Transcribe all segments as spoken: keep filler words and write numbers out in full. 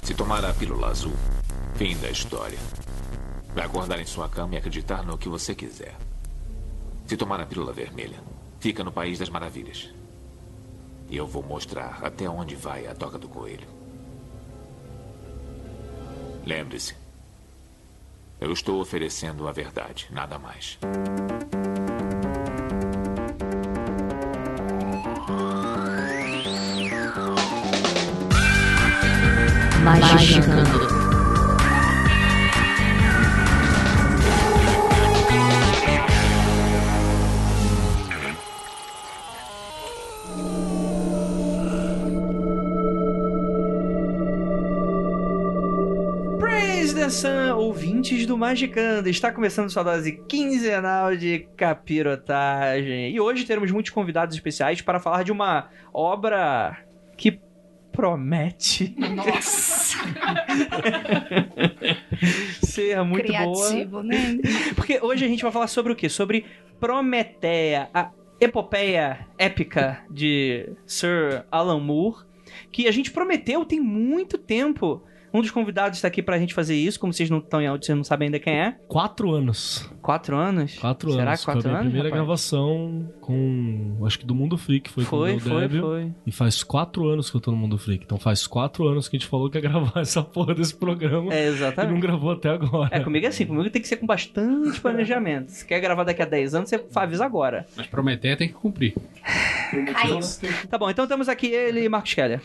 Se tomar a pílula azul, fim da história. Vai acordar em sua cama e acreditar no que você quiser. Se tomar a pílula vermelha, fica no País das Maravilhas. E eu vou mostrar até onde vai a toca do coelho. Lembre-se, eu estou oferecendo a verdade, nada mais. Magicando. Atenção, ouvintes do Magicando, está começando sua dose quinzenal de capirotagem. E hoje teremos muitos convidados especiais para falar de uma obra que promete. Nossa! ser muito criativo, boa. Né? Porque hoje a gente vai falar sobre o quê? Sobre Prometeia, a epopeia épica de Sir Alan Moore, que a gente prometeu tem muito tempo. Um dos convidados está aqui pra gente fazer isso, como vocês não estão em áudio, vocês não sabem ainda quem é. Quatro anos. Quatro anos? Quatro Será anos. que quatro foi a minha anos, primeira rapaz? gravação com, acho que do Mundo Freak, foi, Foi, com o foi, Débil. foi. E faz quatro anos que eu tô no Mundo Freak. Então faz quatro anos que a gente falou que ia gravar essa porra desse programa. É, E exatamente. não gravou até agora. É, comigo é assim, comigo tem que ser com bastante planejamento. Se quer gravar daqui a dez anos, você avisa agora. Mas prometer tem que cumprir. Tá bom, então temos aqui ele e Marcos Keller.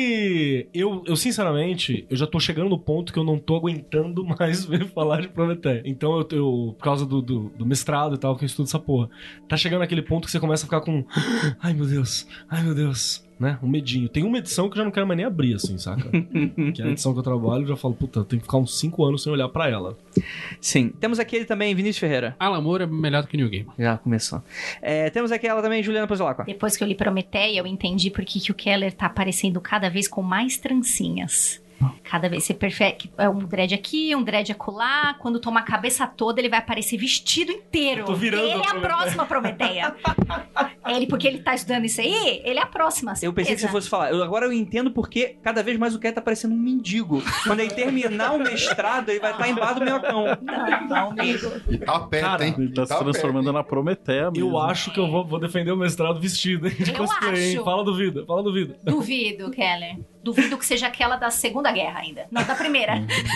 Oi! Eu, eu, sinceramente, eu já tô chegando no ponto que eu não tô aguentando mais ver falar de Prometeia. Então, eu, eu por causa do, do, do mestrado e tal, que eu estudo essa porra, tá chegando naquele ponto que você começa a ficar com ai meu Deus, ai meu Deus, né? Um medinho. Tem uma edição que eu já não quero mais nem abrir, assim, saca? Que é a edição que eu trabalho, eu já falo, puta, eu tenho que ficar uns cinco anos sem olhar pra ela. Sim. Temos aqui ele também, Vinícius Ferreira. Alan Moore é melhor do que New Game. Já começou. É, temos aqui ela também, Juliana Pozolacqua. Depois que eu li Prometeia, eu entendi por que que o Keller tá aparecendo cada vez com mais trancinhas. Cada vez você prefere é um dread aqui, um dread acolá. Quando toma a cabeça toda, ele vai aparecer vestido inteiro. Eu tô virando ele é a a Prometeia. próxima Prometeia. Ele, porque ele tá estudando isso aí, ele é a próxima. Eu pensei que você certeza. fosse falar. Eu, agora eu entendo porque cada vez mais o Keller tá parecendo um mendigo. Quando ele terminar o mestrado, ele vai estar embaixo do minhocão. Não, não, amigo. E tá perto, Cara, hein? Ele tá E se transformando perto, na Prometeia mesmo. Eu acho que eu vou, vou defender o mestrado vestido, hein? De Eu cosplay, hein? acho. Fala do vida, fala do vida. Duvido, Keller. Duvido que seja aquela da Segunda Guerra ainda. Não, da Primeira.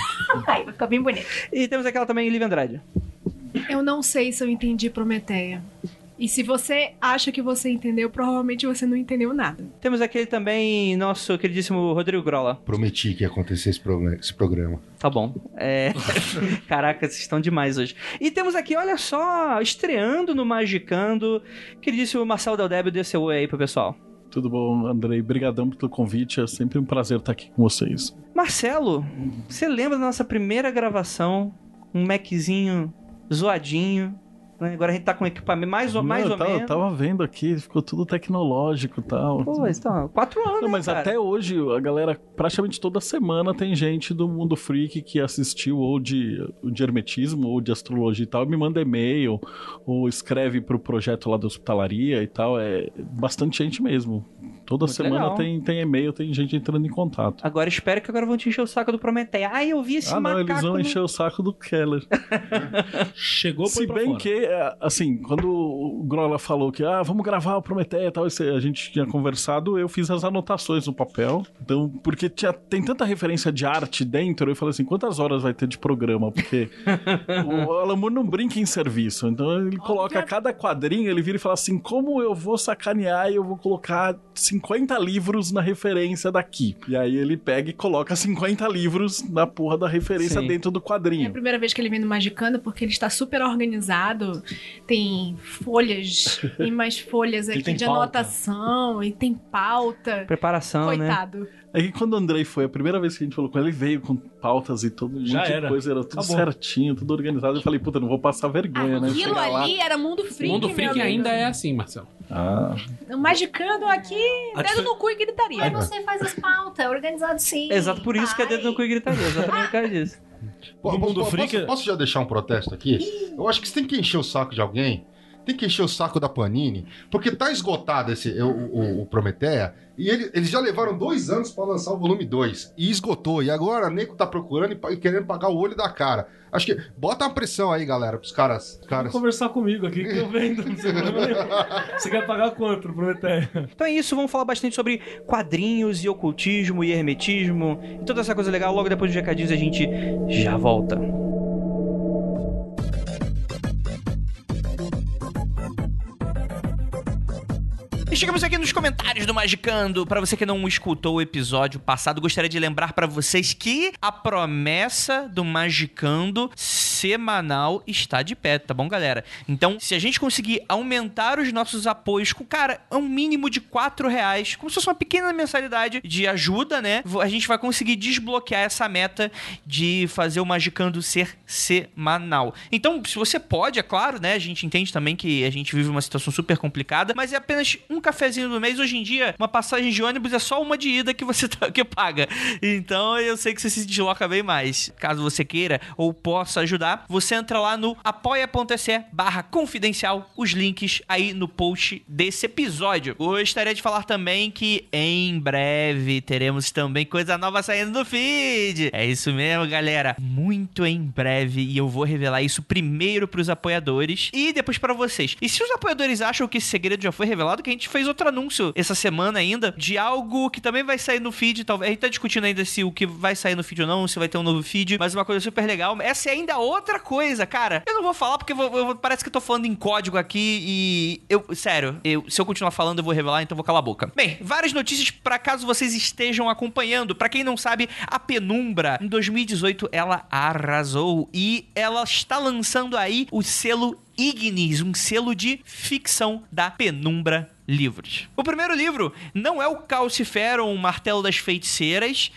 Aí vai ficar bem bonito. E temos aquela também, Lívia Andrade. Eu não sei se eu entendi Prometeia. E se você acha que você entendeu, provavelmente você não entendeu nada. Temos aquele também, nosso queridíssimo Rodrigo Grola. Prometi que ia acontecer esse, pro- esse programa. Tá bom. É... Caraca, vocês estão demais hoje. E temos aqui, olha só, estreando no Magicando, queridíssimo Marcelo Del Débio, dê seu oi aí pro pessoal. Tudo bom, Andrei? Brigadão pelo convite. É sempre um prazer estar aqui com vocês. Marcelo, você lembra da nossa primeira gravação? Um Maczinho zoadinho, né? Agora a gente tá com equipamento mais ou, mais Não, ou eu tava, menos. tava vendo aqui, ficou tudo tecnológico e tal. Pô, então, quatro anos, Não, mas né, cara? até hoje, a galera, praticamente toda semana tem gente do Mundo Freak que assistiu ou de, de hermetismo ou de astrologia e tal, me manda e-mail ou escreve pro projeto lá da hospitalaria e tal. É bastante gente mesmo. Toda Muito semana legal. tem, tem e-mail, tem gente entrando em contato. Agora espero que agora vão te encher o saco do Prometeia. Ai, eu vi esse Ah, não, macaco. eles vão no- encher o saco do Keller. Chegou, põe Se pra bem fora. que, é, assim, quando o Grola falou que, ah, vamos gravar o Prometeia e tal, esse- a gente tinha conversado, eu fiz as anotações no papel. Então, porque tinha, tem tanta referência de arte dentro, eu falei assim, quantas horas vai ter de programa? Porque o Alan Moore não brinca em serviço. Então, ele coloca cada quadrinho, ele vira e fala assim, como eu vou sacanear e eu vou colocar cinquenta livros na referência daqui. E aí ele pega e coloca cinquenta livros na porra da referência Sim. dentro do É a quadrinho. primeira vez que ele vem no Magicando, porque ele está super organizado. Tem folhas e mais folhas Ele aqui tem de pauta. anotação, e tem pauta. Preparação, né? Coitado. É que quando o Andrei foi, a primeira vez que a gente falou com ele, ele veio com pautas e todo um Já monte era. de coisa, era tudo Acabou. certinho, tudo organizado. Eu falei, puta, não vou passar vergonha, né? Aquilo Chegar lá. ali era Mundo Freak, O Mundo meu Freak amigo. ainda é assim, Marcelo. Ah, O Magicando aqui, A dedo difer- no cu e gritaria. Aí você faz as pautas, é organizado sim. Exato, por isso que é dedo no cu e gritaria. Exatamente por causa disso. Po- No po- Mundo po- Freak- posso, posso já deixar um protesto aqui? Eu acho que você tem que encher o saco de alguém. tem que encher o saco da Panini, porque tá esgotado esse, o, o, o Prometeia, e ele, eles já levaram dois anos pra lançar o volume dois, e esgotou, e agora o nego tá procurando e, e querendo pagar o olho da cara. Acho que, bota uma pressão aí, galera, pros caras... caras... Vamos conversar comigo aqui, que eu vendo, não sei problema nenhum. Você quer pagar quanto pro Prometeia? Então é isso, vamos falar bastante sobre quadrinhos e ocultismo e hermetismo e toda essa coisa legal. Logo depois dos recadinhos a gente já volta. E chegamos aqui nos comentários do Magicando. Pra você que não escutou o episódio passado, gostaria de lembrar pra vocês que a promessa do Magicando semanal está de pé, tá bom, galera? Então, se a gente conseguir aumentar os nossos apoios com, cara, um mínimo de quatro reais, como se fosse uma pequena mensalidade de ajuda, né? A gente vai conseguir desbloquear essa meta de fazer o Magicando ser semanal. Então, se você pode, é claro, né? A gente entende também que a gente vive uma situação super complicada, mas é apenas um cafezinho do mês. Hoje em dia, uma passagem de ônibus é só uma de ida que você tá, que paga. Então, eu sei que você se desloca bem mais. Caso você queira ou possa ajudar, você entra lá no apoia.se barra confidencial, os links aí no post desse episódio. Gostaria de falar também que em breve teremos também coisa nova saindo do feed. É isso mesmo, galera. Muito em breve, e eu vou revelar isso primeiro pros apoiadores e depois pra vocês. E se os apoiadores acham que esse segredo já foi revelado, que a gente fez outro anúncio essa semana ainda, de algo que também vai sair no feed, talvez. A gente tá discutindo ainda se o que vai sair no feed ou não, se vai ter um novo feed, mas uma coisa super legal. Essa é ainda outra coisa, cara. Eu não vou falar porque eu vou, eu, parece que eu tô falando em código aqui e... eu, sério, eu, se eu continuar falando eu vou revelar, então eu vou calar a boca. Bem, várias notícias pra caso vocês estejam acompanhando. Pra quem não sabe, a Penumbra, em dois mil e dezoito, ela arrasou e ela está lançando aí o selo Ignis, um selo de ficção da Penumbra Livros. O primeiro livro não é o Calciferum, o Martelo das Feiticeiras,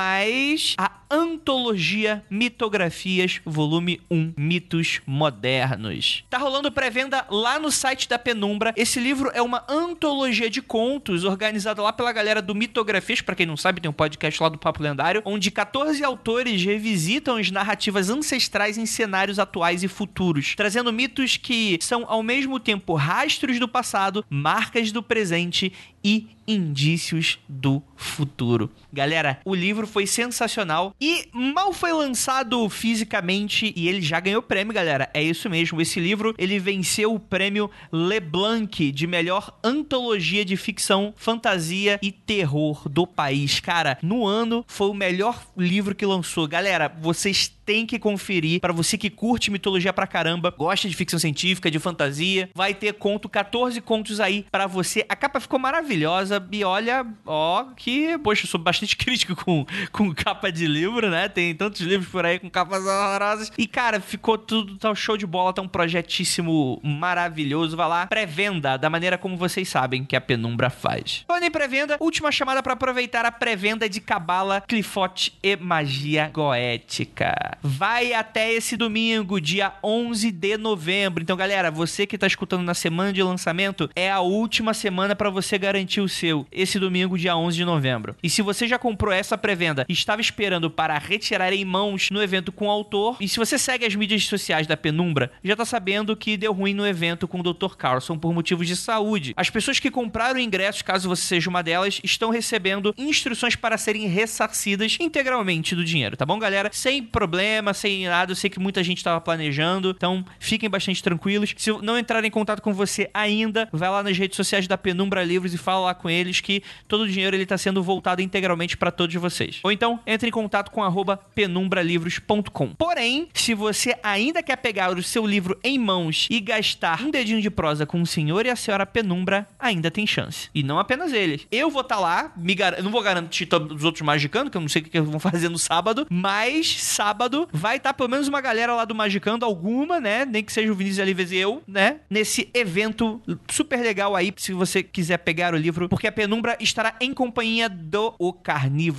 mas a Antologia Mitografias, volume um, Mitos Modernos. Tá rolando pré-venda lá no site da Penumbra. Esse livro é uma antologia de contos organizada lá pela galera do Mitografias. Pra quem não sabe, tem um podcast lá do Papo Lendário, onde quatorze autores revisitam as narrativas ancestrais em cenários atuais e futuros, trazendo mitos que são ao mesmo tempo rastros do passado, marcas do presente e indícios do futuro. Galera, o livro foi sensacional e mal foi lançado fisicamente e ele já ganhou prêmio, galera. É isso mesmo, esse livro, ele venceu o prêmio Leblanc de melhor antologia de ficção, fantasia e terror do país. Cara, no ano foi o melhor livro que lançou. Galera, vocês têm que conferir. Pra você que curte mitologia pra caramba, gosta de ficção científica, de fantasia, vai ter conto, quatorze contos aí pra você. A capa ficou maravilhosa e olha, ó, que, poxa, eu sou bastante crítico com, com capa de livro, né? Tem tantos livros por aí com capas horrorosas. E, cara, ficou tudo, tá um show de bola, tá um projetíssimo maravilhoso. Vai lá, pré-venda, da maneira como vocês sabem que a Penumbra faz. Falando em pré-venda, última chamada pra aproveitar a pré-venda de Cabala, Clifote e Magia Goética. Vai até esse domingo, dia onze de novembro. Então, galera, você que tá escutando na semana de lançamento, é a última semana pra você garantir o seu. Esse domingo, dia onze de novembro. E se você já comprou essa pré-venda e estava esperando para retirar em mãos no evento com o autor, e se você segue as mídias sociais da Penumbra, já tá sabendo que deu ruim no evento com o doutor Carlson por motivos de saúde. As pessoas que compraram ingressos, caso você seja uma delas, estão recebendo instruções para serem ressarcidas integralmente do dinheiro, tá bom, galera? Sem problema, sem nada. Eu sei que muita gente estava planejando, então fiquem bastante tranquilos. Se não entrar em contato com você ainda, vai lá nas redes sociais da Penumbra Livros e fala lá com eles que todo o dinheiro ele tá sendo voltado integralmente para todos vocês. Ou então, entre em contato com arroba penumbralivros ponto com. Porém, se você ainda quer pegar o seu livro em mãos e gastar um dedinho de prosa com o senhor e a senhora Penumbra, ainda tem chance. E não apenas eles. Eu vou estar tá lá, me gar... eu não vou garantir todos os outros Magicando, que eu não sei o que eles vão fazer no sábado, mas sábado vai estar tá pelo menos uma galera lá do Magicando, alguma, né? Nem que seja o Vinícius Alives e eu, né? Nesse evento super legal aí, se você quiser pegar o livro, porque a Penumbra estará em companhia do O Carnívoro.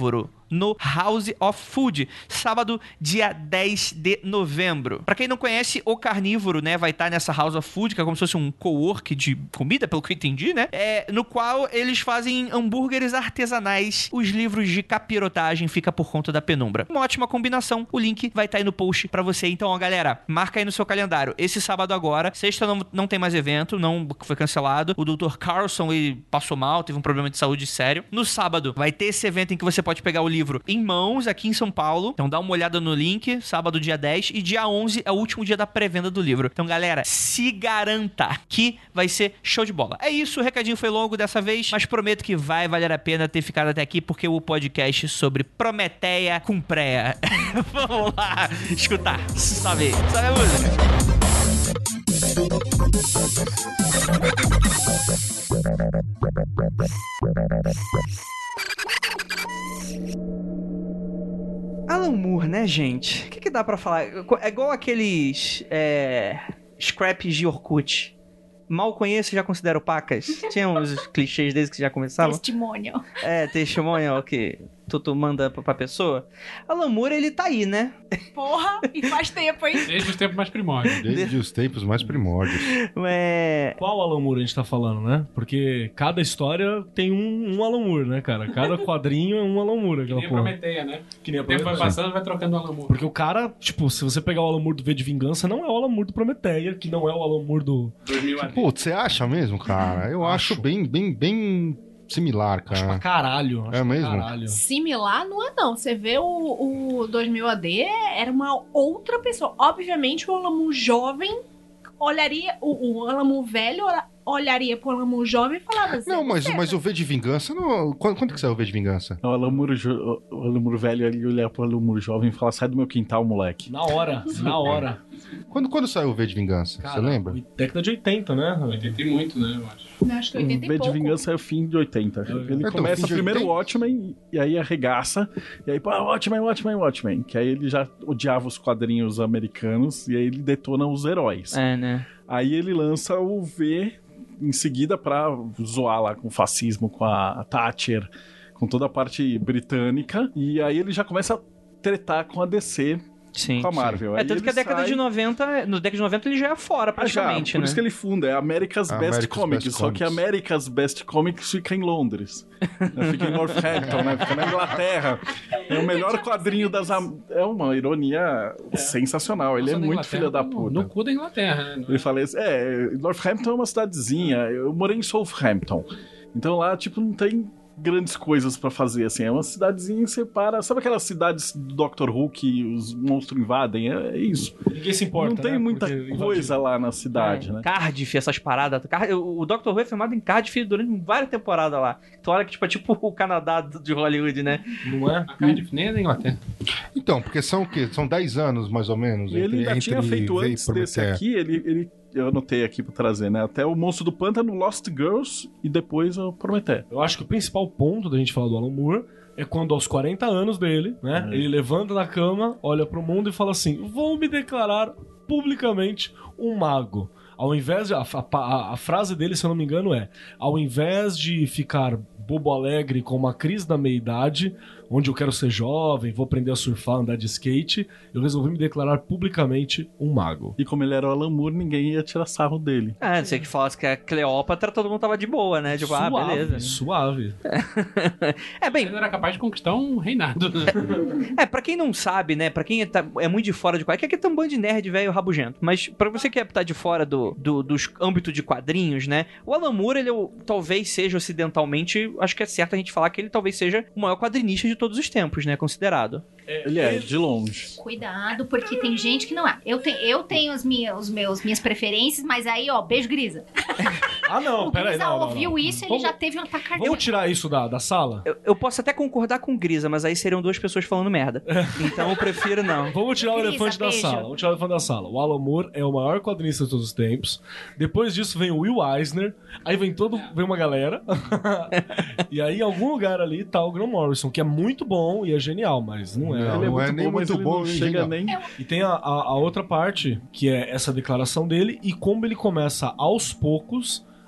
no House of Food, sábado, dia dez de novembro. Pra quem não conhece, o Carnívoro, né, vai estar nessa House of Food, que é como se fosse um co-work de comida, pelo que eu entendi, né? É, no qual eles fazem hambúrgueres artesanais. Os livros de capirotagem fica por conta da Penumbra. Uma ótima combinação. O link vai estar aí no post pra você. Então, ó, galera, marca aí no seu calendário. Esse sábado agora, sexta não, não tem mais evento, não foi cancelado. O doutor Carlson, ele passou mal, teve um problema de saúde sério. No sábado, vai ter esse evento em que você pode pegar o livro em mãos aqui em São Paulo. Então, dá uma olhada no link. Sábado, dia dez. E dia onze é o último dia da pré-venda do livro. Então, galera, se garanta que vai ser show de bola. É isso, o recadinho foi longo dessa vez, mas prometo que vai valer a pena ter ficado até aqui, porque o podcast sobre Prometeia com Préia. Vamos lá escutar. Sobe, sobe a música. Alan Moore, né, gente? O que, que dá pra falar? É igual aqueles é, scraps de Orkut. Mal conheço, já considero pacas. Tinha uns clichês desses que já começavam. Testimonial. É, testimonial que tu, tu manda pra, pra pessoa. Alan Moore, ele tá aí, né? Porra, e faz tempo, hein? Desde os tempos mais primórdios. Desde os tempos mais primórdios. É... Qual Alan Moore a gente tá falando, né? Porque cada história tem um, um Alan Moore, né, cara? Cada quadrinho é um Alan Moore, Que aquela nem a porra. Prometeia, né? Que nem a O tempo vai Prometeia. passando, vai trocando o Alan Moore. Porque o cara, tipo, se você pegar o Alan Moore do V de Vingança, não é o Alan Moore do Prometeia, que não é o Alan Moore do... dois mil a Putz, você acha mesmo, cara? Eu acho, Acho. bem, bem, bem similar, Acho pra cara. caralho. Acho É pra mesmo? Caralho. Similar não é não. Você vê o, o dois mil A D, era uma outra pessoa. Obviamente o Alan Moore jovem olharia, o, o Alan Moore velho olharia pro Alan Moore jovem e falava assim... Não, mas, "Você, mas o V de Vingança... Não, quando, quando que saiu o V de Vingança? O Alan Moore, jo- o Alan Moore velho ali olhar pro Alan Moore jovem e falar: sai do meu quintal, moleque. Na hora, na hora. Quando, quando saiu o V de Vingança? Cara, Você lembra? Década de oitenta, né? oitenta e muito, né, eu acho. Acho que O oitenta e V de pouco. Vingança é o fim de oitenta. Ele Então, começa fim de primeiro o oitenta? Watchmen e aí arregaça. E aí, pô, Watchmen, Watchmen, Watchmen. Que aí ele já odiava os quadrinhos americanos e aí ele detona os heróis. É, né? Aí ele lança o V em seguida pra zoar lá com o fascismo, com a Thatcher, com toda a parte britânica. E aí ele já começa a tretar com a D C, Sim. com a Marvel. É, Aí tanto ele que a década sai- de noventa, no década de noventa ele já é fora, Ah, já, praticamente, por né? isso que ele funda, é America's Best America's Comics, Best só que Comics. America's Best Comics fica em Londres. Né, fica em Northampton, né? Fica na Inglaterra. É o melhor quadrinho das... Am- É uma ironia sensacional, ele é Nossa, na muito Inglaterra, filho da no- puta. No cu da Inglaterra, né? Ele fala assim, é, Northampton é uma cidadezinha, eu morei em Southampton, então lá, tipo, não tem grandes coisas pra fazer, assim, é uma cidadezinha que separa, sabe aquelas cidades do Doctor Who que os monstros invadem? É, é isso. Ninguém se importa, Não tem né? muita Porque coisa invadiu. lá na cidade, É, né? Cardiff, essas paradas. Car- O Doctor Who é filmado em Cardiff durante várias temporadas lá. Tu olha que tipo, é tipo o Canadá de Hollywood, né? Não é? A Cardiff nem é da Inglaterra. Então, porque são o quê? São dez anos, mais ou menos. E ele ainda tinha feito V e antes desse Prometeia. aqui, ele, ele, eu anotei aqui pra trazer, né? Até o Monstro do Pântano, Lost Girls e depois o Prometeia. Eu acho que o principal ponto da gente falar do Alan Moore é quando aos quarenta anos dele, né, É. ele levanta da cama, olha pro mundo e fala assim: vou me declarar publicamente um mago. Ao invés de... A, a, a frase dele, se eu não me engano, é: ao invés de ficar bobo alegre com uma crise da meia-idade, onde eu quero ser jovem, vou aprender a surfar, andar de skate, eu resolvi me declarar publicamente um mago. E como ele era o Alan Moore, ninguém ia tirar sarro dele. É, não sei que falasse que a Cleópatra, todo mundo tava de boa, né? Tipo, ah, suave, beleza. suave. É, bem, Ele era capaz de conquistar um reinado, né? é, pra quem não sabe, né? Pra quem tá- é muito de fora de quadrinhos, que aqui tem um bando de nerd velho rabugento. Mas pra você que tá de fora do, do, dos âmbitos de quadrinhos, né? O Alan Moore, ele é o- talvez seja ocidentalmente, acho que é certo a gente falar que ele talvez seja o maior quadrinista de todos os tempos, né? Considerado. Ele é, de longe. Cuidado, porque tem gente que não é. Eu, te, eu tenho os, minha, os meus minhas preferências, mas aí, ó, beijo, Grisa. Ah, não, O peraí, Grisa não, não, ouviu não. isso, ele Vamos- já teve um ataque cardíaco. Vamos tirar isso da, da sala? Eu, eu posso até concordar com Grisa, mas aí seriam duas pessoas falando merda. Então eu prefiro não. Vamos tirar o Grisa, elefante da beijo. sala. Vamos tirar o elefante da sala. O Alan Moore é o maior quadrinista de todos os tempos. Depois disso vem o Will Eisner. Aí vem todo, vem uma galera. E aí em algum lugar ali tá o Grant Morrison, que é muito bom e é genial, mas não é. Não, Ele é não é muito nem bom, mas muito ele bom, não nem chega genial. nem... E tem a, a- a outra parte, que é essa declaração dele e como ele começa aos poucos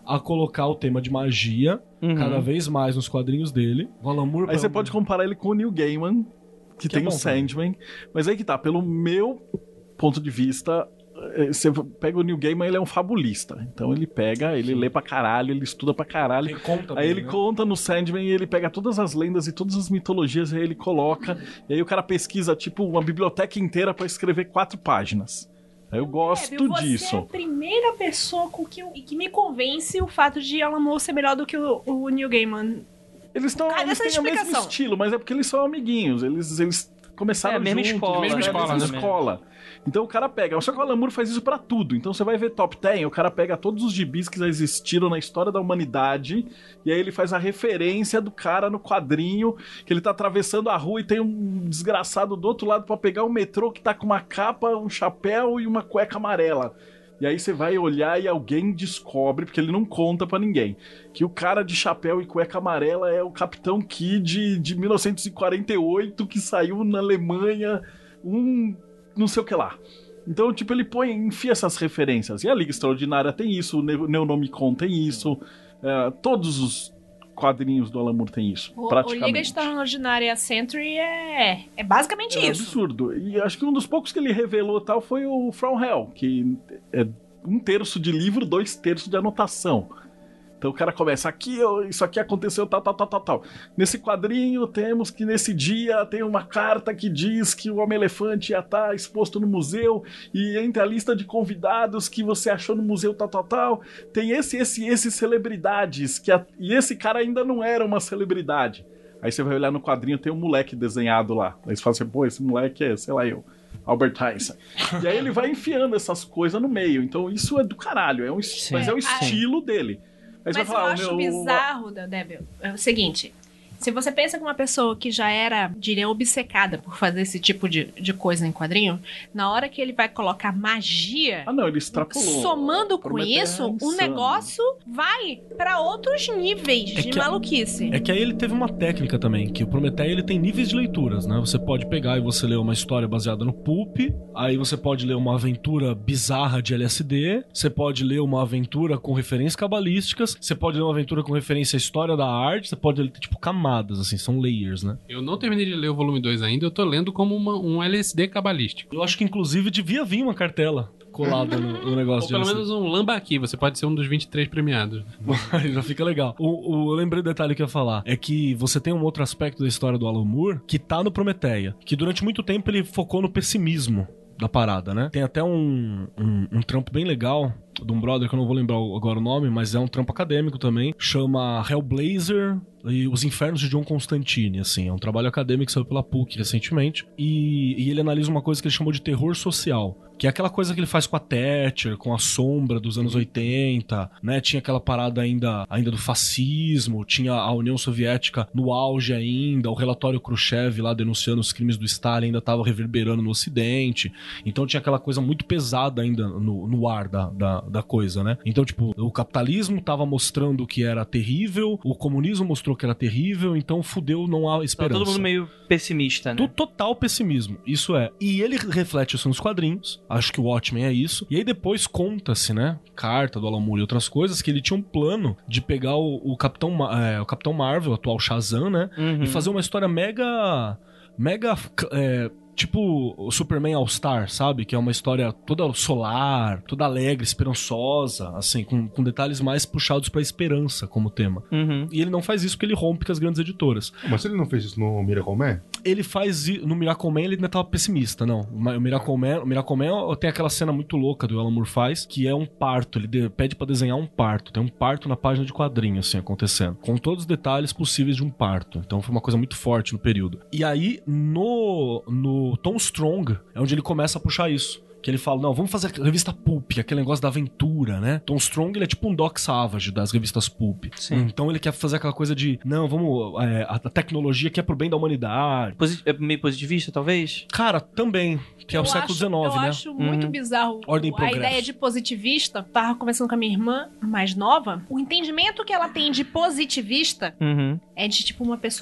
a colocar o tema de magia Uhum. cada vez mais nos quadrinhos dele. O Alan Moore... Aí você pode comparar ele com o Neil Gaiman, que, Que é tem bom o Sandman. Mas aí que tá, pelo meu ponto de vista, eh, você pega o Neil Gaiman, ele é um fabulista. Então ele pega, ele lê pra caralho, ele estuda pra caralho. Ele conta Aí bem, ele né? conta no Sandman e ele pega todas as lendas e todas as mitologias e aí ele coloca. E aí o cara pesquisa, tipo, uma biblioteca inteira pra escrever quatro páginas. Aí eu gosto Débio, você disso. é a primeira pessoa com que, eu, que me convence o fato de Alan Moore ser melhor do que o, o Neil Gaiman. Eles, tão, Cadê eles essa têm o mesmo explicação? estilo, mas é porque eles são amiguinhos. Eles, eles começaram É, a mesma juntos. escola, Mesma né? escola, Mesma né? escola. Então o cara pega. Só que o Alan Moore faz isso pra tudo. Então você vai ver Top dez, o cara pega todos os gibis que já existiram na história da humanidade e aí ele faz a referência do cara no quadrinho que ele tá atravessando a rua e tem um desgraçado do outro lado pra pegar o metrô que tá com uma capa, um chapéu e uma cueca amarela. E aí você vai olhar e alguém descobre, porque ele não conta pra ninguém, que o cara de chapéu e cueca amarela é o Capitão Kidd de mil novecentos e quarenta e oito que saiu na Alemanha, um não sei o que lá. Então, tipo, ele põe, enfia essas referências. E a Liga Extraordinária tem isso, o Ne- Neonomicon tem isso, é, todos os quadrinhos do Alan Moore tem isso, O, o praticamente. Liga Extraordinária Century é, é basicamente É isso. absurdo. E acho que um dos poucos que ele revelou tal foi o From Hell, que é um terço de livro, dois terços de anotação. Então o cara começa, aqui, ó, isso aqui aconteceu, tal, tal, tal, tal, tal. Nesse quadrinho temos que nesse dia tem uma carta que diz que o Homem-Elefante ia estar exposto no museu e entre a lista de convidados que você achou no museu, tal, tal, tal, tem esse, esse, esse celebridades, que a... e esse cara ainda não era uma celebridade. Aí você vai olhar no quadrinho, tem um moleque desenhado lá. Aí você fala assim, pô, esse moleque é, sei lá eu, Albert Einstein. E aí ele vai enfiando essas coisas no meio. Então isso é do caralho, é um, Sim. mas é o Ah, estilo dele. Aí você Mas vai eu falar, acho o meu... bizarro, Débil, é o seguinte. Se você pensa que uma pessoa que já era, diria, obcecada por fazer esse tipo de, de coisa em quadrinho, na hora que ele vai colocar magia, Ah, não, ele extrapolou. somando com Prometheus isso, é o insano. negócio vai pra outros níveis É de que a- maluquice. É que aí ele teve uma técnica também, que o Prometheia ele tem níveis de leituras, né? Você pode pegar e você ler uma história baseada no pulp, aí você pode ler uma aventura bizarra de L S D, você pode ler uma aventura com referências cabalísticas, você pode ler uma aventura com referência à história da arte, você pode ler, tipo, camadas, assim, são layers, né? Eu não terminei de ler o volume dois ainda, eu tô lendo como uma- um L S D cabalístico. Eu acho que, inclusive, devia vir uma cartela colada no, no negócio Ou de pelo L S D. menos um lambaqui, você pode ser um dos vinte e três premiados. Aí já fica legal. O, o- eu lembrei do detalhe que eu ia falar. É que você tem um outro aspecto da história do Alan Moore que tá no Prometheia. Que durante muito tempo ele focou no pessimismo da parada, né? Tem até um, um, um trampo bem legal de um brother que eu não vou lembrar agora o nome, mas é um trampo acadêmico também. Chama Hellblazer e Os Infernos de John Constantine, assim. É um trabalho acadêmico que saiu pela P U C recentemente. E, e ele analisa uma coisa que ele chamou de terror social. Que é aquela coisa que ele faz com a Thatcher, com a sombra dos anos oitenta, né? Tinha aquela parada ainda, ainda do fascismo, tinha a União Soviética no auge ainda, o relatório Khrushchev lá denunciando os crimes do Stalin ainda estava reverberando no Ocidente. Então tinha aquela coisa muito pesada ainda no, no ar da, da, da coisa, né? Então, tipo, o capitalismo tava mostrando que era terrível, o comunismo mostrou que era terrível, então fudeu, não há Tá esperança. todo mundo meio pessimista, né? Do total pessimismo, isso é. E ele reflete isso nos quadrinhos, acho que o Watchmen é isso. E aí depois conta-se, né, carta do Alan Moore e outras coisas, que ele tinha um plano de pegar o, o, Capitão, Ma- é, o Capitão Marvel, o atual Shazam, né, Uhum. e fazer uma história mega... mega... é, tipo o Superman All-Star, sabe? Que é uma história toda solar, toda alegre, esperançosa, assim, com, com detalhes mais puxados pra esperança como tema. Uhum. E ele não faz isso porque ele rompe com as grandes editoras. Mas ele não fez isso no Miracle Man? Ele faz i- no Miracle Man, ele ainda tava pessimista, não. O Miracle Man, o Miracle Man tem aquela cena muito louca do Alan Moore faz, que é um parto. Ele de- pede pra desenhar um parto. Tem um parto na página de quadrinho, assim, acontecendo. Com todos os detalhes possíveis de um parto. Então foi uma coisa muito forte no período. E aí, no, no Tom Strong, é onde ele começa a puxar isso. Que ele fala, não, vamos fazer a revista Pulp, aquele negócio da aventura, né? Tom Strong, ele é tipo um Doc Savage das revistas Pulp. Sim. Então ele quer fazer aquela coisa de, não, vamos, é, a a tecnologia que é pro bem da humanidade. Posi- é meio positivista, talvez? Cara, também, que é o Eu século acho- dezenove, eu né? acho muito Uhum. bizarro Ordem e a progresso. ideia de positivista. Tava conversando com a minha irmã mais nova. O entendimento que ela tem de positivista Uhum. é de, tipo, uma pessoa com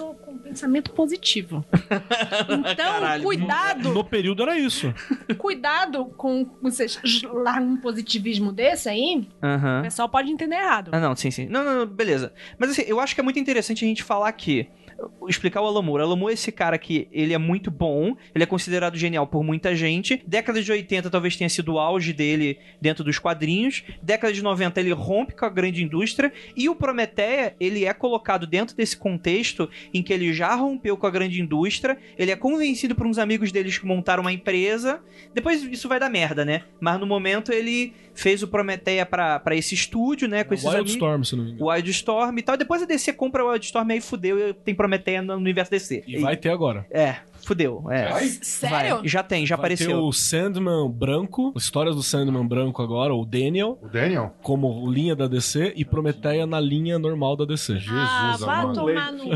Pensamento positivo. Então, Caralho. cuidado, No período era isso. cuidado com vocês lá num positivismo desse aí, o Aham. pessoal pode entender errado. Ah, não, sim, sim. Não, não, não, beleza. Mas assim, eu acho que é muito interessante a gente falar aqui. Explicar o Alan Moore. O Alan Moore é esse cara que ele é muito bom, ele é considerado genial por muita gente. Década de oitenta talvez tenha sido o auge dele dentro dos quadrinhos. Década de noventa ele rompe com a grande indústria. E o Prometeia, ele é colocado dentro desse contexto em que ele já rompeu com a grande indústria, ele é convencido por uns amigos deles que montaram uma empresa. Depois isso vai dar merda, né? Mas no momento ele fez o Prometeia pra, pra esse estúdio, né? Com esses amigos. Wildstorm, se não me engano. Wildstorm e tal. Depois a D C compra o Wildstorm e aí fudeu, tem Prometeia no universo D C. E vai ter agora. É, fudeu. É. Vai? Sério? Vai. Já tem, já Vai ter apareceu. o Sandman branco, histórias do Sandman branco agora, o Daniel, O Daniel? como linha da D C, e Prometeia na linha normal da D C. Ah, Jesus, vá amado. tomar no...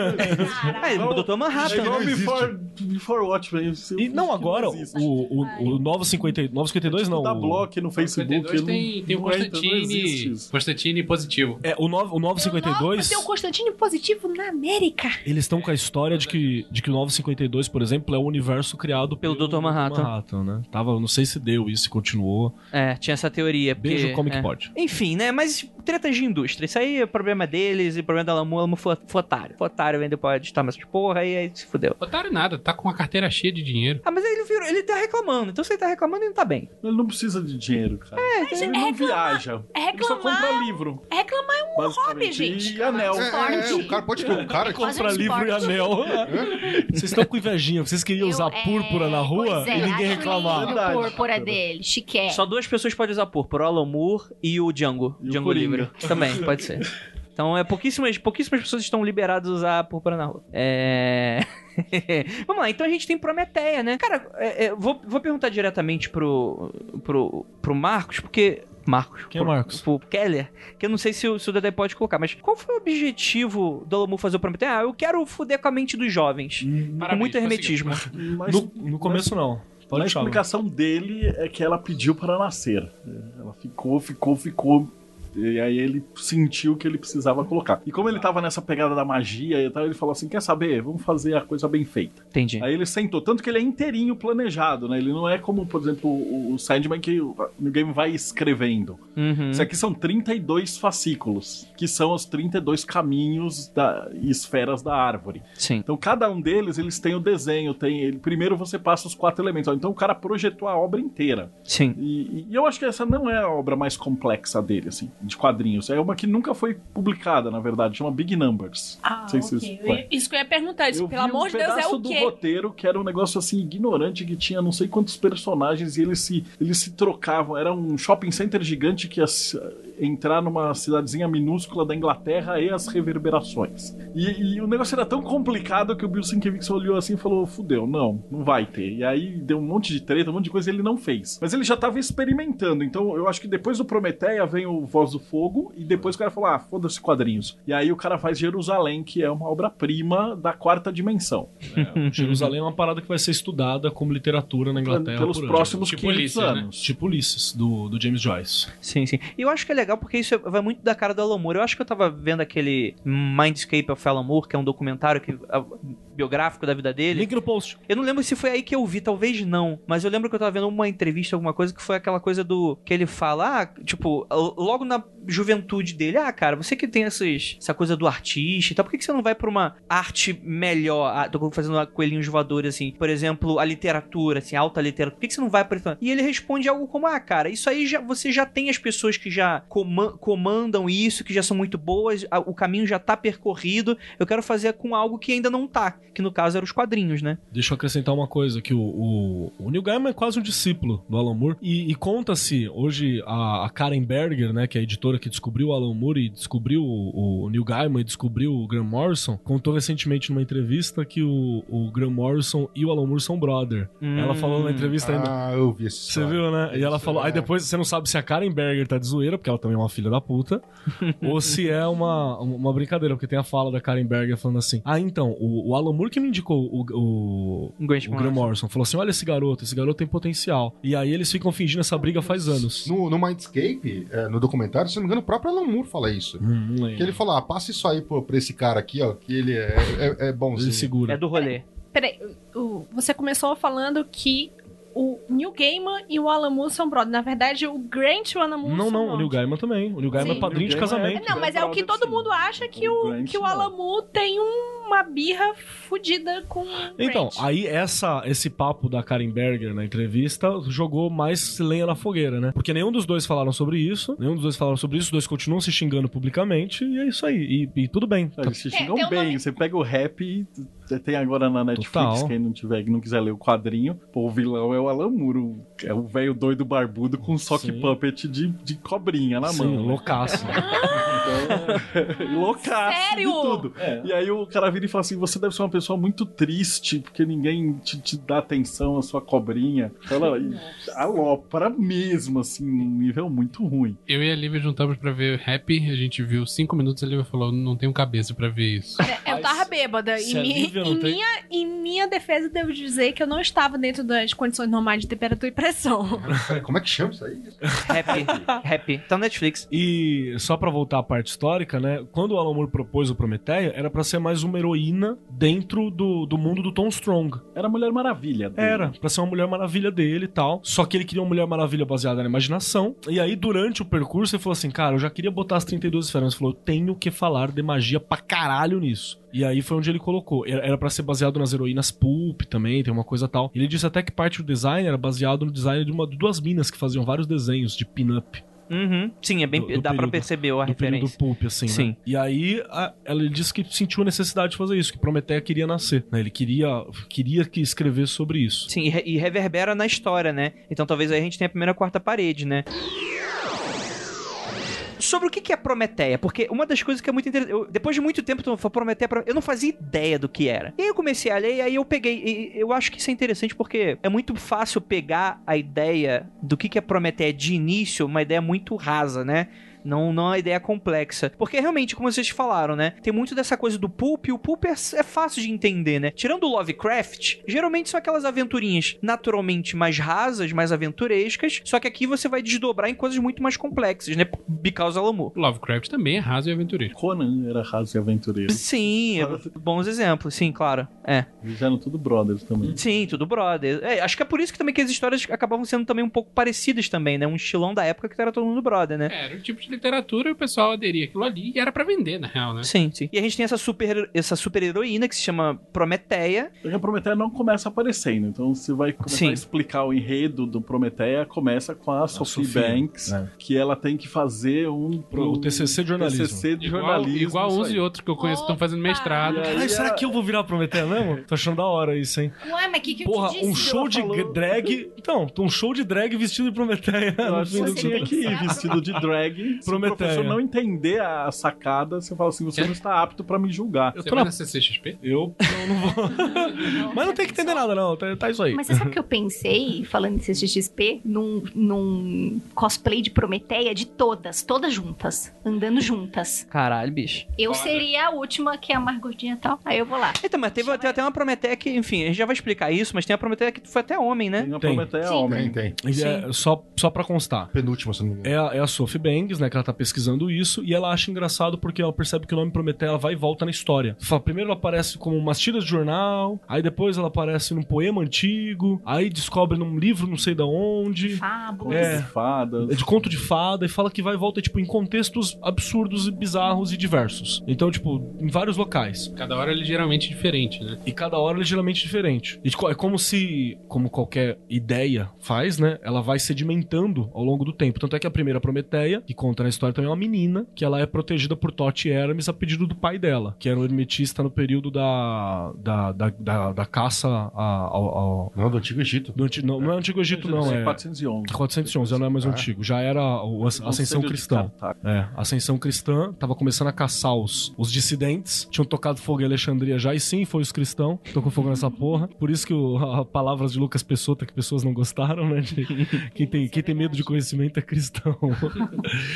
Ah, Caralho. o doutor Manhattan. Chegou Igual não existe. Before, before Watchmen. eu E fingi não, que agora, existe. o, o, o Nova cinquenta e dois, Nova cinquenta e dois não. Da o- Block no Facebook. cinquenta e dois não- tem, tem o não entra, não existe Constantine. isso. Constantine positivo. É, o Nova, o Nova cinquenta e dois, Tem o Constantine positivo na América. eles estão com a história de que, de que o Nova cinquenta e dois, por exemplo, é o universo criado Pelo doutor Manhattan. né? Tava, não sei se deu isso, se continuou. É, tinha essa teoria. Porque, Beijo Comic é. Pod. Enfim, né? Mas tretas de indústria. Isso aí é problema deles e problema da Alan Moore. Alan Moore foi, foi otário. Foi otário, vender pode estar essas porra aí, aí se fudeu. Otário nada, tá com a carteira cheia de dinheiro. Ah, mas aí ele virou, ele tá reclamando. Então se ele tá reclamando, ele não tá bem. Ele não precisa de dinheiro, cara. Mas ele é não reclamar- viaja. é Ele só reclamar- compra livro. Reclamar é um basicamente. hobby, gente. E anel. É, é, é, o cara pode o cara Quase Compra um livro e esporte. anel. Vocês estão com invejinha. Vocês queriam Eu- usar é, púrpura na rua pois é, e ninguém acho reclamar. lindo Verdade. a púrpura dele, chique. Só duas pessoas podem usar púrpura. O Alan Moore e o Django. E o Django Coringa. Livre. Também, pode ser. Então, é pouquíssimas, pouquíssimas pessoas estão liberadas a usar a púrpura na rua. É... Vamos lá, então a gente tem Prometeia, né? Cara, é, é, vou, vou perguntar diretamente pro, pro, pro Marcos, porque... Marcos. Quem é pro, Marcos? Pro Keller, que eu não sei se o, se o Dedé pode colocar, mas qual foi o objetivo do Alan Moore fazer o Prometeia? Ah, eu quero fuder com a mente dos jovens. com Parabéns, muito hermetismo. Mas, No, no começo, não. Pode a deixar. explicação dele é que ela pediu para nascer. Ela ficou, ficou, ficou. E aí ele sentiu que ele precisava colocar. E como ele tava nessa pegada da magia e tal, ele falou assim, quer saber? Vamos fazer a coisa bem feita. Entendi. Aí ele sentou, tanto que ele é inteirinho planejado, né? Ele não é como, por exemplo, o, o Sandman que o game vai escrevendo. Uhum. Isso aqui são trinta e dois fascículos, que são os trinta e dois caminhos da, e esferas da árvore. Sim. Então cada um deles, eles têm o desenho, tem ele, primeiro você passa os quatro elementos. Então o cara projetou a obra inteira. Sim. E, e eu acho que essa não é a obra mais complexa dele, assim, de quadrinhos. É uma que nunca foi publicada, na verdade, chama Big Numbers. Ah, Não sei se ok. isso Eu ia- Isso que eu ia perguntar. Isso, eu pelo vi amor um de Deus, é pedaço o do quê? roteiro que era um negócio assim ignorante que tinha não sei quantos personagens e eles se, eles se trocavam. Era um shopping center gigante que ia se- entrar numa cidadezinha minúscula da Inglaterra e as reverberações. E, e o negócio era tão complicado que o Bill Sienkiewicz olhou assim e falou: fudeu, não, não vai ter. E aí deu um monte de treta, um monte de coisa e ele não fez. Mas ele já tava experimentando. Então eu acho que depois do Prometeia vem o Voz do Fogo e depois o cara falou: ah, foda-se quadrinhos. E aí o cara faz Jerusalém, que é uma obra-prima da quarta dimensão. É, Jerusalém é uma parada que vai ser estudada como literatura na Inglaterra Pelos por anos. próximos Tipo quinhentos Ulisses, né? anos. Tipo Ulisses, do, do James Joyce. Sim, sim. E eu acho que é legal porque isso vai muito da cara do Alan Moore. Eu acho que eu tava vendo aquele Mindscape of Alan Moore, que é um documentário que, a- biográfico da vida dele. Link no post. Eu não lembro se foi aí que eu vi, talvez não. Mas eu lembro que eu tava vendo uma entrevista, alguma coisa, que foi aquela coisa do... Que ele fala, ah, tipo, logo na juventude dele, ah, cara, você que tem essas, essa coisa do artista e tal, por que, que você não vai pra uma arte melhor? Ah, tô fazendo coelhinhos voadores, assim. Por exemplo, a literatura, assim, alta literatura. Por que, que você não vai pra isso? E ele responde algo como, ah, cara, isso aí já, você já tem as pessoas que já coma- comandam isso, que já são muito boas, a- o caminho já tá percorrido. Eu quero fazer com algo que ainda não tá, que no caso eram os quadrinhos, né? Deixa eu acrescentar uma coisa, que o, o, o Neil Gaiman é quase um discípulo do Alan Moore, e, e conta-se, hoje, a, a Karen Berger, né, que é a editora que descobriu o Alan Moore e descobriu o, o Neil Gaiman e descobriu o Grant Morrison, contou recentemente numa entrevista que o, o Grant Morrison e o Alan Moore são brother. Hum. Ela falou na entrevista ainda... Ah, eu vi esse Você viu, né? E ela Isso, falou. é. Aí depois você não sabe se a Karen Berger tá de zoeira, porque ela também é uma filha da puta, ou se é uma, uma brincadeira, porque tem a fala da Karen Berger falando assim: ah, então, o, o Alan Moore que me indicou o, o, Um Grant o Grant Morrison falou assim: olha esse garoto, esse garoto tem potencial. E aí eles ficam fingindo essa briga faz anos. No, no Mindscape, é, no documentário, documentário, se não me engano, o próprio Alan Moore fala isso. Hum, não lembro. Que ele fala, ah, passa isso aí pô, pra esse cara aqui, ó, que ele é, é, é bonzinho. Ele segura. É do rolê. Peraí, o- você começou falando que o Neil Gaiman e o Alan Moore são brothers. Na verdade, o Grant e o Alan Moore Não, são não, o Neil brothers. Gaiman também. O Neil Gaiman Sim. é padrinho de Neil Gaiman casamento. Não, mas é o que todo mundo acha que o, O Grant que o não. Alan Moore tem uma birra fodida com o Então, Grant. aí essa, esse papo da Karen Berger na entrevista jogou mais lenha na fogueira, né? Porque nenhum dos dois falaram sobre isso, nenhum dos dois falaram sobre isso, os dois continuam se xingando publicamente e é isso aí. E, e tudo bem. Tá- Eles se É, xingam tem um bem. nome- Você pega o rap e tem agora na Netflix, Total. quem não tiver, não quiser ler o quadrinho, pô, o vilão é o Alan Moore, o- é o velho doido barbudo com sock Sim. puppet de, de cobrinha na Sim, mão. né? loucaço. Então, loucaço Sério? de tudo. E aí o cara vira e fala assim, você deve ser uma pessoa muito triste, porque ninguém te, te dá atenção à sua cobrinha. Ela alopra mesmo, assim, num nível muito ruim. Eu e a Lívia juntamos pra ver Happy, a gente viu cinco minutos e a Lívia falou, não tenho cabeça pra ver isso. É, eu tava bêbada. se Em, a mi- Lívia não em tem- minha, em minha defesa, devo dizer que eu não estava dentro das condições normais de temperatura e pressão. Peraí, como é que chama isso aí? Happy. Happy. Tá no Netflix. E só pra voltar à parte histórica, né? Quando o Alan Moore propôs o Prometeia, era pra ser mais uma heroína dentro do, do mundo do Tom Strong. Era a Mulher Maravilha. dele. Era, pra ser uma Mulher Maravilha dele e tal. Só que ele queria uma Mulher Maravilha baseada na imaginação. E aí, durante o percurso, ele falou assim: cara, eu já queria botar as trinta e duas esferas. Ele falou: eu tenho que falar de magia pra caralho nisso. E aí foi onde ele colocou. Era era pra ser baseado nas heroínas Pulp também, tem uma coisa tal. Ele disse até que parte do design era baseado no design de uma de duas minas que faziam vários desenhos de pin-up. Uhum. Sim, é bem, Do- do dá pra período- perceber a Do período referência. Pulp, assim, Sim. né? E aí, a- ela ele disse que sentiu a necessidade de fazer isso, que Prometeia queria nascer, né? Ele queria, queria que escrever sobre isso. Sim, e, re- e reverbera na história, né? Então talvez aí a gente tenha a primeira quarta parede, né? Sobre o que que é Prometeia, porque uma das coisas que é muito interessante, eu- depois de muito tempo tu falou Prometeia, Pro- eu não fazia ideia do que era. E aí eu comecei a ler e aí eu peguei, e eu acho que isso é interessante porque é muito fácil pegar a ideia do que que é Prometeia de início, uma ideia muito rasa, né? Não, não é uma ideia complexa. Porque realmente, como vocês falaram, né? Tem muito dessa coisa do pulp, e o pulp é, é fácil de entender, né? Tirando o Lovecraft, geralmente são aquelas aventurinhas naturalmente mais rasas, mais aventurescas, só que aqui você vai desdobrar em coisas muito mais complexas, né? Because Alan Moore. Lovecraft também é raso e aventureiro. Conan era raso e aventureiro. Sim, bons exemplos, sim, claro. É. Eles eram tudo brothers também. Sim, tudo brother. É, acho que é por isso que também que as histórias acabavam sendo também um pouco parecidas também, né? Um estilão da época que era todo mundo brother, né? Era o tipo de literatura e o pessoal aderia aquilo ali e era pra vender, na real, né? Sim, sim. E a gente tem essa super, essa super heroína que se chama Prometeia. Porque a Prometeia não começa aparecendo, então você vai começar Sim. a explicar o enredo do Prometeia, começa com a, Sophie Sophie, Banks, é. que ela tem que fazer um... Pro- o T C C de jornalismo. T C C de Igual, jornalismo. igual isso uns aí. e outros que eu conheço que estão fazendo Opa! mestrado. E aí Ai, será ela- que eu vou virar Prometeia mesmo? Tô achando da hora isso, hein? Ué, mas o que, que eu Porra, te disse? um show de falou- drag... Então, um show de drag vestido de Prometeia. Eu no acho que fim do você Você tinha tem que que ir ser vestido de drag. Se o Prometeia. professor não entender a sacada, você fala assim, você não está apto pra me julgar. Eu Você tô vai na... na C C X P? Eu não, não vou... Mas não tem que entender nada, não. Tá, tá isso aí. Mas você sabe o que eu pensei, falando de C C X P, num, num cosplay de Prometeia de todas, todas juntas, andando juntas. Caralho, bicho. Eu seria a última que é a mais gordinha e tal, aí eu vou lá. Então, mas teve, tem até uma Prometeia que, enfim, a gente já vai explicar isso, mas tem a Prometeia que foi até homem, né? Tem a Tem. Prometeia Sim. homem. Tem, tem. E é, só, só pra constar. Penúltima, se não me engano. É a, é a Sophie Banks, né, que ela tá pesquisando isso, e ela acha engraçado porque ela percebe que o nome Prometeia ela vai e volta na história. Fala, primeiro ela aparece como umas tiras de jornal, aí depois ela aparece num poema antigo, aí descobre num livro não sei da onde, Fábulas. É. É. Fadas. é de conto de fada, e fala que vai e volta, tipo, em contextos absurdos e bizarros e diversos. Então, tipo, em vários locais. Cada hora é ligeiramente diferente, né? E cada hora é ligeiramente diferente. E tipo, é como se, como qualquer ideia faz, né? Ela vai sedimentando ao longo do tempo. Tanto é que a primeira Prometeia, que conta na história também, é uma menina, que ela é protegida por Thoth e Hermes a pedido do pai dela, que era um hermetista no período da, da, da, da, da caça a- ao... ao- Não, do Antigo Egito. do anti- não, não é Antigo Egito, não. É quatrocentos e onze. quatrocentos e onze, já não é mais Ah. antigo. Já era o- a Ascensão Conselho de Cristã. Catar. É, a Ascensão Cristã tava começando a caçar os, os dissidentes. Tinham tocado fogo em Alexandria já, e sim, foi os cristãos. Tocou fogo nessa porra. Por isso que o, a, palavras de Lucas Pessota que pessoas não gostaram, né? De, quem, tem, quem tem medo de conhecimento é cristão.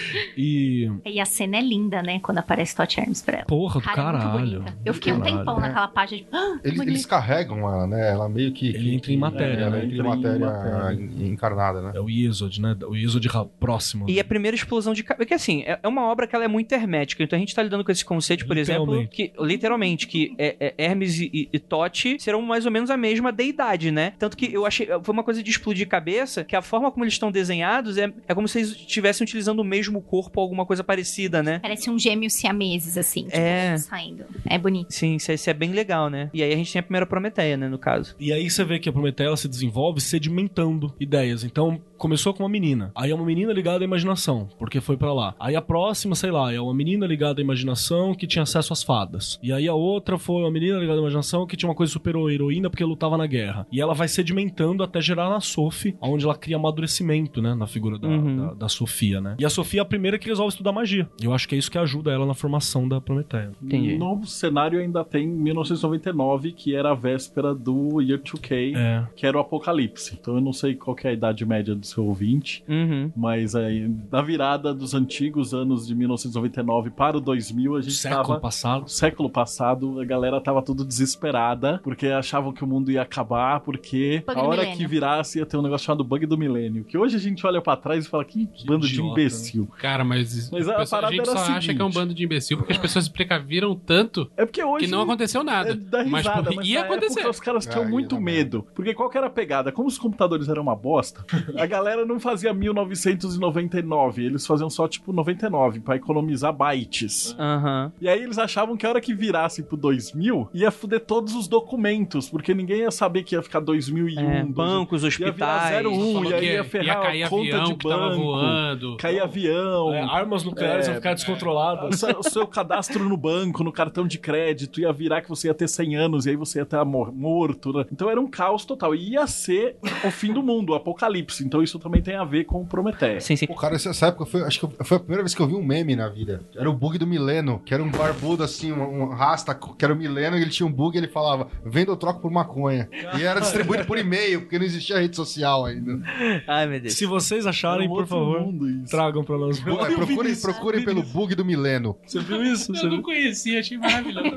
E... E a cena é linda, né? Quando aparece Todd Hermes pra ela. Porra do Cara, é muito caralho. bonita. Eu fiquei um Caralho. tempão naquela página de... Ah, Eles, muito eles carregam ela, né? Ela meio que. Ele entra em matéria, ela né? entra em Entra em matéria, matéria. encarnada, né? É o Yesod, né? O Yesod ra- próximo. E a primeira explosão de... ca- Porque, assim, é é uma obra que ela é muito hermética. Então a gente tá lidando com esse conceito, por exemplo, Literalmente. que, literalmente, que é, é Hermes e, e, e Tote serão mais ou menos a mesma deidade, né? Tanto que eu achei... Foi uma coisa de explodir cabeça, que a forma como eles estão desenhados é, é como se eles estivessem utilizando o mesmo corpo ou alguma coisa parecida, né? Parece um gêmeos siameses, assim, tipo, É. saindo. É bonito. Sim, isso é, isso é bem legal, né? E aí a gente tem a primeira Prometeia, né, no caso. E aí você vê que a Prometeia ela se desenvolve sedimentando ideias. Então, começou com uma menina. Aí é uma menina ligada à imaginação, porque foi pra lá. Aí a próxima, sei lá, é uma menina ligada à imaginação que tinha acesso às fadas. E aí a outra foi uma menina ligada à imaginação que tinha uma coisa super heroína porque lutava na guerra. E ela vai sedimentando até gerar na Sophie, onde ela cria amadurecimento, né, na figura da, Uhum. da, da Sofia, né? E a Sofia é a primeira que resolve estudar magia. E eu acho que é isso que ajuda ela na formação da Prometeia. Entendi. No cenário ainda tem mil novecentos e noventa e nove, que era a véspera do Year dois K, É. que era o Apocalipse. Então eu não sei qual que é a idade média do seu ouvinte, Uhum. mas aí, na virada dos antigos anos de mil novecentos e noventa e nove para o dois mil, a gente Século tava... passado. No século passado, a galera tava tudo desesperada, porque achavam que o mundo ia acabar, porque Bug a do hora milênio. que virasse ia ter um negócio chamado Bug do Milênio, que hoje a gente olha pra trás e fala, que bando de idiota, imbecil. Cara, mas, Mas o a pessoal- a, parada gente era só a acha que é um seguinte. bando de imbecil porque as pessoas se precaviram tanto É porque hoje... que não aconteceu nada. É, dá mas risada, pô, mas ia na época acontecer. os caras tinham Ah, ia muito dar medo. Porque qual que era a pegada? Como os computadores eram uma bosta, a galera não fazia mil novecentos e noventa e nove, eles faziam só tipo noventa e nove pra economizar bytes. Aham. E aí eles achavam que a hora que virasse pro dois mil, ia fuder todos os documentos, porque ninguém ia saber que ia ficar dois mil e um. É, dois- bancos, ia virar hospitais. zero um, Falou e aí que ia ferrar ia cair a conta avião de que tava banco, voando. cair avião. É, armas nucleares É, vão ficar o descontroladas. seu, o seu cadastro no banco, no cartão de crédito, ia virar que você ia ter cem anos e aí você ia estar mor- morto, né? Então era um caos total. E ia ser o fim do mundo, o apocalipse. Então isso também tem a ver com Prometeia. Sim, sim. Pô, cara, essa essa época foi, acho que foi a primeira vez que eu vi um meme na vida. Era o bug do Mileno, que era um barbudo assim, um, um rasta, que era o Mileno, e ele tinha um bug e ele falava: venda ou troco por maconha. E era distribuído por e-mail, porque não existia rede social ainda. Ai, meu Deus. Se vocês acharem, Era um por outro favor, mundo isso. tragam pra nós. Pô, é, procurem procurem pelo bug do Mileno. Você viu isso? Você Eu não viu? conhecia, achei maravilhoso.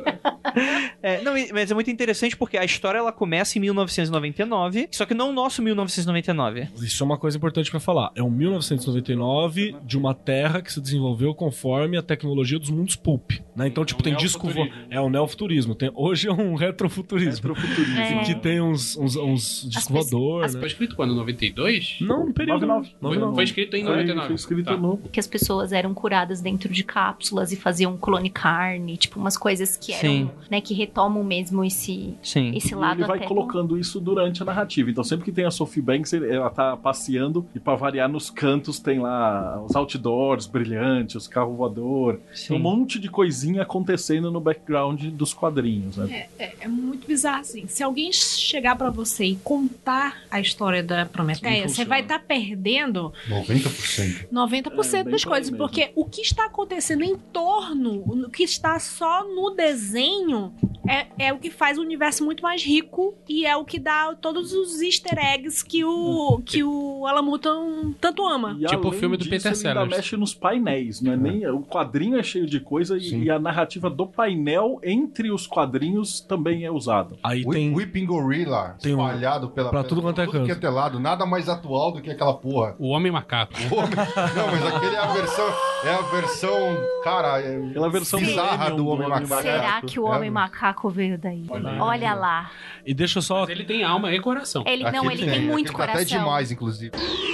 É, não, e- mas é muito interessante porque a história ela começa em mil novecentos e noventa e nove, só que não o nosso mil novecentos e noventa e nove. Isso é uma coisa importante pra falar. É um mil novecentos e noventa e nove de uma terra que se desenvolveu conforme a tecnologia dos mundos pulp, né? Então, tipo, um tem disco... vo- neofuturismo. É um neofuturismo. Tem... Hoje é um retrofuturismo. Retrofuturismo. É. Que tem uns, uns, uns disco pessoas- voador, as né? Foi escrito quando? noventa e dois? Não, no período... noventa e nove. Foi, noventa e nove. foi escrito em Foi- noventa e nove. Foi escrito Tá. no... Que as pessoas eram curadas dentro de cápsulas e faziam clone carne, tipo umas coisas que eram, Sim. né, que retomam mesmo esse, Sim. esse E lado ele vai até do- colocando isso durante a narrativa. Então, sempre que tem a Sophie Banks, ele- ela tá passeando e pra variar nos cantos tem lá os outdoors brilhantes, os carros voador. Tem um Sim. monte de coisinha acontecendo no background dos quadrinhos, né? É, é muito bizarro assim. Se alguém chegar pra você e contar a história da Prometeia, Não você funciona. vai estar perdendo noventa por cento. noventa por cento É, bem das por coisas, aí mesmo. porque o que está acontecendo em torno, o que está só no desenho, é, é o que faz o universo muito mais rico e é o que dá todos os easter eggs que o, que o Alan Moore tão- tanto ama. E Tipo o além filme do disso, Peter ele ainda Sellers. mexe nos painéis, não é nem o quadrinho é cheio de coisa e, Sim. e a narrativa do painel entre os quadrinhos também é usada. Aí Whip- tem... Whipping Gorilla tem um- espalhado pela, pra pela- tudo quanto é tudo que é canto. telado, nada mais atual do que aquela porra. O Homem Macaco. O homem- Não, mas aquele é a versão, é a versão, cara, é Aquela versão bizarra premium do Homem Macaco. Será que o É. Homem Macaco veio daí? Olha Olha, aí. lá. E deixa eu só... Mas ele tem alma e coração. Ele, não, Aquele ele tem muito aquele tá coração. até demais, inclusive.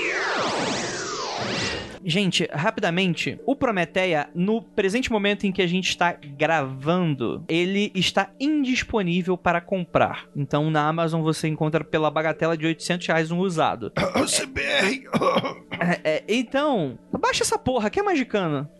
Gente, rapidamente, o Prometeia, no presente momento em que a gente está gravando, ele está indisponível para comprar. Então, na Amazon você encontra pela bagatela de oitocentos reais um usado. C B R! É, é, então, baixa essa porra, que é magicano.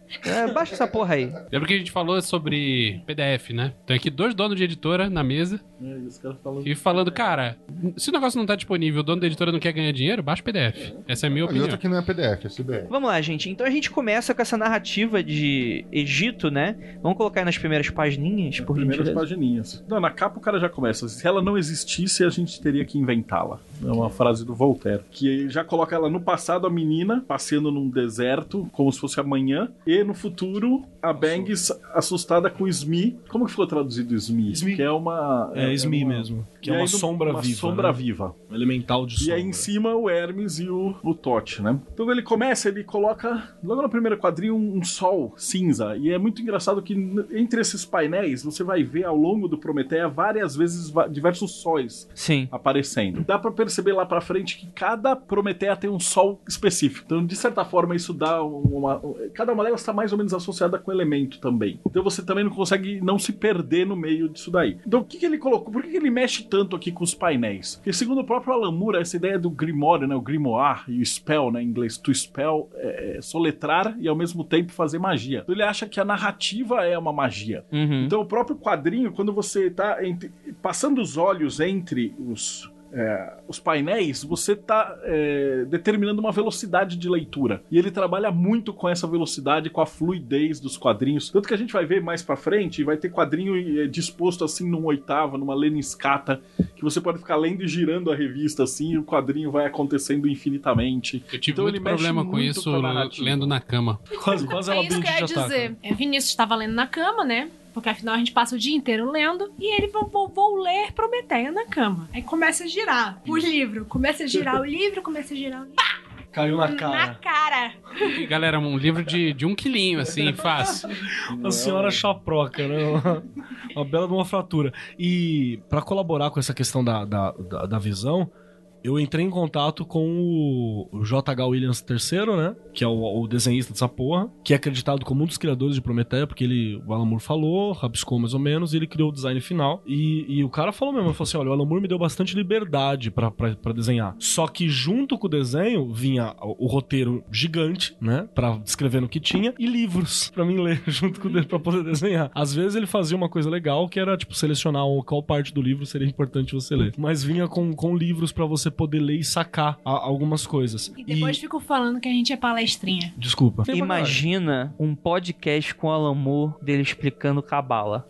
É, baixa essa porra aí. Lembra que a gente falou sobre P D F, né? Tem aqui dois donos de editora na mesa É, e os caras falam... e falando, cara, se o negócio não tá disponível, o dono da editora não quer ganhar dinheiro, baixa o P D F. Essa é a minha E opinião. outra que não é P D F, é C B R. Vamos lá, gente. Então a gente começa com essa narrativa de Egito, né? Vamos colocar aí nas primeiras pagininhas, por Primeiras gentileza. pagininhas. Não, na capa o cara já começa. Se ela não existisse, a gente teria que inventá-la. É uma frase do Voltaire. Que já coloca ela no passado, a menina passeando num deserto, como se fosse amanhã. E no futuro, a Bangs assustada com o Smee. Como que ficou traduzido Smee? Smee. Que é uma... É, Smee uma- mesmo. Que E é uma aí, no- sombra uma viva. sombra né? viva. Um elemental de E sombra. aí em cima o Hermes e o, o Tote, né? Então ele começa, ele coloca logo no primeiro quadrinho um, um sol cinza. E é muito engraçado que n- entre esses painéis você vai ver ao longo do Prometeia várias vezes va- diversos sóis Sim. aparecendo. Dá pra perceber lá pra frente que cada Prometeia tem um sol específico. Então, de certa forma, isso dá uma... Cada uma delas está mais ou menos associada com elemento também. Então você também não consegue não se perder no meio disso daí. Então o que, que ele colocou? Por que, que ele mexe tanto aqui com os painéis? Porque segundo o próprio Alan Moore, essa ideia do Grimório, né, o grimoire e o spell, né, em inglês, to spell, é soletrar e ao mesmo tempo fazer magia. Então ele acha que a narrativa é uma magia. Uhum. Então o próprio quadrinho, quando você tá entre- passando os olhos entre os... é, os painéis, você está determinando uma velocidade de leitura. E ele trabalha muito com essa velocidade, com a fluidez dos quadrinhos. Tanto que a gente vai ver mais pra frente, vai ter quadrinho eh, disposto assim num oitavo, numa leniscata, que você pode ficar lendo e girando a revista assim, e o quadrinho vai acontecendo infinitamente. Eu tive Então muito ele mexe problema com muito isso com a narrativa. lendo na cama. Quase, quase É ela isso que eu ia dizer. É, Vinícius estava lendo na cama, né? Porque afinal a gente passa o dia inteiro lendo. E ele vou, vou, vou ler Prometeia na cama. Aí começa a girar o livro. Começa a girar o livro, começa a girar o livro. Caiu na Na cara. cara. E, galera, um livro de, de um quilinho, assim, fácil. A senhora chaproca, né? Uma, uma bela de uma fratura. E pra colaborar com essa questão da, da, da, da visão, eu entrei em contato com o, o J H. Williams terceiro, né? Que é o, o desenhista dessa porra, que é acreditado como um dos criadores de Prometeia, porque ele, o Alan Moore falou, rabiscou mais ou menos, e ele criou o design final. E, e o cara falou mesmo, ele falou assim, olha, o Alan Moore me deu bastante liberdade pra, pra, pra desenhar. Só que junto com o desenho vinha o, o roteiro gigante, né? Pra descrever no que tinha, e livros pra mim ler junto com o dele pra poder desenhar. Às vezes ele fazia uma coisa legal, que era, tipo, selecionar um, qual parte do livro seria importante você ler. Mas vinha com, com livros pra você poder ler e sacar a- algumas coisas. E depois ficam falando que a gente é palestrinha. Desculpa. Imagina um podcast com o Alan Moore dele explicando cabala.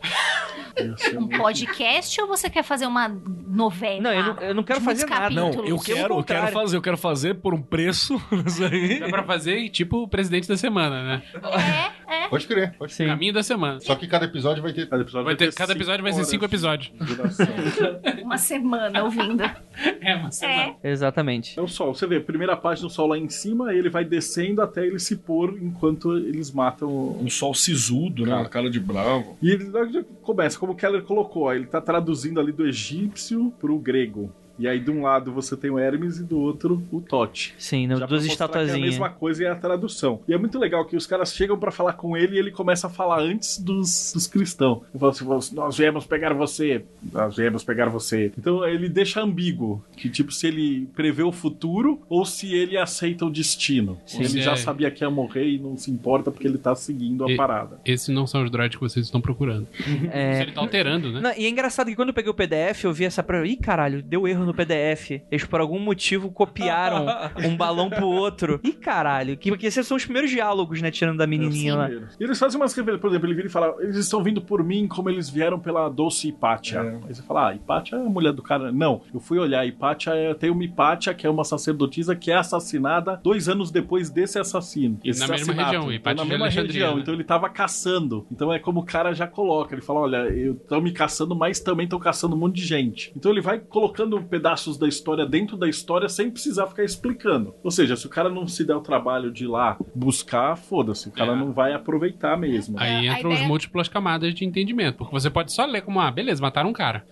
Um podcast ou você quer fazer uma novela? Não, eu não, eu não quero De fazer muitos nada. Não, capítulos. eu Pelo quero, eu contrário. quero fazer, eu quero fazer por um preço isso aí. Dá pra fazer tipo o presidente da semana, né? É, é. Pode crer, pode crer. Sim. Caminho da semana. Só que cada episódio vai ter. Cada episódio Vai vai ter, cada episódio vai ser cinco horas episódios. de duração. Uma semana ouvindo. É, uma semana. É. Exatamente. É o sol. Você vê, a primeira parte do sol lá em cima, ele vai descendo até ele se pôr enquanto eles matam o... Um sol sisudo, né? Cara. Uma cara de bravo. E ele já começa, como o Keller colocou, ó, ele tá traduzindo ali do egípcio pro grego. E aí, de um lado você tem o Hermes e do outro o Tote. Sim, no, Já pra duas mostrar que é a estatuazinhas. mesma coisa e é a tradução. E é muito legal que os caras chegam pra falar com ele e ele começa a falar antes dos, dos cristãos. Ele fala assim, nós viemos pegar você, nós viemos pegar você. Então ele deixa ambíguo, que tipo, se ele prevê o futuro ou se ele aceita o destino. Sim. Ele É. já sabia que ia morrer e não se importa porque ele tá seguindo a E- parada. Esses não são os droids que vocês estão procurando. Isso É, ele tá alterando, né? não, e é engraçado que quando eu peguei o P D F, eu vi essa prova. Ih, caralho, deu erro no P D F. Eles por algum motivo copiaram um balão pro outro. Ih, caralho. Que, porque esses são os primeiros diálogos, né? Tirando da menininha lá. E eles fazem umas referências, por exemplo, ele vira e fala, eles estão vindo por mim como eles vieram pela doce Hipátia. Aí você fala, ah, Hipátia é a mulher do cara. Não, eu fui olhar, Hipátia é, tem uma Hipátia que é uma sacerdotisa que é assassinada dois anos depois desse assassino. E Esse na mesma assassinato. região, Então, Hipátia na de mesma Alexandria, região, né? então ele tava caçando. Então é como o cara já coloca, ele fala, olha, eu tô me caçando, mas também tô caçando um monte de gente. Então ele vai colocando pedaços da história dentro da história sem precisar ficar explicando. Ou seja, se o cara não se der o trabalho de ir lá buscar, foda-se, o cara É. não vai aproveitar mesmo. Aí a entram ideia- as múltiplas camadas de entendimento. Porque você pode só ler como, ah, beleza, mataram um cara.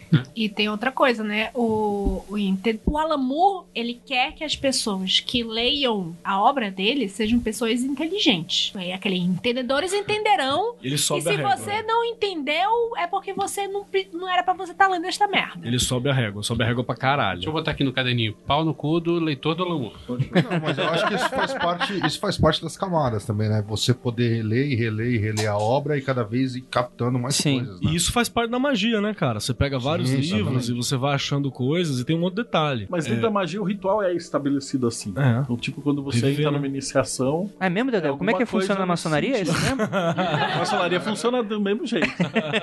E tem outra coisa, né? O, o, Inte- o Alan Moore, ele quer que as pessoas que leiam a obra dele sejam pessoas inteligentes. É aquele entendedores entenderão. Ele sobe E se a régua. você não entendeu, é porque você não, pre- não era pra você estar lendo esta merda. Ele sobe a régua, sobe a régua pra caralho. Deixa eu botar aqui no caderninho. Pau no cu do leitor do Alan Moore. Não, mas eu acho que isso faz parte, isso faz parte das camadas também, né? Você poder ler e reler e reler a obra e cada vez ir captando mais Sim. coisas, né? E isso faz parte da magia, né, cara? Você pega vários Sim, livros exatamente. e você vai achando coisas e tem um outro detalhe. Mas dentro é, da magia, o ritual é estabelecido assim. É. Então, tipo, quando você Reviver, entra né? numa iniciação, Ah, é mesmo, Dedé? É, Como é que alguma funciona coisa na maçonaria? É nesse isso mesmo? a maçonaria funciona do mesmo jeito.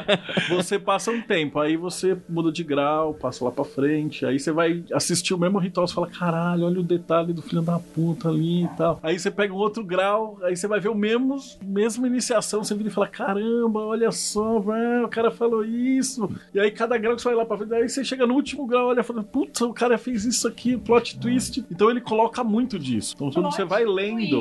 Você passa um tempo, aí você muda de grau, passa lá pra frente, aí você vai assistir o mesmo ritual, você fala, caralho, olha o detalhe do filho da puta ali e tal. Aí você pega um outro grau, aí você vai ver o mesmo, mesma iniciação, você vira e fala, caramba, olha só, velho, o cara falou isso. E aí cada grau que você vai lá pra frente, aí você chega no último grau, olha e fala, puta, o cara fez isso aqui, plot twist. Então ele coloca muito disso. Então quando você vai lendo,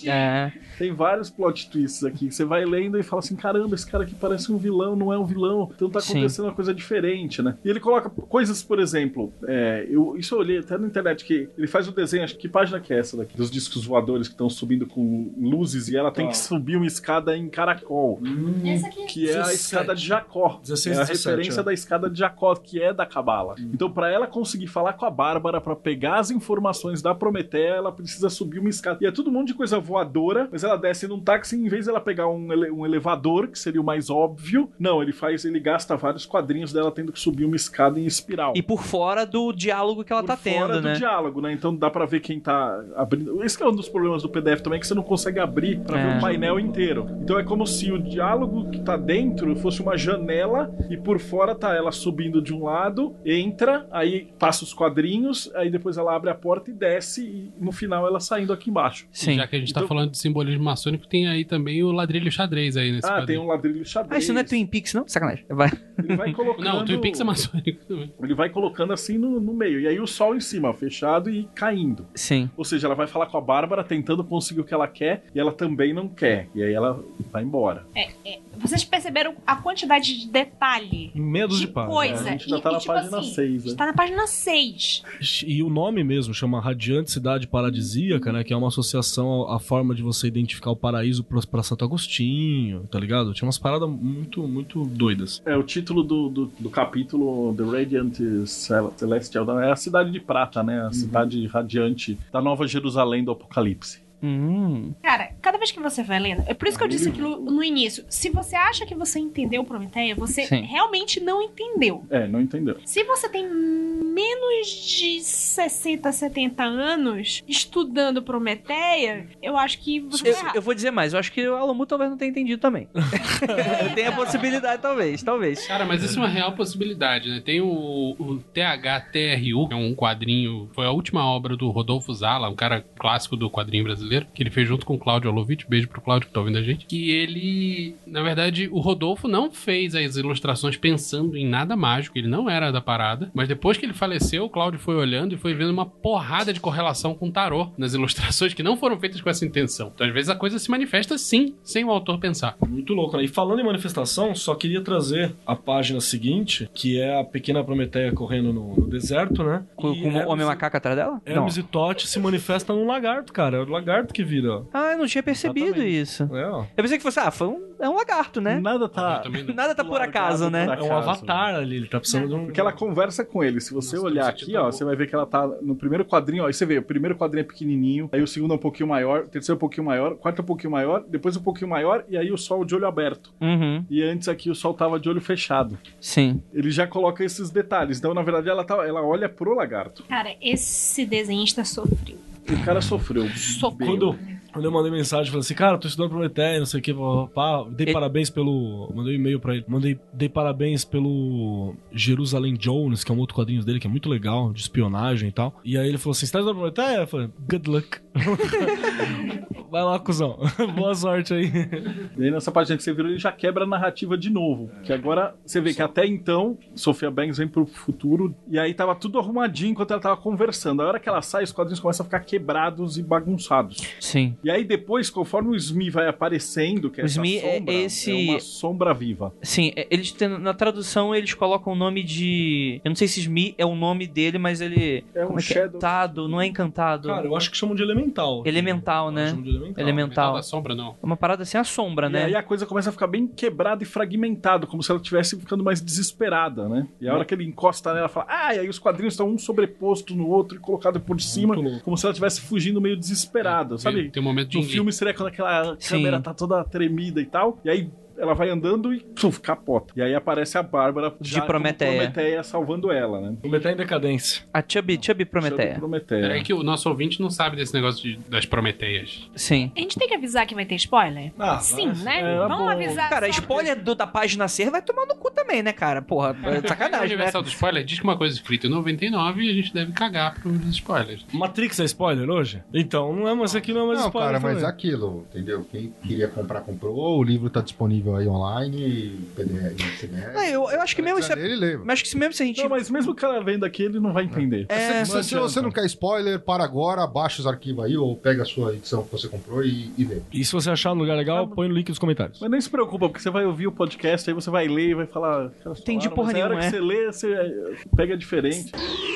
É. tem vários plot twists aqui, que você vai lendo e fala assim, caramba, esse cara aqui parece um vilão, não é um vilão, então tá Sim. acontecendo uma coisa diferente, né? E ele coloca coisas, por exemplo, é, eu, isso eu olhei até na internet, que ele faz o desenho, acho que página que é essa daqui, dos discos voadores que estão subindo com luzes e ela tem que subir uma escada em caracol, Essa aqui. que é a dezessete. escada de Jacó. dezesseis, é a dezessete, referência é. da escada de Jacó, que é da Cabala. Então, pra ela conseguir falar com a Bárbara, pra pegar as informações da Prometeia, ela precisa subir uma escada. E é todo mundo de coisa voadora, mas ela desce num táxi, em vez dela pegar um, ele- um elevador, que seria o mais óbvio, não, ele faz, ele gasta vários quadrinhos dela tendo que subir uma escada em espiral. E por fora do diálogo que ela Por tá fora tendo, do né? diálogo, né? Então dá pra ver quem tá abrindo. Esse que é um dos problemas do P D F também, que você não consegue abrir pra É. ver o painel inteiro. Então é como se o diálogo que tá dentro fosse uma janela e por fora tá ela subindo de um lado, entra, aí passa os quadrinhos, aí depois ela abre a porta e desce e no final ela saindo aqui embaixo. Sim. Já que a gente tá Então- falando de simbolismo maçônico, tem aí também o ladrilho xadrez aí nesse Ah, tem quadrinho. um ladrilho xadrez. Ah, isso não é Twin Peaks, não? Sacanagem. Vai. Ele vai colocando... Não, o Twin Peaks é maçônico também. Ele vai colocando assim no, no meio. E aí o sol em cima, fechado e caindo. Sim. Ou seja, ela vai falar com a Bárbara tentando conseguir o que ela quer e ela também não quer. E aí ela vai embora. Vocês perceberam a quantidade de detalhe? Medos de página. Coisa. A gente ainda E- tá e, na tipo página assim, seis, né? Está na página seis. E o nome mesmo chama Radiante Cidade Paradisíaca, né? Que é uma associação à forma de você identificar o paraíso pra pra Santo Agostinho, tá ligado? Tinha umas paradas muito, muito doidas. É, o título do, do, do capítulo The Radiant Cel- Celestial é a cidade de prata, né? A cidade radiante da Nova Jerusalém do Apocalipse. Hum. Cara, cada vez que você vai lendo, é por isso que eu disse aquilo no início. Se você acha que você entendeu Prometeia, você Sim. realmente não entendeu. É, não entendeu. Se você tem menos de sessenta, setenta anos estudando Prometeia, eu acho que você Eu, tá errado. eu vou dizer mais, eu acho que o Alan Moore talvez não tenha entendido também. Tem a possibilidade, talvez, talvez. Cara, mas isso é uma real possibilidade, né? Tem o, o T H T R U, que é um quadrinho, foi a última obra do Rodolfo Zala, um cara clássico do quadrinho brasileiro, que ele fez junto com o Cláudio Alovitch, beijo pro Cláudio que tá ouvindo a gente, que ele, na verdade, o Rodolfo não fez as ilustrações pensando em nada mágico, ele não era da parada, mas depois que ele faleceu, o Cláudio foi olhando e foi vendo uma porrada de correlação com o tarô nas ilustrações que não foram feitas com essa intenção. Então, às vezes, a coisa se manifesta sim, sem o autor pensar. Muito louco, né? E falando em manifestação, só queria trazer a página seguinte, que é a pequena Prometeia correndo no, no deserto, né? Com, E com o Hermes- homem macaco atrás dela? Não. Hermes e Tote se manifestam num lagarto, cara. É o lagarto que vira, ó. Ah, eu não tinha percebido Exatamente. isso. É, ó. Eu pensei que fosse, ah, foi um, é um lagarto, né? Nada Eu tá... também não. Nada tá por acaso, né? por É um acaso. avatar ali, ele tá precisando de um... Porque ela conversa com ele. Se você Nossa, olhar tô aqui, sentindo ó, bom. você vai ver que ela tá no primeiro quadrinho, ó. Aí você vê, o primeiro quadrinho é pequenininho, aí o segundo é um pouquinho maior, o terceiro é um pouquinho maior, o quarto é um pouquinho maior, depois um pouquinho maior, e aí o sol de olho aberto. Uhum, E antes aqui o sol tava de olho fechado. sim. Ele já coloca esses detalhes. Então, na verdade, ela, tá, ela olha pro lagarto. Cara, esse desenhista sofreu. O cara sofreu. Sofreu. Quando, quando eu mandei mensagem, falei assim, cara, tô estudando Prometeia, não sei o que, pá, dei Ele- parabéns pelo... Mandei um e-mail pra ele. Mandei, dei parabéns pelo Jerusalém Jones, que é um outro quadrinho dele, que é muito legal, de espionagem e tal. E aí ele falou assim, você tá estudando Prometeia? Eu falei, good luck. Vai lá, cuzão. Boa sorte aí. E aí nessa página que você virou, ele já quebra a narrativa de novo. Que agora você vê que até então, Sophia Banks vem pro futuro e aí tava tudo arrumadinho enquanto ela tava conversando. A hora que ela sai, os quadrinhos começam a ficar quebrados e bagunçados. Sim. E aí depois, conforme o Smee vai aparecendo, que é O essa Smee é sombra, esse- é uma sombra viva. Sim, é, eles têm- na tradução eles colocam o nome de... Eu não sei se Smee é o nome dele, mas ele... É um como é que é? shadow. Encantado, não é encantado. Cara, eu acho que chamam de elemental. Elemental, Eu né? chamo de elemental. Metal Elemental. da sombra, não. É uma parada assim, a sombra, E né? aí a coisa começa a ficar bem quebrada e fragmentada, como se ela estivesse ficando mais desesperada, né? E a hora que ele encosta nela, fala, ah, e aí os quadrinhos estão um sobreposto no outro e colocado por cima, louco. como se ela estivesse fugindo meio desesperada, sabe? Tem, tem um momento de No envio. filme seria quando aquela Sim. câmera tá toda tremida e tal, e aí ela vai andando e puf, capota. E aí aparece a Bárbara De já como Prometeia. Prometeia salvando ela, né? Prometeia em decadência. A Chubby, Chubby Prometeia. Prometeia. É que o nosso ouvinte não sabe desse negócio de- das Prometeias. Sim. A gente tem que avisar que vai ter spoiler? Ah, Sim, mas- né? é, Vamos bom. avisar. Cara, só- spoiler do, da página ser vai tomar no cu também, né, cara? Porra, é A sacanagem, né? Universal do Spoiler diz que uma coisa escrita em noventa e nove e a gente deve cagar pros spoilers. Matrix é spoiler hoje? Então, não é, mas aqui não é mais Não, spoiler. cara, mas é também. aquilo, entendeu? Quem queria comprar, comprou. O livro tá disponível aí online, P D F, C D F. Ah, eu, eu acho que mesmo isso é... Ele leva. Mas acho que se mesmo se a gente... Não, mas mesmo que ela vendo aqui, ele não vai entender. É, se, se você não quer spoiler, para agora, baixa os arquivos aí, ou pega a sua edição que você comprou e, e lê. E se você achar um lugar legal, põe no link nos comentários. Mas nem se preocupa, porque você vai ouvir o podcast, aí você vai ler e vai falar... "Elas Entendi falaram", porra mas na hora nenhuma, que é. você lê, você pega diferente.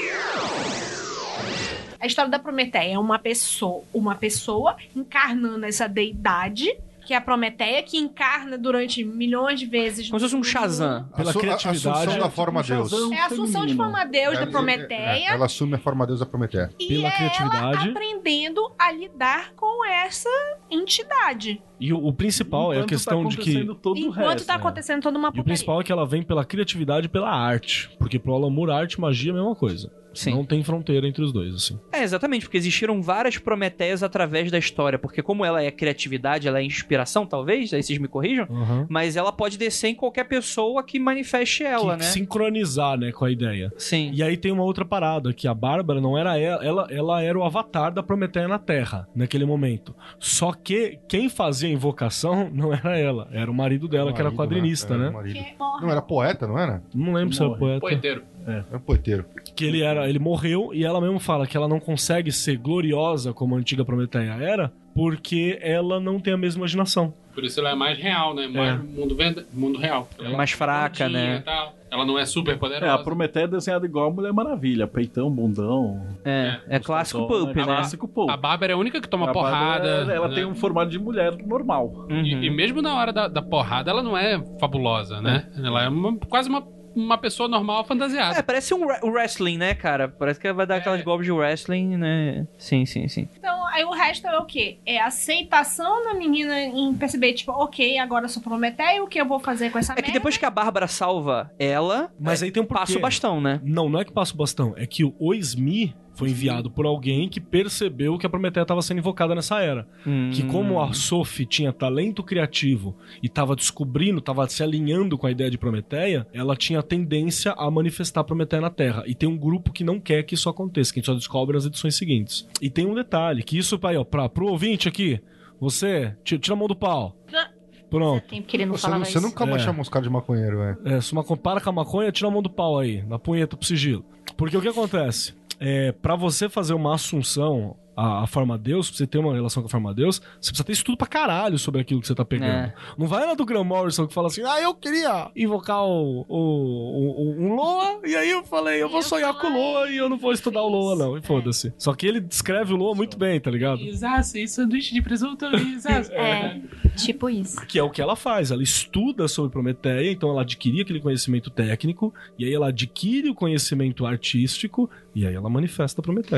A história da Prometeia é uma pessoa, uma pessoa encarnando essa deidade, que é a Prometeia, que encarna durante milhões de vezes. Como se fosse um Shazam. Pela a, su- a criatividade, Assunção da forma tipo um Deus. Shazam. É a assunção de feminino. forma Deus É, da é, Prometeia. é, ela assume a forma Deus da Prometeia. E pela é criatividade. ela aprendendo a lidar com essa entidade. E o, o principal é a Enquanto questão tá de que... acontecendo todo o Enquanto resto, tá né? acontecendo toda uma E o putaria. principal é que ela vem pela criatividade e pela arte. Porque pro Alan Moore, arte e magia é a mesma coisa. Sim. Não tem fronteira entre os dois, assim. É, exatamente, porque existiram várias Prometeias através da história, porque como ela é criatividade, ela é inspiração, talvez, aí vocês me corrijam, Uhum. mas ela pode descer em qualquer pessoa que manifeste ela, que né? sincronizar, né, com a ideia. Sim. E aí tem uma outra parada, que a Bárbara não era ela, ela, ela era o avatar da Prometeia na Terra, naquele momento. Só que quem fazia a invocação não era ela, era o marido dela, que era Marido, quadrinista, Era né? o marido. Que morre. Não, era poeta, não era? Não lembro se era Morre. poeta. Poeteiro. Era poeteiro. Que ele era, ele morreu e ela mesmo fala que ela não consegue ser gloriosa como a antiga Prometeia era, porque ela não tem a mesma imaginação. Por isso ela é mais real, né? Mais É. mundo, venda, mundo real. Ela mais fraca, gordinha né? e tal. Ela não é super É, poderosa. a Prometeia é desenhada igual a Mulher Maravilha. Peitão, bundão. É, é clássico gostoso, pulp, é né? Clássico pulp. A Bárbara é a única que toma A porrada. Bárbara, ela né? tem um formato de mulher normal. Uhum. E, e mesmo na hora da, da porrada, ela não é fabulosa, né? Ela é uma- quase uma, uma pessoa normal fantasiada. É, parece um, re- um wrestling, né, cara? Parece que vai dar aquelas golpes de wrestling, né? Sim, sim, sim. Então, aí o resto é o quê? É a aceitação da menina em perceber, tipo, ok, agora eu sou Prometeia, o que eu vou fazer com essa É que merda? depois que a Bárbara salva ela, Mas aí tem um porquê. passa o bastão, né? Não, não é que passa o bastão, é que o Smee foi enviado por alguém que percebeu que a Prometeia estava sendo invocada nessa era. Que como a Sophie tinha talento criativo e estava descobrindo, estava se alinhando com a ideia de Prometeia, ela tinha tendência a manifestar a Prometeia na Terra. E tem um grupo que não quer que isso aconteça, que a gente só descobre nas edições seguintes. E tem um detalhe, que isso, aí, ó, pra, pro ouvinte aqui, você, tira, tira a mão do pau. Pronto. Tempo que ele não Você, falava não- você isso. nunca mais É. chamou os caras de maconheiro, velho. É, se uma compara com a maconha, tira a mão do pau aí, na punheta pro sigilo. Porque o que acontece? É, para você fazer uma assunção à, à forma Deus, pra você ter uma relação com a forma Deus, você precisa ter estudo pra caralho sobre aquilo que você tá pegando. É. Não vai lá do Graham Morrison que fala assim, ah, eu queria invocar o, o, o- um Loa, e aí eu falei, eu vou Eu sonhar com o Loa e eu não vou estudar o Loa não, e foda-se. Só que ele descreve o Loa muito bem, tá ligado? Exato, e sanduíche de presunto, exato. É, tipo isso. Que é o que ela faz, ela estuda sobre Prometeia, então ela adquiria aquele conhecimento técnico, e aí ela adquire o conhecimento artístico, e aí ela manifesta a Prometeia.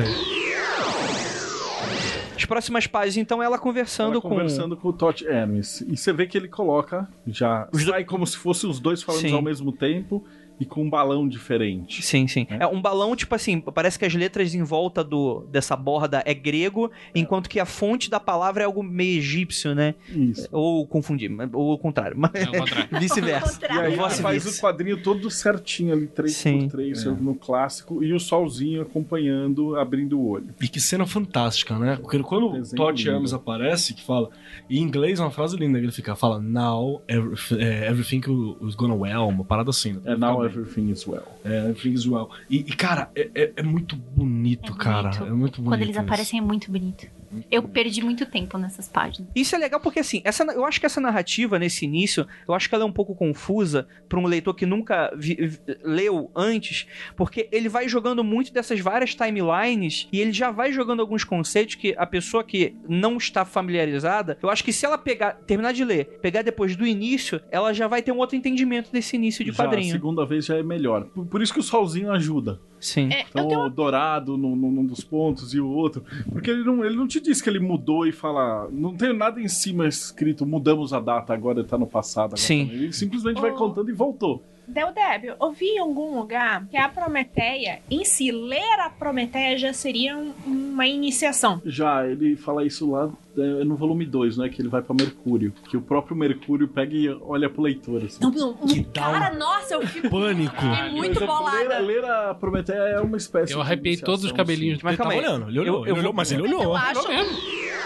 As próximas páginas, então, ela conversando Ela com... conversando com o Todd Hermes. E você vê que ele coloca, já Os do- sai como se fossem os dois falando Sim. ao mesmo tempo. e com um balão diferente. Sim, sim. É. é um balão, tipo assim, parece que as letras em volta do, dessa borda é grego, é. enquanto que a fonte da palavra é algo meio egípcio, né? Isso. Ou confundir, ou o contrário. Mas... É o contrário. Vice-versa. E aí ela faz o quadrinho todo certinho ali, três por três, é. no clássico, e o solzinho acompanhando, abrindo o olho. E que cena fantástica, né? Porque quando o Todd Hermes aparece, que fala... Em inglês é uma frase linda, que ele fica, fala now every, é, everything is gonna well, uma parada assim. Né? É now everything is well. É, everything is well. E, e cara, é, é, é muito bonito, é cara. Bonito. É muito bonito. Quando eles isso. aparecem é muito bonito. Eu perdi muito tempo nessas páginas. Isso é legal porque, assim, essa, eu acho que essa narrativa, nesse início, eu acho que ela é um pouco confusa para um leitor que nunca vi, vi, leu antes, porque ele vai jogando muito dessas várias timelines e ele já vai jogando alguns conceitos que a pessoa que não está familiarizada, eu acho que se ela pegar, terminar de ler, pegar depois do início, ela já vai ter um outro entendimento desse início de já, quadrinho. A segunda vez já é melhor. Por, por isso que o solzinho ajuda. Sim. É, então, tenho... o dourado num, num dos pontos e o outro. Porque ele não, ele não te diz que ele mudou e fala. Não tem nada em cima escrito, mudamos a data, agora tá no passado. Agora Sim. Tá... Ele simplesmente oh. vai contando e voltou. Del Débio, eu vi em algum lugar que a Prometeia, em si, ler a Prometeia já seria um, uma iniciação. Já, ele fala isso lá é, no volume dois, né? Que ele vai pra Mercúrio. Que o próprio Mercúrio pega e olha pro leitor, assim. Não, não, Que cara, um nossa, eu fico pânico. fiquei muito Mas, bolada. Ler, ler a Prometeia é uma espécie Eu de arrepiei iniciação, todos os cabelinhos. sim. Mas Ele calma tava aí. olhando, ele olhou, Eu- ele eu olhou, vou- mas ele Mas olhou. eu acho... Olhou mesmo.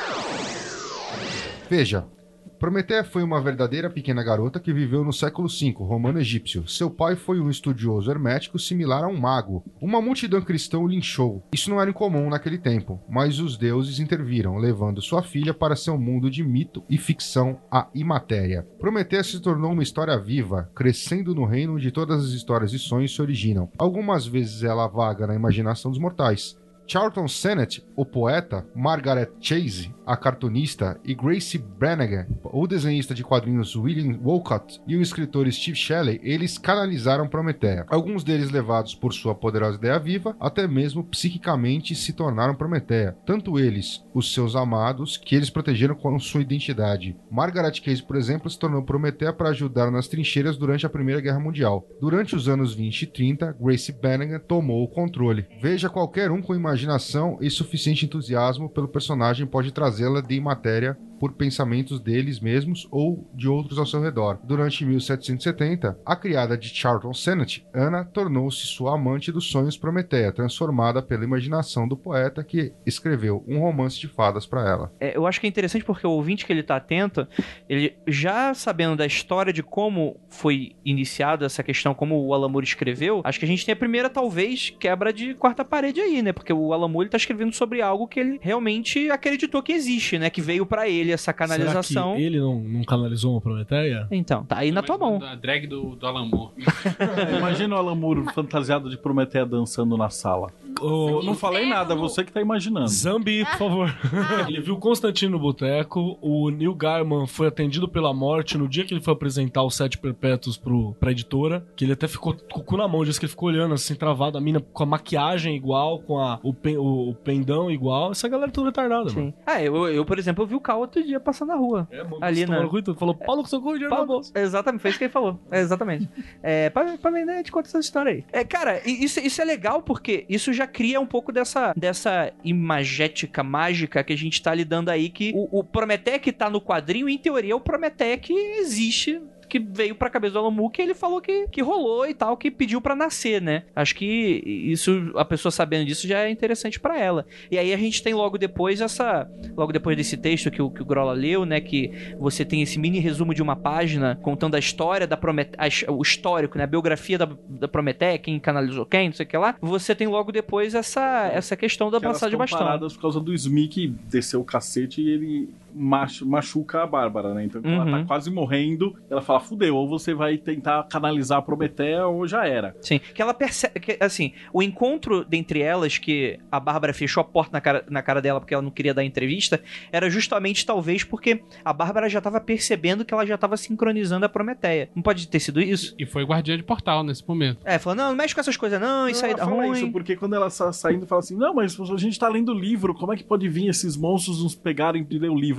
Veja, Prometeia foi uma verdadeira pequena garota que viveu no século cinco, romano egípcio. Seu pai foi um estudioso hermético similar a um mago. Uma multidão cristã o linchou. Isso não era incomum naquele tempo, mas os deuses interviram, levando sua filha para seu mundo de mito e ficção, a imatéria. Prometeia se tornou uma história viva, crescendo no reino onde todas as histórias e sonhos se originam. Algumas vezes ela vaga na imaginação dos mortais. Charlton Sennett, o poeta, Margaret Chase, a cartunista, e Gracie Brannigan, o desenhista de quadrinhos William Wolcott e o escritor Steve Shelley, eles canalizaram Prometeia. Alguns deles levados por sua poderosa ideia viva, até mesmo psiquicamente se tornaram Prometeia. Tanto eles, os seus amados, que eles protegeram com sua identidade. Margaret Chase, por exemplo, se tornou Prometeia para ajudar nas trincheiras durante a Primeira Guerra Mundial. Durante os anos vinte e trinta, Gracie Brannigan tomou o controle. Veja, qualquer um com imaginação e suficiente entusiasmo pelo personagem pode trazê-la de matéria por pensamentos deles mesmos ou de outros ao seu redor. Durante mil setecentos e setenta, a criada de Charlton Sennett, Anna, tornou-se sua amante dos sonhos Prometeia, transformada pela imaginação do poeta que escreveu um romance de fadas para ela. É, eu acho que é interessante porque o ouvinte que ele tá atento, ele já sabendo da história de como foi iniciada essa questão, como o Alan Moore escreveu, acho que a gente tem a primeira, talvez, quebra de quarta parede aí, né? Porque o Alan Moore ele tá escrevendo sobre algo que ele realmente acreditou que existe, né? Que veio pra ele essa canalização. Será que ele não, não canalizou uma Prometeia? Então, tá aí na tua mão. A drag do, do Alan Moore. Imagina o Alan Moore fantasiado de Prometeia dançando na sala. O, Não falei nada, você que tá imaginando. Zambi, por favor. Ele viu Constantino no boteco, o Neil Gaiman foi atendido pela morte no dia que ele foi apresentar os Sete Perpétuos pro, pra editora, que ele até ficou com o cu na mão, disse que ele ficou olhando assim, travado, a mina com a maquiagem igual, com a, o, pen, o, o pendão igual, essa galera é tudo retardada, Sim. mano. Ah, eu, eu, por exemplo, eu vi o Cal outro dia passando na rua. É, mano, Ali na... Cuida, falou, Paulo com seu cu, dinheiro na Paulo, bolsa. exatamente, foi isso que ele falou. É, exatamente. É, pra, pra vender, a gente conta essa história aí. É, cara, isso, isso é legal porque isso já cria um pouco dessa, dessa imagética mágica que a gente tá lidando aí, que o, o Prometeia que tá no quadrinho, em teoria, é o Prometeia que existe, que veio pra cabeça do Alan Moore, que ele falou que, que rolou e tal, que pediu pra nascer, né? Acho que isso, a pessoa sabendo disso já é interessante pra ela. E aí a gente tem logo depois essa, logo depois desse texto que o, que o Grola leu, né, que você tem esse mini resumo de uma página contando a história da Prometeia, o histórico, né, a biografia da, da Prometeia, quem canalizou quem, não sei o que lá. Você tem logo depois essa, essa questão da Que elas passagem de estão bastão. paradas por causa do Smee que desceu o cacete e ele machu- machuca a Bárbara, né? Então quando Uhum. ela tá quase morrendo, ela fala, fudeu, ou você vai tentar canalizar a Prometeia ou já era. Sim, que ela percebe, que, assim, o encontro dentre elas, que a Bárbara fechou a porta na cara, na cara dela porque ela não queria dar entrevista, era justamente talvez porque a Bárbara já tava percebendo que ela já tava sincronizando a Prometeia. Não pode ter sido isso? E foi guardiã de portal nesse momento. É, falou, não, não mexe com essas coisas não, isso aí Ela dá fala ruim. isso, porque quando ela tá saindo, fala assim, não, mas a gente tá lendo o livro, como é que pode vir esses monstros nos pegarem e ler o livro?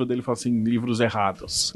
nível dele e fala assim, livros errados.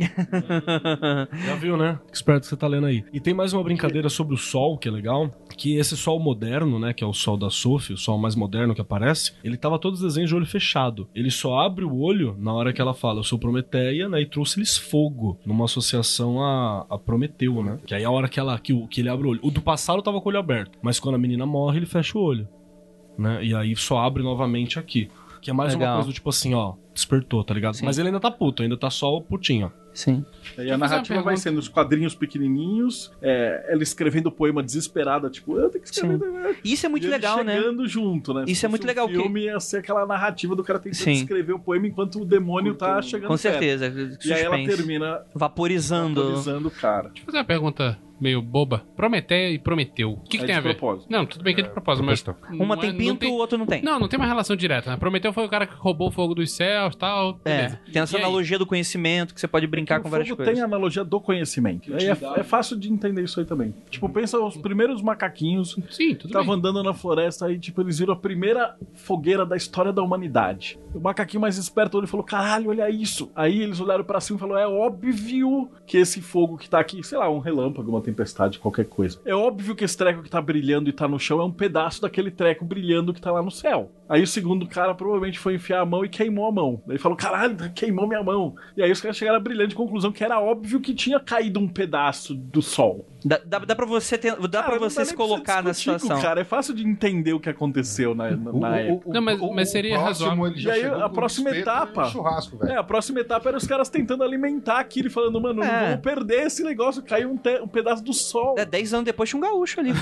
Já viu, né? Que esperto que você tá lendo aí. E tem mais uma brincadeira sobre o sol, que é legal, que esse sol moderno, né, que é o sol da Sophie, o sol mais moderno que aparece, ele tava todos os desenhos de olho fechado. Ele só abre o olho na hora que ela fala, eu sou Prometeia, né, e trouxe-lhes fogo, numa associação a, a Prometeu, né? Que aí é a hora que, ela, que, o, que ele abre o olho. O do passado tava com o olho aberto, mas quando a menina morre, ele fecha o olho, né? E aí só abre novamente aqui. Que é mais Legal. uma coisa do tipo assim, ó, despertou, tá ligado? Sim. Mas ele ainda tá puto, ainda tá só o putinho, ó. Sim. E a narrativa vai sendo os quadrinhos pequenininhos, é, ela escrevendo o poema desesperada, tipo, eu tenho que escrever. Né? Isso é muito E eles legal, né? chegando junto, né? Isso Se é muito fosse legal, um filme ia ser aquela narrativa do cara tentando Sim. escrever o poema enquanto o demônio tá chegando Com perto. certeza. E aí ela Suspense. termina Vaporizando. vaporizando o cara. Deixa eu fazer uma pergunta meio boba. Prometeia e Prometeu. O que, que É tem de a ver? propósito. Não, tudo bem que é de propósito, mas... Uma não tem é- não pinto, o outro não tem. Não, não tem uma relação direta, né? Prometeu foi o cara que roubou o fogo dos céus e tal. É, Beleza. tem essa E aí? analogia do conhecimento que você pode brincar É que com o várias fogo coisas. tem a analogia do conhecimento. Aí é, é fácil de entender isso aí também. Tipo, pensa os primeiros macaquinhos Sim, tudo estavam bem. andando na floresta aí, tipo, eles viram a primeira fogueira da história da humanidade. O macaquinho mais esperto ele falou, caralho, olha isso. Aí eles olharam pra cima e falaram, é óbvio que esse fogo que tá aqui, sei lá, um relâmpago, uma tempestade, qualquer coisa. É óbvio que esse treco que tá brilhando e tá no chão é um pedaço daquele treco brilhando que tá lá no céu. Aí o segundo cara provavelmente foi enfiar a mão e queimou a mão. Ele falou, caralho, queimou minha mão. E aí os caras chegaram à brilhante conclusão que era óbvio que tinha caído um pedaço do sol. Dá, dá, dá pra você, ter, dá Cara, pra não você dá se nem pra colocar na discutir com o situação. Cara, é fácil de entender o que aconteceu na, na, O- na o- época. o- Não, mas- o- mas o seria próximo, razoável. ele já E aí, chegou a com próxima espeto etapa- e churrasco, velho. É, a próxima etapa era os caras tentando alimentar aquilo e falando, mano, não É. vamos perder esse negócio, caiu um, te- um pedaço do sol. É, dez anos depois tinha um gaúcho ali.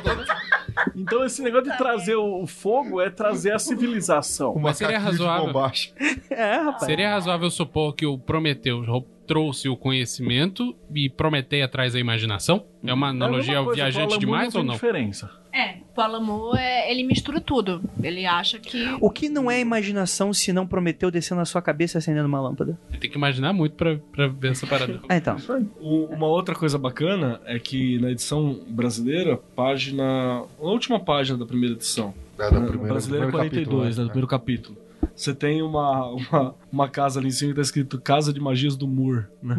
Então esse negócio de trazer o fogo é trazer a civilização. Com Mas seria macaquinho de razoável. bombacha. É, rapaz. Seria razoável supor que o Prometeu rou- trouxe o conhecimento e Prometeia traz a imaginação? É uma analogia É a mesma coisa, viajante pro Alan Moore demais não ou tem não? diferença. É, o Alan é, ele mistura tudo. Ele acha que... O que não é imaginação se não Prometeu descendo na sua cabeça e acendendo uma lâmpada? Tem que imaginar muito pra, pra ver essa parada. Ah, então. O- uma outra coisa bacana é que na edição brasileira, página. A última página da primeira edição. É, da né, primeira- brasileira primeiro quarenta e dois, capítulo, né, né? do primeiro capítulo. Você tem uma, uma, uma casa ali em cima que tá escrito Casa de Magias do Moore, né?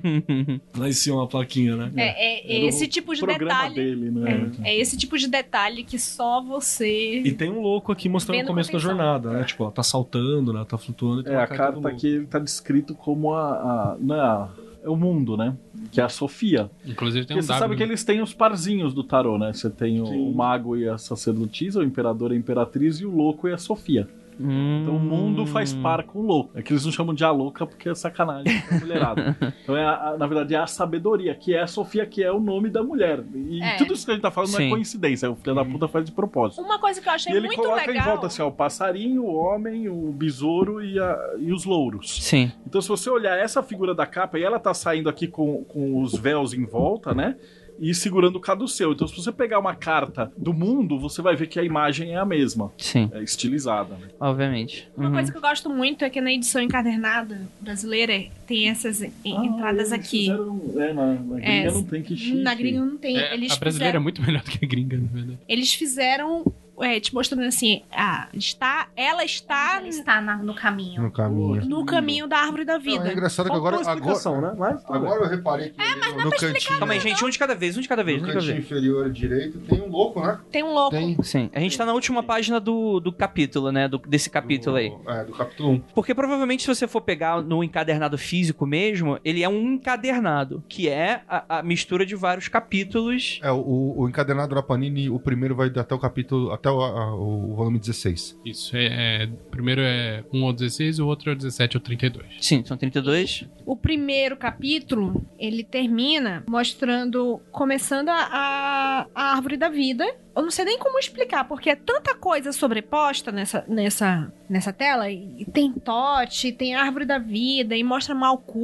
Lá em cima uma plaquinha, né? É, é Era esse o tipo de programa detalhe. dele, né? É, é esse tipo de detalhe que só você... E tem um louco aqui mostrando Vendo o começo com da atenção. jornada, né? Tipo, ela tá saltando, né? Ela tá flutuando e tem É, uma a carta do aqui ele tá descrito como a. a não é, a- é o mundo, né? Que é a Sofia. Inclusive tem Porque um você W. sabe que eles têm os parzinhos do tarô, né? Você tem o, o mago e a sacerdotisa, o imperador e a imperatriz, e o louco e a Sofia. Então o mundo faz par com o louco. É que eles não chamam de a louca porque é sacanagem com a mulherada. Então, é a- a- na verdade, é a sabedoria, que é a Sofia, que é o nome da mulher. E É. tudo isso que a gente tá falando não Sim. é coincidência. O filho da puta faz de propósito. Uma coisa que eu achei E ele muito coloca legal... em volta assim, ó, o passarinho, o homem, o besouro e, a- e os louros. Sim. Então, se você olhar essa figura da capa, e ela tá saindo aqui com, com os véus em volta, né? E segurando o caduceu. Então, se você pegar uma carta do mundo, você vai ver que a imagem é a mesma. Sim, É estilizada. Né? obviamente. Uma Uhum. coisa que eu gosto muito é que na edição encadernada brasileira tem essas en- entradas Ah, eles aqui. fizeram- é, na, na gringa É, não tem que chique. Na gringa não tem. É, eles, a brasileira é fizeram, muito melhor do que a gringa, na verdade. eles fizeram, é, te mostrando assim, ah, está, ela está Ela está na- no caminho. No caminho. no caminho da árvore da Não, vida. é engraçado que Faltou agora, a agora, explicação, né? Mas, tudo agora eu reparei que no, no cantinho, Calma aí, gente, um de cada vez, um de cada vez, no um de cada cantinho vez. inferior direito tem um louco, né? Tem um louco. Tem. Sim, a gente tá na última página do, do capítulo, né? Do, desse capítulo aí. Do, é, do capítulo um. Porque provavelmente, se você for pegar no encadernado físico mesmo, ele é um encadernado, que é a, a mistura de vários capítulos. É, o, o encadernado da Panini, o primeiro vai até o capítulo, até o, a- o volume dezesseis. Isso, é, é- primeiro é um ao dezesseis, o outro é o dezessete ao trinta e dois. Sim, são trinta e dois. O primeiro capítulo, ele termina mostrando, começando a, a, a árvore da vida. Eu não sei nem como explicar, porque é tanta coisa sobreposta nessa, nessa, nessa tela. E tem Tote, tem árvore da vida, e mostra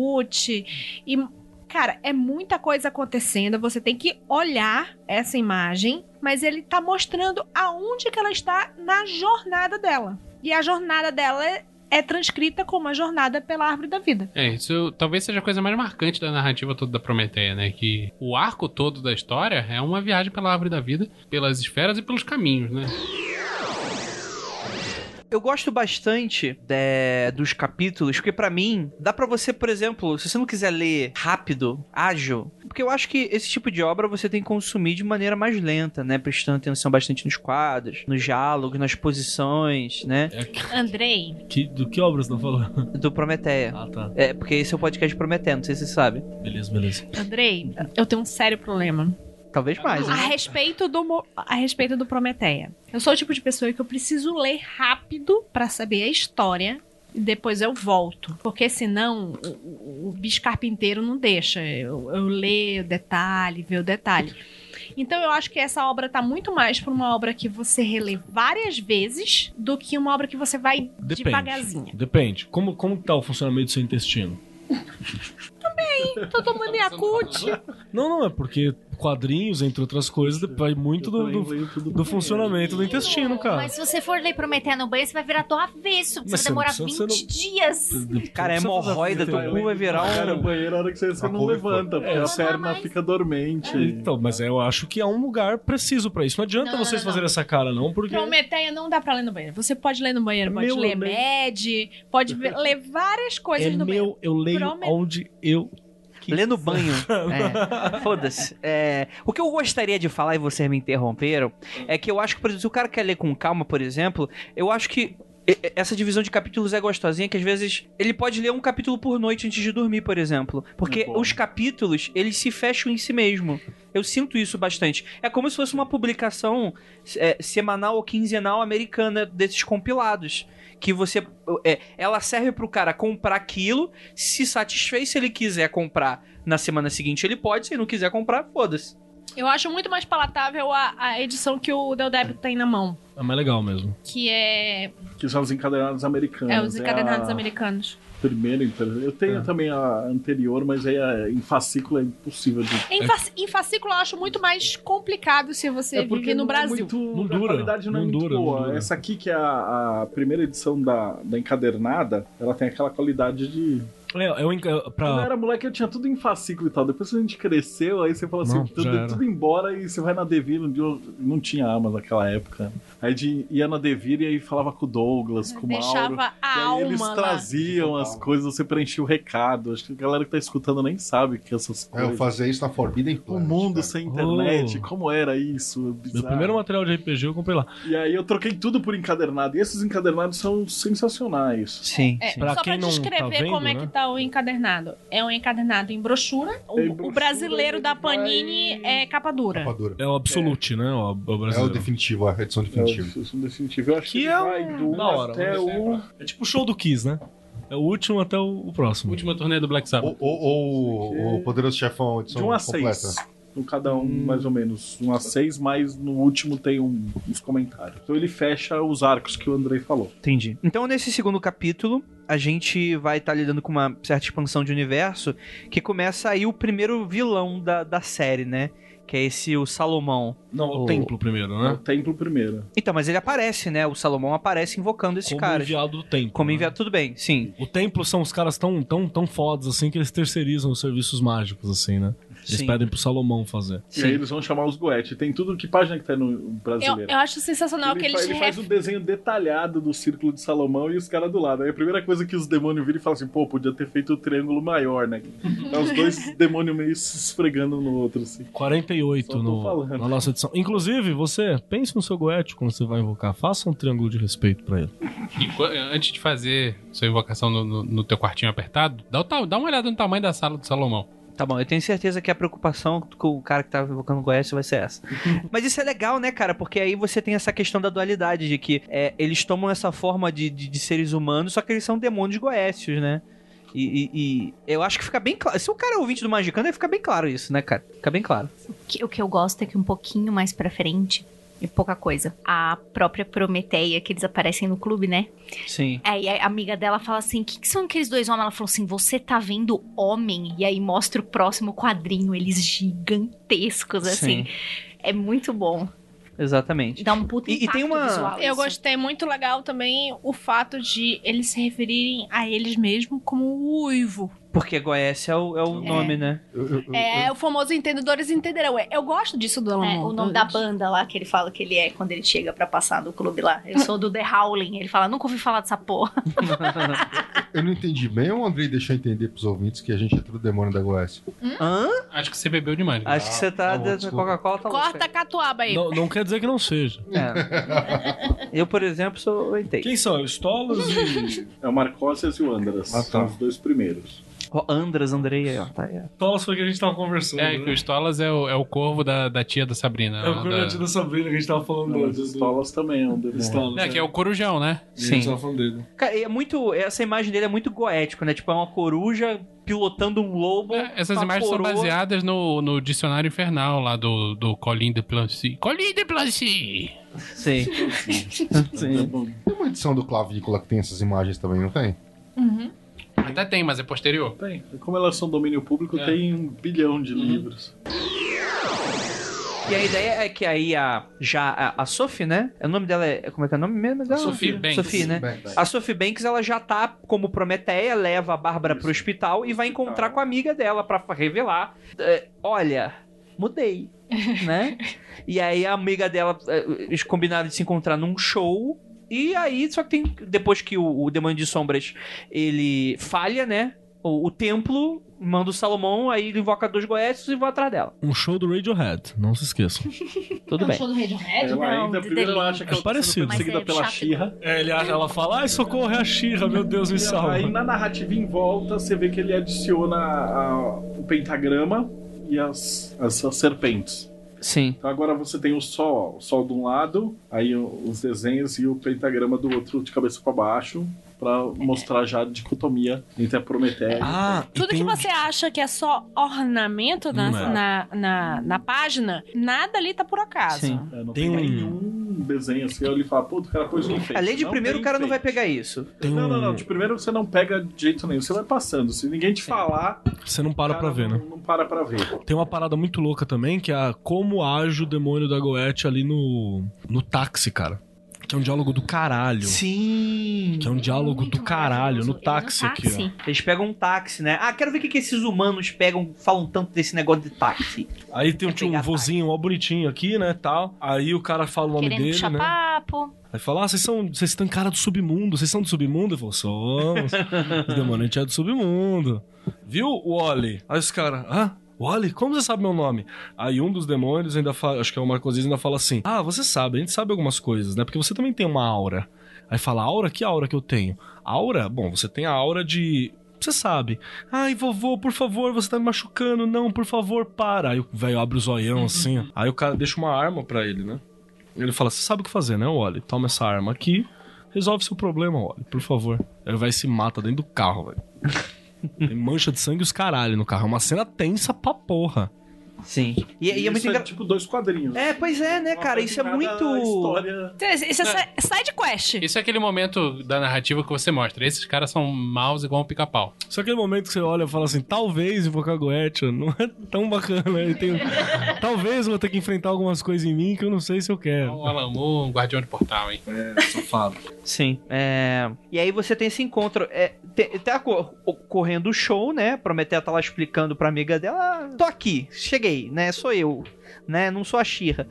Malkuth. E, cara, é muita coisa acontecendo. Você tem que olhar essa imagem, mas ele tá mostrando aonde que ela está na jornada dela. E a jornada dela é é transcrita como a jornada pela árvore da vida. É, isso talvez seja a coisa mais marcante da narrativa toda da Prometeia, né? Que o arco todo da história é uma viagem pela árvore da vida, pelas esferas e pelos caminhos, né? Eu gosto bastante de- dos capítulos, porque pra mim, dá pra você, por exemplo, se você não quiser ler rápido, ágil, porque eu acho que esse tipo de obra você tem que consumir de maneira mais lenta, né? Prestando atenção bastante nos quadros, nos diálogos, nas posições, né? É que, Andrei, que- do que obras você tá falando? Do Prometeia. Ah, tá. É, porque esse é o podcast de Prometeia, não sei se você sabe. Beleza, beleza. Andrei, eu tenho um sério problema. Talvez mais, A né? respeito do mo- a respeito do Prometeia. Eu sou o tipo de pessoa que eu preciso ler rápido pra saber a história e depois eu volto. Porque senão o, o, o bicho carpinteiro não deixa. Eu, eu leio o detalhe, ver o detalhe. Então eu acho que essa obra tá muito mais pra uma obra que você relê várias vezes do que uma obra que você vai Depende. devagarzinho. Depende. Como, como tá o funcionamento do seu intestino? Tô tomando Yakult. Não, não, é porque quadrinhos, entre outras coisas, vai muito do, do, do funcionamento do intestino, cara. Mas se você for ler Prometeia no banho, você vai virar do avesso. Você Mas vai demorar você- vinte você não- dias. Cara, é hemorroida, teu cu vai virar Cara, o um... banheiro, a hora que você, você não couve levanta, porque É, a não perna mais. fica dormente. Então, mas eu acho que há um lugar preciso pra isso. Não adianta Não, não, vocês não, fazerem não. essa cara, não, porque... Prometeia não dá pra ler no banheiro. Você pode ler no banheiro, pode Meu, ler eu leio. Med, pode ver- ler várias coisas É no banheiro. meu, eu leio Promet- onde eu... Lê no banho. É, foda-se. É, o que eu gostaria de falar, e vocês me interromperam, é que eu acho que, por exemplo, se o cara quer ler com calma, por exemplo, eu acho que e- e- essa divisão de capítulos é gostosinha, que às vezes ele pode ler um capítulo por noite antes de dormir, por exemplo. Porque É bom. os capítulos, eles se fecham em si mesmo. Eu sinto isso bastante. É como se fosse uma publicação é, semanal ou quinzenal americana desses compilados. Que você. É, ela serve pro cara comprar aquilo, se satisfez, se ele quiser comprar na semana seguinte, ele pode, se ele não quiser comprar, foda-se. Eu acho muito mais palatável a, a edição que o Del Débito tem na mão. É mais legal mesmo. Que é, Que são os encadernados americanos. é os encadernados a americanos. Primeira, então, eu tenho É. também a anterior, mas aí a- em fascículo é impossível de. Em, fac- em fascículo eu acho muito mais complicado se você É porque vive no não Brasil. É muito, Não a dura, qualidade não, não é muito dura, não boa. dura. Essa aqui, que é a, a primeira edição da, da encadernada, ela tem aquela qualidade de. É, eu, enca- Quando eu pra, era moleque, eu tinha tudo em fascículo e tal. Depois que a gente cresceu, aí você fala assim, Não, tudo, já era. tudo embora e você vai na Devir, um dia eu- não tinha Amazon naquela época. Aí de, ia na Devir e aí falava com o Douglas, com o Mauro. Deixava a E aí alma eles lá. traziam as coisas, você preenchia o recado. Acho que a galera que tá escutando nem sabe que essas É, coisas. eu fazia isso na Forbidden O Planet. mundo cara. sem internet, Oh. como era isso? meu Bizarro. primeiro material de R P G eu comprei lá. E aí eu troquei tudo por encadernado. E esses encadernados são sensacionais. Sim. É, sim. Pra só quem pra não tá descrever vendo, como é né? que tá o encadernado. É um encadernado em brochura. O, É em o brochura, brasileiro ele da vai- Panini é capa dura. Capa dura. É o Absolute, né? O, o É o brasileiro. definitivo, a edição É definitiva. o isso definitivo. Eu acho que, Que ele é vai um- do da hora, até vamos o... É tipo o show do Kiss, né? É o último até o, o próximo. Última turnê do Black Sabbath. Ou, ou, ou o Poderoso Chefão, edição De um a completa. seis. Um cada um, mais ou menos. Um a seis, mas no último tem um, uns comentários. Então ele fecha os arcos que o Andrei falou. Entendi. Então, nesse segundo capítulo, a gente vai estar lidando com uma certa expansão de universo, que começa aí o primeiro vilão da, da série, né? Que é esse, o Salomão. Não, o, O- templo primeiro, É o né? templo primeiro. Então, mas ele aparece, né? O Salomão aparece invocando esses Como caras. enviado do templo. Como né? enviado, tudo bem, sim. O templo são os caras tão, tão, tão fodas assim que eles terceirizam os serviços mágicos, assim, né? Eles Sim. pedem pro Salomão fazer. E aí eles vão chamar os Goethe. Tem tudo. Que página que tá no Eu, brasileiro? eu acho sensacional ele, que fa- eles ele faz ref- um desenho detalhado do círculo de Salomão e os caras do lado. Aí a primeira coisa que os demônios viram e falam assim, pô, podia ter feito o triângulo maior, né? É os dois demônios meio se esfregando um no outro, assim. quarenta e oito Só tô no, falando. na nossa edição. Inclusive, você, pense no seu Goethe quando você vai invocar. Faça um triângulo de respeito pra ele. E qu- antes de fazer sua invocação no, no- no teu quartinho apertado, dá, o ta- dá uma olhada no tamanho da sala do Salomão. Tá bom, eu tenho certeza que a preocupação com o cara que tava invocando o Goethe vai ser essa. Mas isso é legal, né, cara? Porque aí você tem essa questão da dualidade, de que é, eles tomam essa forma de, de, de seres humanos, só que eles são demônios goécios, né? E, e- e eu acho que fica bem claro. Se o cara é ouvinte do Magicano, fica bem claro isso, né, cara? Fica bem claro. Que- o que eu gosto é que um pouquinho mais pra frente, e pouca coisa, a própria Prometeia, que eles aparecem no clube, né? Sim. Aí a amiga dela fala assim, o que, que são aqueles dois homens? Ela falou assim, você tá vendo homem? E aí mostra o próximo quadrinho, eles gigantescos, assim. Sim. É muito bom. Exatamente. Dá um puta E- e impacto tem uma- visual. Eu isso. gostei muito legal também o fato de eles se referirem a eles mesmos como o uivo. Porque Goécia é o, é o É. nome, né? Eu- eu- eu- É o famoso entendedores entenderão. Eu gosto disso do Alan É, Moore. o nome da banda lá que ele fala que ele é quando ele chega pra passar no clube lá. Eu sou do The Howling. Ele fala, nunca ouvi falar dessa porra. eu não entendi bem, ou o Andrei deixou entender pros ouvintes que a gente é tudo demônio da Goécia? Hã? Acho que você bebeu demais. Acho que você tá tá bom, dentro da desculpa. Coca-Cola, tá Corta a louco. catuaba aí. Não, não quer dizer que não seja. É. Eu, por exemplo, sou o Entei. Quem são? Stolas e... É o Marcócias e o Andras. Ah, tá. São os dois primeiros. Ó, Andras, Andrei aí, ó. Tá aí, ó. Stolas foi o que a gente tava conversando. É, que né? o Stolas é o, é o corvo da, da tia da Sabrina. É o da- corante da Sabrina que a gente tava falando. Não, do- mas do- os Stolas também é um deles. Stolas, É, que é o corujão, né? A gente Sim. tava falando dele. Cara, é muito. Essa imagem dele é muito goético, né? Tipo, é uma coruja pilotando um lobo. É, essas uma imagens coroa. são baseadas no, no dicionário infernal lá do, do Colin de Plancy. Colin de Plancy! Sim. Sim. Tem uma edição do Clavícula que tem essas imagens também, não tem? Uhum. Até tem, mas é posterior. Tem. Como elas são domínio público, É. tem um bilhão de livros. E a ideia é que aí a. Já a, a Sophie, né? O nome dela é. Como é que é o nome mesmo dela? Sophie Banks. Sophie, né? Bem, bem. A Sophie Banks, ela já tá como Prometeia, leva a Bárbara pro hospital e vai encontrar com a amiga dela pra revelar. é, olha, mudei, né? E aí a amiga dela, é, eles combinaram de se encontrar num show. E aí, só que tem. Depois que o, o Demônio de Sombras ele falha, né? O, o templo manda o Salomão, aí ele invoca dois goécios e vai atrás dela. Um show do Radiohead, não se esqueçam. Tudo bem. do Radiohead? Ela ainda, primeiro ela acha que É ela tá parecido. sendo perseguida Mas é pela chato. Xirra. É, ele, ela fala, ai, socorro, é a Xirra, meu Deus, me salva. Aí na narrativa em volta, você vê que ele adiciona a- o pentagrama e as, as, as serpentes. Sim. Então agora você tem o sol, o sol de um lado, aí o- os desenhos e o pentagrama do outro de cabeça para baixo, pra mostrar já a dicotomia entre a Prometeia. Ah, e Tudo tem que um- você acha que é só ornamento na, Não é. na, na, na página, nada ali tá por acaso. Sim. É, não tem tem, um- nenhum desenho assim, aí ele fala, pô, o cara pôs um enfeite. Além de Não primeiro, o tem cara não vai enfeite. pegar isso. Tem Não, não, um- não. De primeiro você não pega de jeito nenhum. Você vai passando. Se ninguém te falar, Você não para o pra cara ver, não, né? não para pra ver. Tem uma parada muito louca também, que é a como age o demônio da Goethe ali no, no táxi, cara. Que é um diálogo do caralho. Sim. Que é um diálogo Muito do caralho, no maravilhoso. Ele táxi, aqui, ó. Eles pegam um táxi, né? Ah, quero ver o que, que esses humanos pegam, falam tanto desse negócio de táxi. Aí tem um, tio, um Pegar vozinho ó bonitinho aqui, né, tal. Aí o cara fala o nome Querendo dele, puxar né? papo. Aí fala, ah, vocês são, vocês têm cara do submundo, vocês são do submundo? Eu falo, somos. Os demônios, a gente é do submundo. Viu, Wally? Aí os caras, ah, Wally, como você sabe meu nome? Aí um dos demônios ainda fala, acho que é o Marcosias, ainda fala assim, ah, você sabe, a gente sabe algumas coisas, né? Porque você também tem uma aura. Aí fala, aura? Que aura que eu tenho? Aura? Bom, você tem a aura de... Você sabe. Ai, vovô, por favor, você tá me machucando. Não, por favor, para. Aí o velho abre o zoião assim, ó. Aí o cara deixa uma arma pra ele, né? Ele fala, você sabe o que fazer, né, Wally? Toma essa arma aqui, resolve seu problema, Wally, por favor. Aí o velho se mata dentro do carro, velho. Tem mancha de sangue e os caralho no carro. É uma cena tensa pra porra. Sim. E, e é muito Isso engraçado. tipo dois quadrinhos. É, pois é, né, Uma cara? Isso é determinada muito. História... Isso é si- side quest. Isso é aquele momento da narrativa que você mostra. Esses caras são maus igual um pica-pau. Só aquele momento que você olha e fala assim, talvez invocar Goethe não é tão bacana. Ele tem... talvez eu vou ter que enfrentar algumas coisas em mim que eu não sei se eu quero. O Alan Moore, um guardião de portal, hein? É, safado. Sim. É... E aí você tem esse encontro. É... te- Tá cor- ocorrendo o show, né? Prometeu tá lá explicando pra amiga dela: ah, tô aqui, cheguei, né? Sou eu. Né? Não sou a Xirra.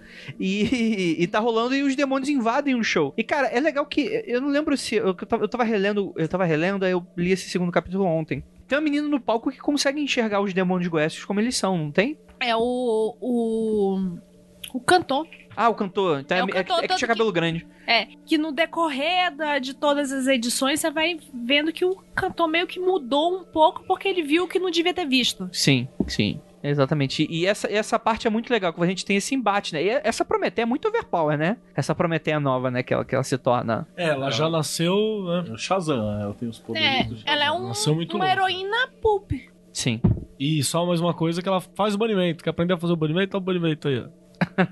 E, e tá rolando e os demônios invadem o show. E, cara, é legal que. Eu não lembro se. Eu tava, eu tava relendo. Eu tava relendo, aí eu li esse segundo capítulo ontem. Tem uma menina no palco que consegue enxergar os demônios goécios como eles são, não tem? É o. O. O cantor. Ah, o cantor. Então é, É o é- cantor, é que tanto tinha que- cabelo grande. É. Que no decorrer da- de todas as edições, você vai vendo que o cantor meio que mudou um pouco porque ele viu que não devia ter visto. Sim, sim. Exatamente. E essa, essa parte é muito legal, que a gente tem esse embate, né? E essa Prometeia é muito overpower, né? Essa Prometeia nova, né? Que ela, que ela se torna. É, ela já nasceu, né? É o Shazam, ela tem os poderes É, do Shazam. ela é um- Nasceu muito uma louca. heroína pulp. Sim. E só mais uma coisa que ela faz o banimento. Quer aprender a fazer o banimento? Tá o banimento aí, ó.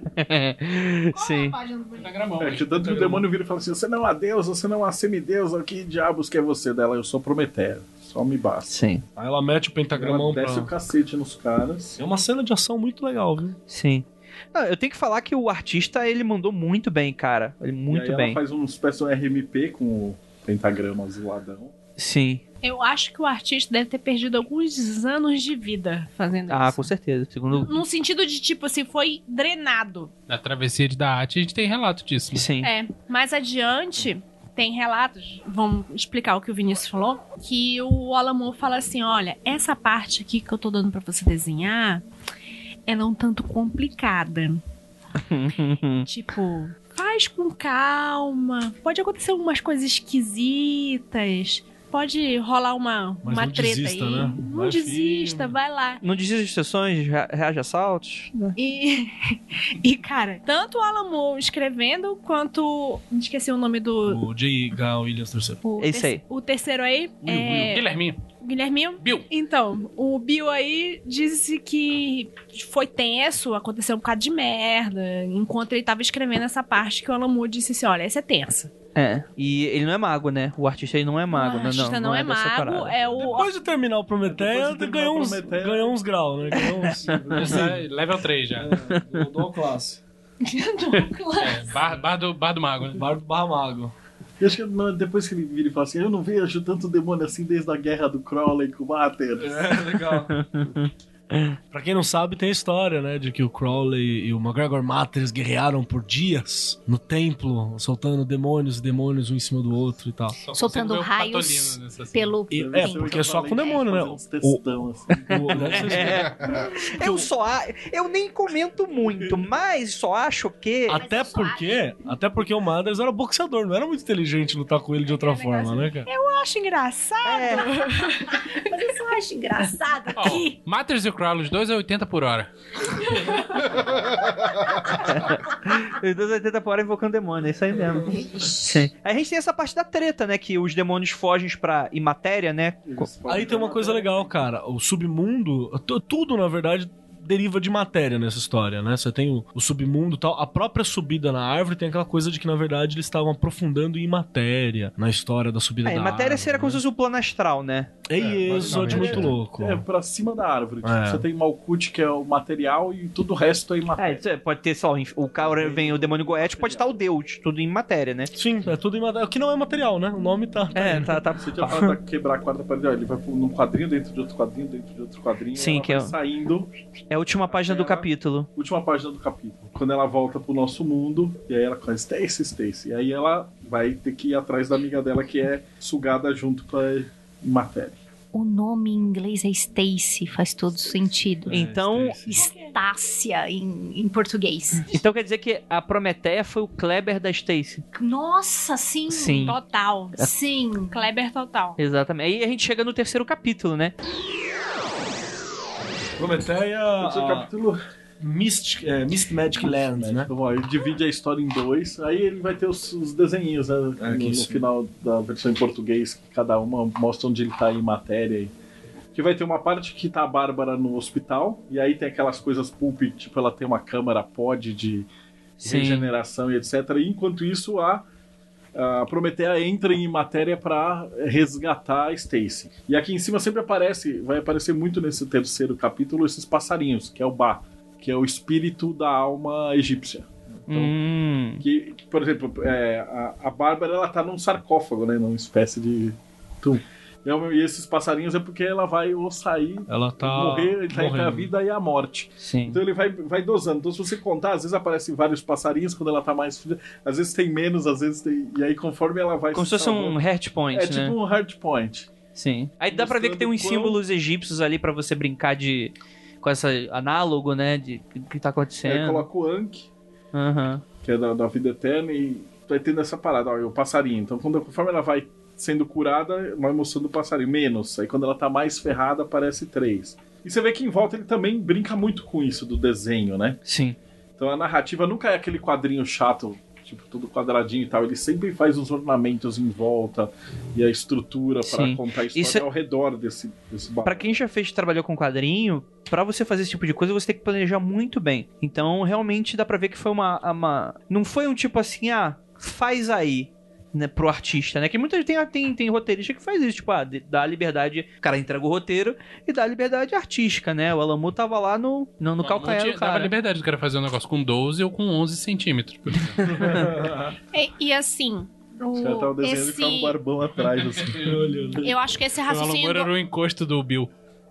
Sim. É, que tanto que o demônio vira e fala assim, você não é uma deusa, você não é uma semideusa, que diabos que é você dela? Eu sou Prometeia, só me basta. Sim. Aí ela mete o Ela pentagramão pra... desce o cacete nos caras. É uma cena de ação muito legal, viu? Sim. Não, eu tenho que falar que o artista, ele mandou muito bem, cara. Ele e muito aí bem. ela faz uma espécie de R M P com o, pentagrama azuladão. Sim. Eu acho que o artista deve ter perdido alguns anos de vida fazendo Ah, isso. com certeza. Segundo. Num sentido de, tipo assim, foi drenado. Na travessia de Da'at a gente tem relato disso. Né? Sim. É, mais adiante tem relatos, vamos explicar o que o Vinícius falou, que o Alan Moore fala assim, olha, essa parte aqui que eu tô dando pra você desenhar, ela é um tanto complicada. Tipo, faz com calma, pode acontecer umas coisas esquisitas, pode rolar uma, Mas uma não treta desista, aí. né? Não Vai desista, firme. vai lá. Não desista de sessões, rea- reage a assaltos. Né? E, e, cara, tanto o Alan Moore escrevendo, quanto... Esqueci o nome do... O J. G. Williams terceiro. O, Esse ter- aí. o terceiro aí é... Guilherminho. Guilherminho? Bill. Então, o Bill aí disse que foi tenso, aconteceu um bocado de merda, enquanto ele tava escrevendo essa parte que o Alan Moore disse assim, olha, essa é tensa. É. E ele não é mago, né? O artista ele não é mago. o artista não, não é, dessa mago, parada. é o... Depois de terminar o Prometeia, Depois de terminar ganhou o uns, Prometeia- ganhou uns graus, né? Ganhou uns... Esse é level três já. É, do classe. É, bar, bar, do, bar do Mago, né? Bardo barra mago. E acho que não, depois que ele vira e fala assim, eu não vejo tanto demônio assim desde a guerra do Crowley com o Matters. É, legal. Pra quem não sabe, tem a história, né? De que o Crowley e o McGregor Matters guerrearam por dias no templo, soltando demônios e demônios um em cima do outro e tal. Só Soltando consigo ver o raios Patolino nessa cena. pelo... E- Deve é, ser porque o é só com Valente demônio, né? fazendo uns textão, assim. O- deve ser- Eu só. a- Eu nem comento muito, mas só acho que. Até eu só porque, até porque o Matters era boxeador, não era muito inteligente lutar com ele de outra forma, né, cara? Eu acho engraçado. É, Mas eu só acho engraçado Ó, aqui. Matters e o Crowley, os dois é oitenta por hora. os dois oitenta por hora invocando demônio, é isso aí mesmo. Sim. Aí a gente tem essa parte da treta, né? Que os demônios fogem pra imatéria, né? Aí tem uma coisa legal, cara. O submundo, tu- tudo na verdade deriva de matéria nessa história, né? Você tem o, o submundo e tal. A própria subida na árvore tem aquela coisa de que na verdade eles estavam aprofundando em matéria na história da subida É, da matéria árvore. seria como se fosse o plano astral, né? É isso, de muito louco. É, pra cima da árvore. Tipo, É. você tem Malkuth, que é o material, e tudo o resto é É, imatéria. isso é, pode ter, sei lá, o cara vem o demônio goético, pode estar o Deus, tudo em matéria, né? Sim, é tudo em matéria. O que não é material, né? O nome tá. tá É, aí. tá, tá. Você tinha falado da quebrar a quarta parede, ó, ele vai num quadrinho, dentro de outro quadrinho, dentro de outro quadrinho, Sim, ela que vai é o- saindo, É a última página do Ela- capítulo. última página do capítulo. Quando ela volta pro nosso mundo, e aí ela conhece Stacy, Stacy. E aí ela vai ter que ir atrás da amiga dela, que é sugada junto com a matéria. O nome em inglês é Stacy, faz todo sentido. É, Então, Stacy. Estácia em, em português. então quer dizer que a Prometeia foi o Kleber da Stacy. Nossa, sim. Sim. Total. Sim. Kleber total. Exatamente. Aí a gente chega no terceiro capítulo, né? Prometeia. O seu a- capítulo Mist, é, Mist Magic Lands, né? Então, ó, ele divide a história em dois, aí ele vai ter os, os desenhinhos, né? É, no, que no isso. final da versão em português, que cada uma mostra onde ele tá em matéria. E... Que vai ter uma parte que tá a Bárbara no hospital, e aí tem aquelas coisas pulp, tipo, ela tem uma câmara pod de Sim. regeneração e etcétera. E enquanto isso, a, a Prometeia entra em matéria pra resgatar a Stacy. E aqui em cima sempre aparece, vai aparecer muito nesse terceiro capítulo, esses passarinhos, que é o Ba, que é o espírito da alma egípcia. Então, Hum. que, por exemplo, é, a, a Bárbara ela tá num sarcófago, né? Numa espécie de tum. E é- E esses passarinhos é porque ela vai ou sair, Ela tá. morrer, ele tá entre a morrendo. vida e a morte. Sim. Então ele vai, vai dosando. Então se você contar, às vezes aparecem vários passarinhos quando ela tá mais fria, às vezes tem menos, às vezes tem. E aí conforme ela vai Como se fosse um salvando- heart point, É né? tipo um hard point. Sim. Aí dá pra ver que tem uns Mostrando quão- símbolos egípcios ali pra você brincar de. Com essa análogo, né? De o que tá Aí acontecendo. coloca o Ankh, Aham. que é da, da vida eterna, e vai tendo essa parada, ó, e o passarinho. Então quando, conforme ela vai sendo curada, vai mostrando o passarinho. Menos. Aí quando ela tá mais ferrada, aparece três. E você vê que em volta ele também brinca muito com isso do desenho, né? Sim. Então a narrativa nunca é aquele quadrinho chato, tipo, todo quadradinho e tal. Ele sempre faz os ornamentos em volta e a estrutura para Sim. contar a história Isso é- ao redor desse, desse Pra bagulho. quem já fez trabalhou com quadrinho, pra você fazer esse tipo de coisa, você tem que planejar muito bem. Então, realmente dá pra ver que foi uma, uma... Não foi um tipo assim, ah, faz aí, né, pro artista, né? Que muita gente tem, tem, tem roteirista que faz isso, tipo, ah, de- dá a liberdade, o cara entrega o roteiro e dá a liberdade artística, né? O Alan Moore tava lá no, no, no calcanhar Não do tinha, dava cara. liberdade do cara fazer um negócio com doze ou com onze centímetros. por exemplo. E, e assim, Os caras estavam desenhando esse... e ficava um barbão atrás, assim. Eu acho que esse O Alan raciocínio. Moore Do... era o encosto do Bill.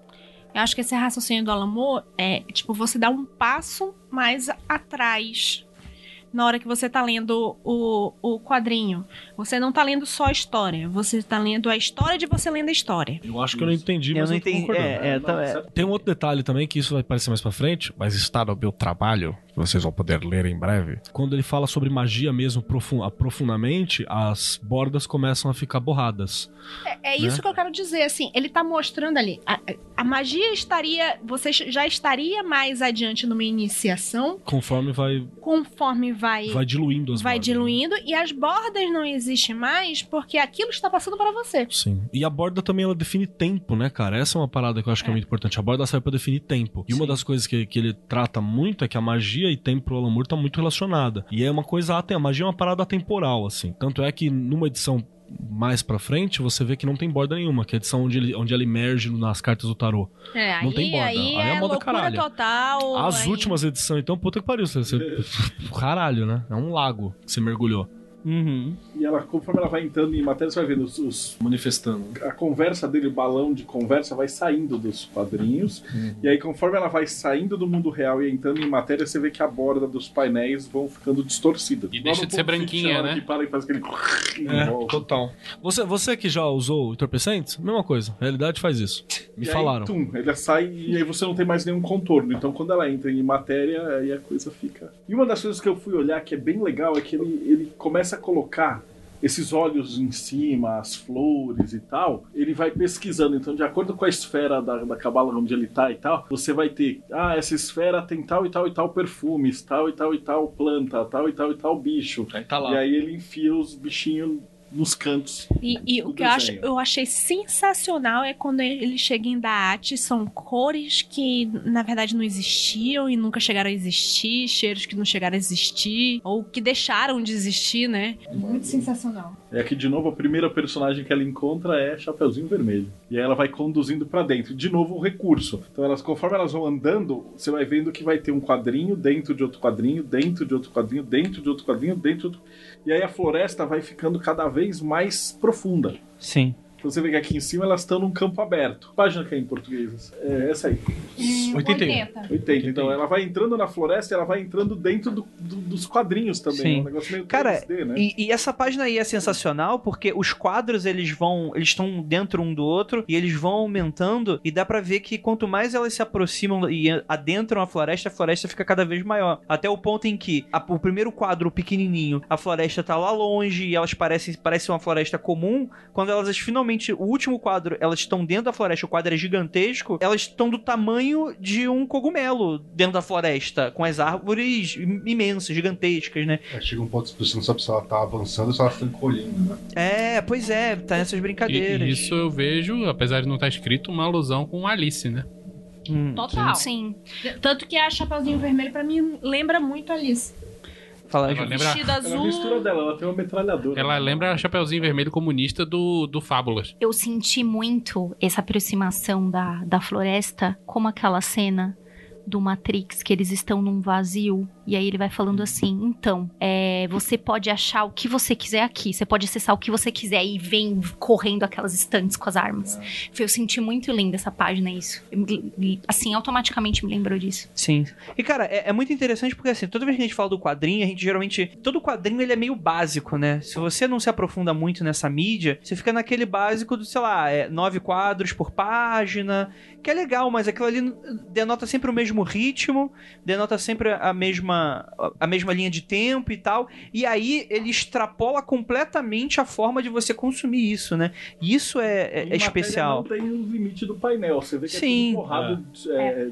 Eu acho que esse raciocínio do Alan Moore é, tipo, você dá um passo mais atrás na hora que você tá lendo o, o quadrinho. Você não tá lendo só a história, você tá lendo a história de você lendo a história. Eu acho que eu não entendi, Eu mas não eu tô entendi. concordando. É, é, tá- é. Tem um outro detalhe também, que isso vai aparecer mais pra frente, mas está no meu trabalho, que vocês vão poder ler em breve. Quando ele fala sobre magia mesmo profun- profundamente, as bordas começam a ficar borradas. É, é isso Né? que eu quero dizer, assim, ele tá mostrando ali. A, a magia estaria. Você já estaria mais adiante numa iniciação, Conforme vai, conforme vai. vai diluindo as vai bordas. né? diluindo, e as bordas não existem mais porque aquilo está passando para você. Sim. E a borda também, ela define tempo, né, cara? Essa é uma parada que eu acho que é muito importante. A borda serve pra definir tempo. E uma das coisas que, que ele trata muito é que a magia e tempo pro Alan Moore tá muito relacionada. E é uma coisa, até a magia é uma parada atemporal, assim. Tanto é que numa edição mais pra frente, você vê que não tem borda nenhuma, que é a edição onde ele, onde ele emerge nas cartas do tarô. É, Não aí, tem borda. aí, Aí é é moda loucura caralho. total. As aí- últimas edições, então, puta que pariu. Você, você... Caralho, né? É um lago que você mergulhou. Uhum. E ela, conforme ela vai entrando em matéria, você vai vendo os, os- Manifestando. a conversa dele, o balão de conversa vai saindo dos quadrinhos. Uhum. E aí, conforme ela vai saindo do mundo real e entrando em matéria, você vê que a borda dos painéis vão ficando distorcidas. E Igual deixa no de ser Pulp branquinha, Fiction, a hora né? Que para e faz aquele... É, em volta. total. Você, você que já usou entorpecentes, mesma coisa. A realidade faz isso. Me E falaram. Aí, tum, ele sai e aí você não tem mais nenhum contorno. Então, quando ela entra em matéria, aí a coisa fica. E uma das coisas que eu fui olhar que é bem legal é que ele, ele começa a colocar esses olhos em cima, as flores e tal. Ele vai pesquisando. Então, de acordo com a esfera da, da cabala onde ele tá e tal, você vai ter, ah, essa esfera tem tal e tal e tal perfumes, tal e tal e tal planta, tal e tal e tal bicho. Aí tá lá. E aí ele enfia os bichinhos nos cantos. E, e do o que eu, acho, desenho. eu achei sensacional é quando ele chega em Daat, são cores que na verdade não existiam e nunca chegaram a existir, cheiros que não chegaram a existir, ou que deixaram de existir, né? Muito sensacional. É que, de novo, a primeira personagem que ela encontra é Chapeuzinho Vermelho. E aí ela vai conduzindo pra dentro. De novo, um recurso. Então, elas, conforme elas vão andando, você vai vendo que vai ter um quadrinho dentro de outro quadrinho, dentro de outro quadrinho, dentro de outro quadrinho, dentro de outro... E aí a floresta vai ficando cada vez mais profunda. Sim. Então você vê que aqui em cima elas estão num campo aberto. Página que é em português? É essa aí. oitenta e um. oitenta. Então ela vai entrando na floresta e ela vai entrando dentro do- do- dos quadrinhos também. Sim. É um negócio meio Cara, três D, né? E, e essa página aí é sensacional porque os quadros eles vão, eles estão dentro um do outro e eles vão aumentando e dá pra ver que quanto mais elas se aproximam e adentram a floresta, a floresta fica cada vez maior. Até o ponto em que a- o primeiro quadro, o pequenininho, a floresta tá lá longe e elas parecem, parece uma floresta comum. Quando elas finalmente, o último quadro, elas estão dentro da floresta, o quadro é gigantesco, elas estão do tamanho de um cogumelo dentro da floresta, com as árvores imensas, gigantescas, né? É, chega um ponto que você não sabe se ela tá avançando ou se ela tá encolhendo, né? É, pois é, tá nessas E, brincadeiras. e isso eu vejo, apesar de não estar escrito, uma alusão com Alice, né? Hum, Total. Sim. Tanto que a Chapeuzinho Vermelho pra mim lembra muito Alice. fala Ela lembra, Vestido Ela é a azul. mistura dela, ela tem uma metralhadora. ela lembra a Chapeuzinho Vermelho comunista do, do Fábulas. Eu senti muito essa aproximação da, da floresta, como aquela cena do Matrix, que eles estão num vazio, e aí ele vai falando assim, então, é, você pode achar o que você quiser aqui, você pode acessar o que você quiser, e vem correndo aquelas estantes com as armas. Eu senti muito linda essa página, isso. Eu me- assim, automaticamente me lembrou disso. Sim. E, cara, é, é muito interessante porque, assim, toda vez que a gente fala do quadrinho, a gente geralmente... Todo quadrinho, ele é meio básico, né? Se você não se aprofunda muito nessa mídia, você fica naquele básico do, sei lá, é, nove quadros por página, que é legal, mas aquilo ali denota sempre o mesmo ritmo, denota sempre a mesma, a mesma linha de tempo e tal, e aí ele extrapola completamente a forma de você consumir isso, né? E isso é, é- Em é matéria especial. Não tem o limite do painel. Você vê que Sim. é tudo borrado, é,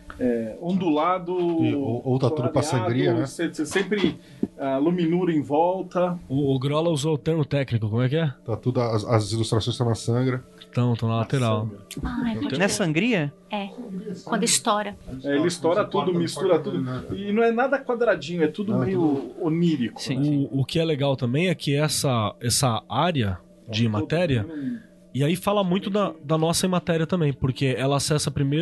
é, ondulado. E- ou- ou tá tudo pra clareado, sangria, né? Você, você sempre a luminura em volta. O, o Grola usou o termo técnico, como é que é? Tá tudo, as, as ilustrações estão na sangra. Estão, estão na lateral. Ai, pode Não é sangria? É, quando estoura. É, ele estoura tudo, mistura tudo. E não é nada quadradinho, é tudo Não, é meio onírico. Sim. né? O, o que é legal também é que essa, essa área de Todo matéria, mundo- e aí fala muito da, da nossa matéria também, porque ela acessa primeiro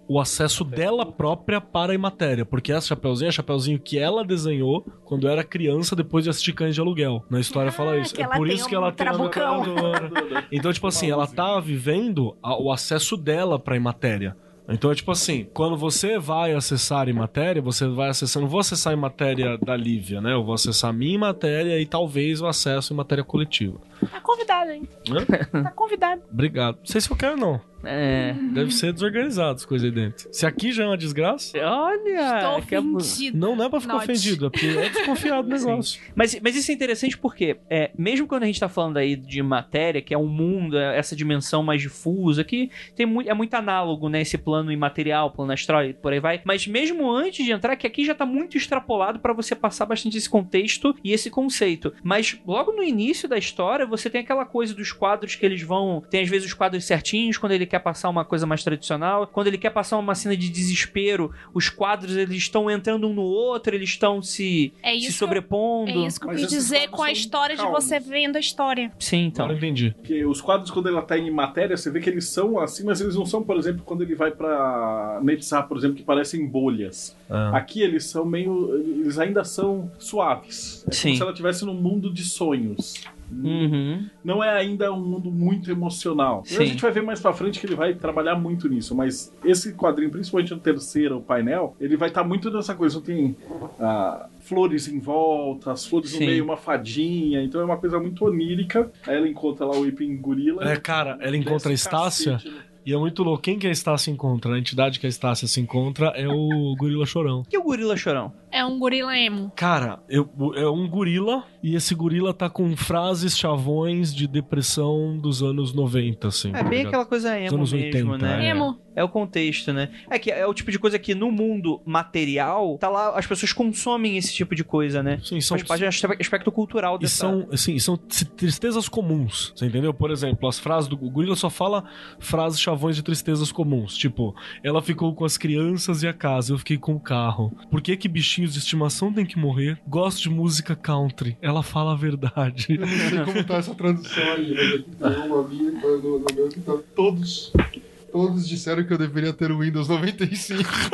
o acesso dela própria para a imatéria, porque essa Chapeuzinho é Chapeuzinho que ela desenhou quando era criança, depois de assistir Cães de Aluguel. Na história Ah, fala isso. que É ela por tem isso um que ela tem a trabucão. Então, tipo assim, ela tá vivendo a- o acesso dela para a imatéria. Então é tipo assim, quando você vai acessar em matéria, você vai acessar, não vou acessar em matéria da Lívia, né? Eu vou acessar a minha matéria e talvez o acesso em matéria coletiva. Tá convidado, hein? Hã? Tá convidado. Obrigado. Não sei se eu quero, não. É. Deve ser desorganizado as coisas aí dentro. Se aqui já é uma desgraça, Olha! Estou que ab- ofendido. não é pra ficar Note. ofendido, é porque é desconfiado o negócio. Mas, mas isso é interessante porque, é, mesmo quando a gente tá falando aí de matéria, que é um mundo, é essa dimensão mais difusa, que tem muito, é muito análogo, né? Esse plano imaterial, plano astral e por aí vai. Mas mesmo antes de entrar, que aqui já tá muito extrapolado pra você passar bastante esse contexto e esse conceito. Mas logo no início da história, você tem aquela coisa dos quadros que eles vão... Tem às vezes os quadros certinhos, quando ele quer passar uma coisa mais tradicional. Quando ele quer passar uma cena de desespero, os quadros eles estão entrando um no outro, eles estão se, É se isso, sobrepondo. é isso que eu Mas quis esses dizer quadros com a são história de calmos. você vendo a história. Sim, então. Agora eu entendi. Porque os quadros, quando ela tá em matéria, você vê que eles são assim, mas eles não são, por exemplo, quando ele vai pra Netzah, por exemplo, que parecem bolhas. Ah. Aqui eles são meio... Eles ainda são suaves. É Sim. como se ela estivesse num mundo de sonhos. Uhum. Não é ainda um mundo muito emocional. E Sim. a gente vai ver mais pra frente que ele vai trabalhar muito nisso, mas esse quadrinho, principalmente no terceiro painel, ele vai estar muito nessa coisa. Não tem ah, flores em volta, as flores Sim. no meio, uma fadinha, então é uma coisa muito onírica. Aí ela encontra lá o Ipin Gorila. É, cara, ela encontra a desce o Estácia cacete, né? e é muito louco. Quem que a Estácia encontra? A entidade que a Estácia se encontra é o Gorila Chorão. O que é o gorila chorão? É um gorila emo. Cara, eu, é um gorila e esse gorila tá com frases chavões de depressão dos anos noventa, assim. É tá bem ligado? aquela coisa emo anos mesmo, oitenta, né? É. Emo. É o contexto, né? É que é o tipo de coisa que no mundo material, tá lá, as pessoas consomem esse tipo de coisa, né? Sim, são, Faz parte do aspecto cultural e dessa... são, assim, são t- tristezas comuns, você entendeu? Por exemplo, as frases do o gorila só fala frases chavões de tristezas comuns, tipo, ela ficou com as crianças e a casa, eu fiquei com o carro. Por que que bichinhos de estimação têm que morrer? Gosto de música country, ela fala a verdade. Eu não sei como tá essa tradução aí, mas aqui tem uma minha, no, no meu que tá todos. Todos disseram que eu deveria ter o Windows noventa e cinco. Sim,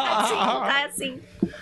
tá assim.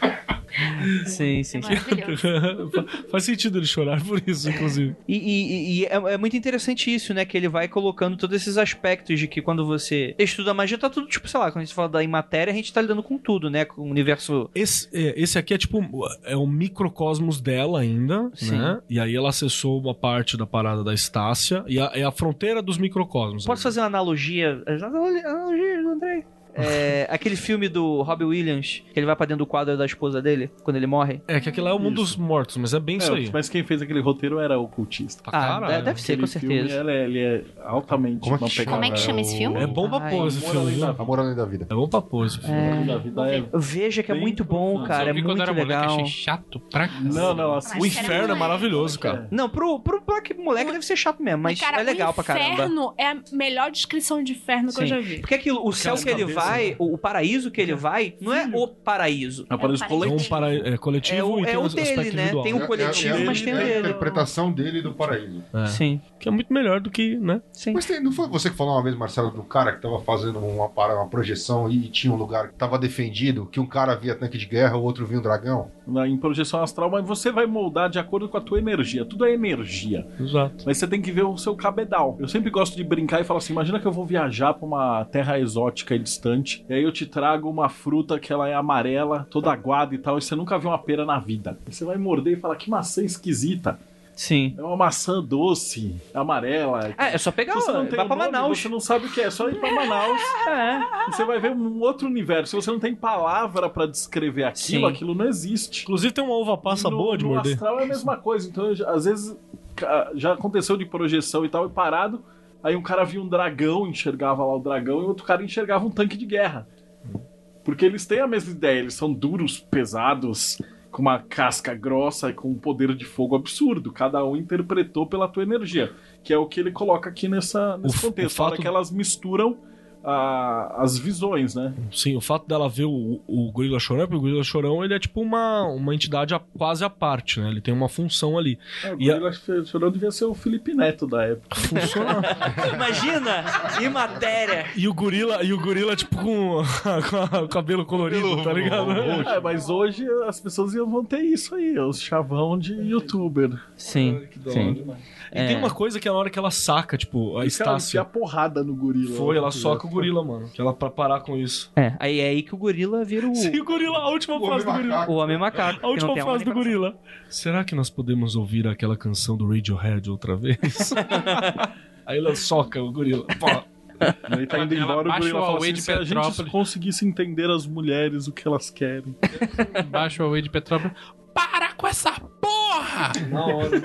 Sim, sim. É maravilhoso. Faz sentido ele chorar por isso, inclusive. E, e- e é, é muito interessante isso, né? Que ele vai colocando todos esses aspectos de que quando você estuda magia, tá tudo, tipo, sei lá, quando a gente fala da imatéria, a gente tá lidando com tudo, né? Com o universo... Esse, é, esse aqui é tipo, é um microcosmos dela ainda, Sim. né? E aí ela acessou uma parte da parada da Estácia, e a- é a fronteira dos microcosmos. Posso fazer uma analogia? Analogia do André. É, aquele filme do Robbie Williams, que ele vai pra dentro do quadro da esposa dele, quando ele morre. É que aquilo é o mundo dos mortos, mas é bem isso É, aí. mas quem fez aquele roteiro era o cultista. Pra Ah, caralho. de- deve ser, Aquele com certeza. filme, ele, é, ele é altamente Como é que uma chama? pegada. Como é que chama esse filme? É bom pra Ai, pôr esse Amor filme, além viu? da- Amor além da vida. É bom pra pôr esse filme. É. da vida é... Veja que é Bem muito bom, profundo. cara. Só É vi quando muito era moleque, legal. achei chato pra Não, não, assim, O inferno é maravilhoso, É. cara. Não, pro, pro, pro que moleque deve ser chato mesmo, mas cara, é legal o pra caramba. inferno é a melhor descrição de inferno que Sim. eu já vi. Porque aquilo, o céu Aquelas que ele cabeças, vai, né? o, o paraíso que ele vai, não é o paraíso. É um paraíso É um É um coletivo. para, é coletivo É o- e tem é o o aspecto dele, né? individual. Tem o coletivo, é, é, mas tem o a dele. interpretação dele do paraíso. É. Sim, Que é muito melhor do que, né? sim. Mas tem- não foi você que falou uma vez, Marcelo, do cara que tava fazendo uma, para- uma projeção e tinha um lugar que tava defendido, que um cara via tanque de guerra, o outro via um dragão? Na- em projeção astral, mas você vai moldar de acordo com a tua energia. Tudo é energia. Exato. Mas você tem que ver o seu cabedal. Eu sempre gosto de brincar e falar assim: imagina que eu vou viajar pra uma terra exótica e distante, e aí eu te trago uma fruta que ela é amarela, toda aguada e tal, e você nunca viu uma pera na vida. E você vai morder e falar: que maçã esquisita. Sim. É uma maçã doce, amarela. Ah, é só pegar, Se você não tem vai o pra nome, Manaus. você não sabe o que é, é só ir pra Manaus. É. E você vai ver um outro universo. Se você não tem palavra pra descrever aquilo, Sim. aquilo não existe. Inclusive tem uma uva passa no, boa de no morder. astral é a mesma coisa. Então, eu já- às vezes, ca- já aconteceu de projeção e tal, e parado. Aí um cara via um dragão, enxergava lá o dragão, e outro cara enxergava um tanque de guerra. Porque eles têm a mesma ideia, eles são duros, pesados, com uma casca grossa e com um poder de fogo absurdo. Cada um interpretou pela tua energia. Que é o que ele coloca aqui nessa, nesse O f- contexto. o A hora fato- que elas misturam, a- as visões, né? Sim, o fato dela ver o, o gorila chorão, porque o gorila chorão ele é tipo uma, uma entidade a- quase à parte, né? Ele tem uma função ali. É, o E a- gorila chorão devia ser o Felipe Neto da época. Funciona. Imagina, em matéria. E o gorila, e o gorila tipo com, com o cabelo colorido, tá ligado? É, mas hoje as pessoas iam vão ter isso aí, os chavão de youtuber. Sim, sim. E É. tem uma coisa que é na hora que ela saca, tipo, a Esse cara Estácia enfia porrada no gorila. foi, ela soca o gorila, mano. Que ela pra parar com isso. É, aí é aí que o gorila vira o, Sim, o gorila, a última O frase do homem gorila. macaco. o homem macaco. A que não última tem frase do uma gorila. Será que nós podemos ouvir aquela canção do Radiohead outra vez? Aí ela soca o gorila. Pô. Ele tá indo Ela embora, o baixa gorila o fala Huawei assim, de se a gente Petrópolis." conseguisse entender as mulheres, o que elas querem. Baixa o Huawei de Petrópolis. Para com essa porra! Na hora.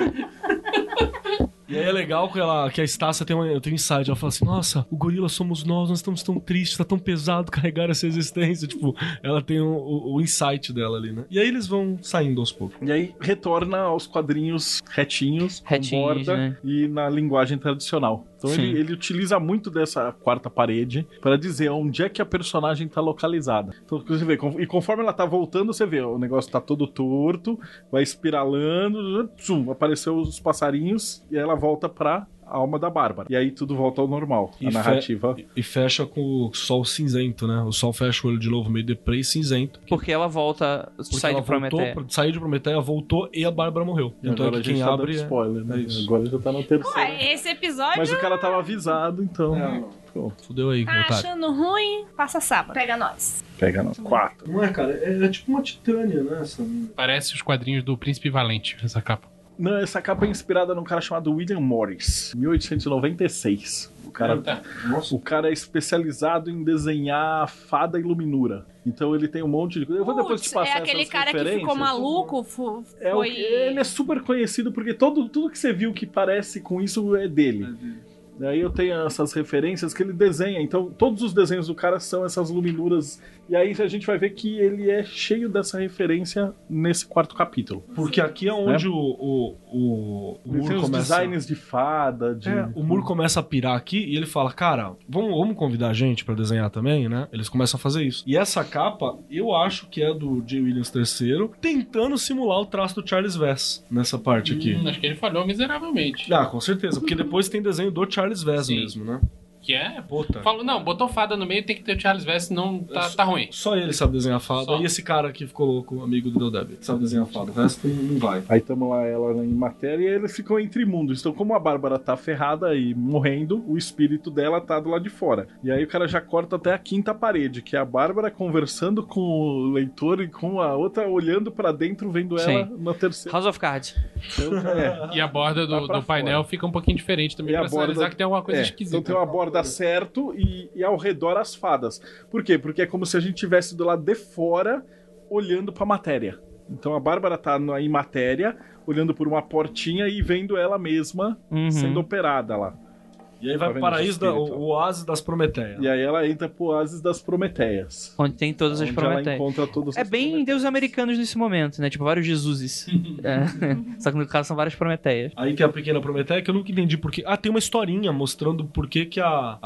E aí é legal que, ela, que a Estácia tem, uma, tem um insight. Ela fala assim, nossa, o gorila somos nós, nós estamos tão tristes, tá tão pesado carregar essa existência. Tipo, ela tem o, o, o insight dela ali, né? E aí eles vão saindo aos poucos. E aí retorna aos quadrinhos retinhos, com Retinhos, borda né? e na linguagem tradicional. Então Sim. ele, ele utiliza muito dessa quarta parede para dizer onde é que a personagem tá localizada. Então você vê, com- e conforme ela tá voltando, você vê, o negócio tá todo torto, vai espiralando, zoom, apareceu os passarinhos e aí ela volta pra alma da Bárbara. E aí tudo volta ao normal. E a fe- narrativa. E fecha com o sol cinzento, né? O sol fecha o olho de novo meio deprê e cinzento. Porque ela volta, Porque sai ela do Prometeia. voltou, saiu de Prometeia, voltou e a Bárbara morreu. E Então agora aqui a gente quem tá abre dando é... spoiler, né? é isso. Agora já tá no terceiro. Ué, esse episódio Mas o cara tava avisado, então. Pronto, Fudeu aí, tá otário. achando ruim, passa sábado. Pega nós. pega nós. Quatro. Não é, cara? É, é tipo uma titânia, né? Essa mina. Parece os quadrinhos do Príncipe Valente, essa capa. Não, essa capa é inspirada num cara chamado William Morris, mil oitocentos e noventa e seis. O cara, Tá. o cara é especializado em desenhar fada e luminura. Então ele tem um monte de coisa. Eu vou depois te Putz, passar é aquele essas cara que referências. ficou maluco, fu- É o foi... que- ele é super conhecido porque todo, tudo que você viu que parece com isso é dele. Daí eu tenho essas referências que ele desenha. Então todos os desenhos do cara são essas luminuras. E aí a gente vai ver que ele é cheio dessa referência nesse quarto capítulo. Porque aqui é onde o, o, o, o Ele Moore tem os começa... designs de fada, de... É, o Moore começa a pirar aqui e ele fala, cara, vamos, vamos convidar a gente pra desenhar também, né? Eles começam a fazer isso. E essa capa, eu acho que é do J. Williams terceiro, tentando simular o traço do Charles Vess nessa parte aqui. Hum, acho que ele falhou miseravelmente. Ah, com certeza, porque depois tem desenho do Charles Vess Sim. mesmo, né? Que é... Puta. Falou, não, botou fada no meio, tem que ter o Charles Vess, senão tá, tá ruim. Só ele sabe desenhar fada. Só. E esse cara que ficou louco, amigo do Del Deb, sabe desenhar fada. O resto não vai. Aí tamo lá ela em matéria e eles ficam entre mundos. Então, como a Bárbara tá ferrada e morrendo, o espírito dela tá do lado de fora. E aí o cara já corta até a quinta parede, que é a Bárbara conversando com o leitor e com a outra olhando pra dentro, vendo ela Sim. na terceira. House of Cards. Então, é. E a borda Tá do, pra do painel fora. fica um pouquinho diferente também, E a pra sinalizar borda- que tem alguma coisa É, esquisita. Então tem uma borda certo e, e ao redor as fadas. Por quê? Porque é como se a gente estivesse do lado de fora olhando pra matéria. Então a Bárbara tá na- em matéria, olhando por uma portinha e vendo ela mesma Uhum. sendo operada lá. E aí vai Tá pro vendo paraíso, esse da, espírito? o, o oásis das Prometeias. E aí ela entra pro oásis das Prometeias. Onde tem todas as onde ela Prometeias. encontra todas É as bem Prometeias. deuses americanos nesse momento, né? Tipo, vários Jesuses. É. Só que no caso são várias Prometeias. Aí tem a pequena Prometeia que eu nunca entendi porque. Ah, tem uma historinha mostrando por que, que a, a,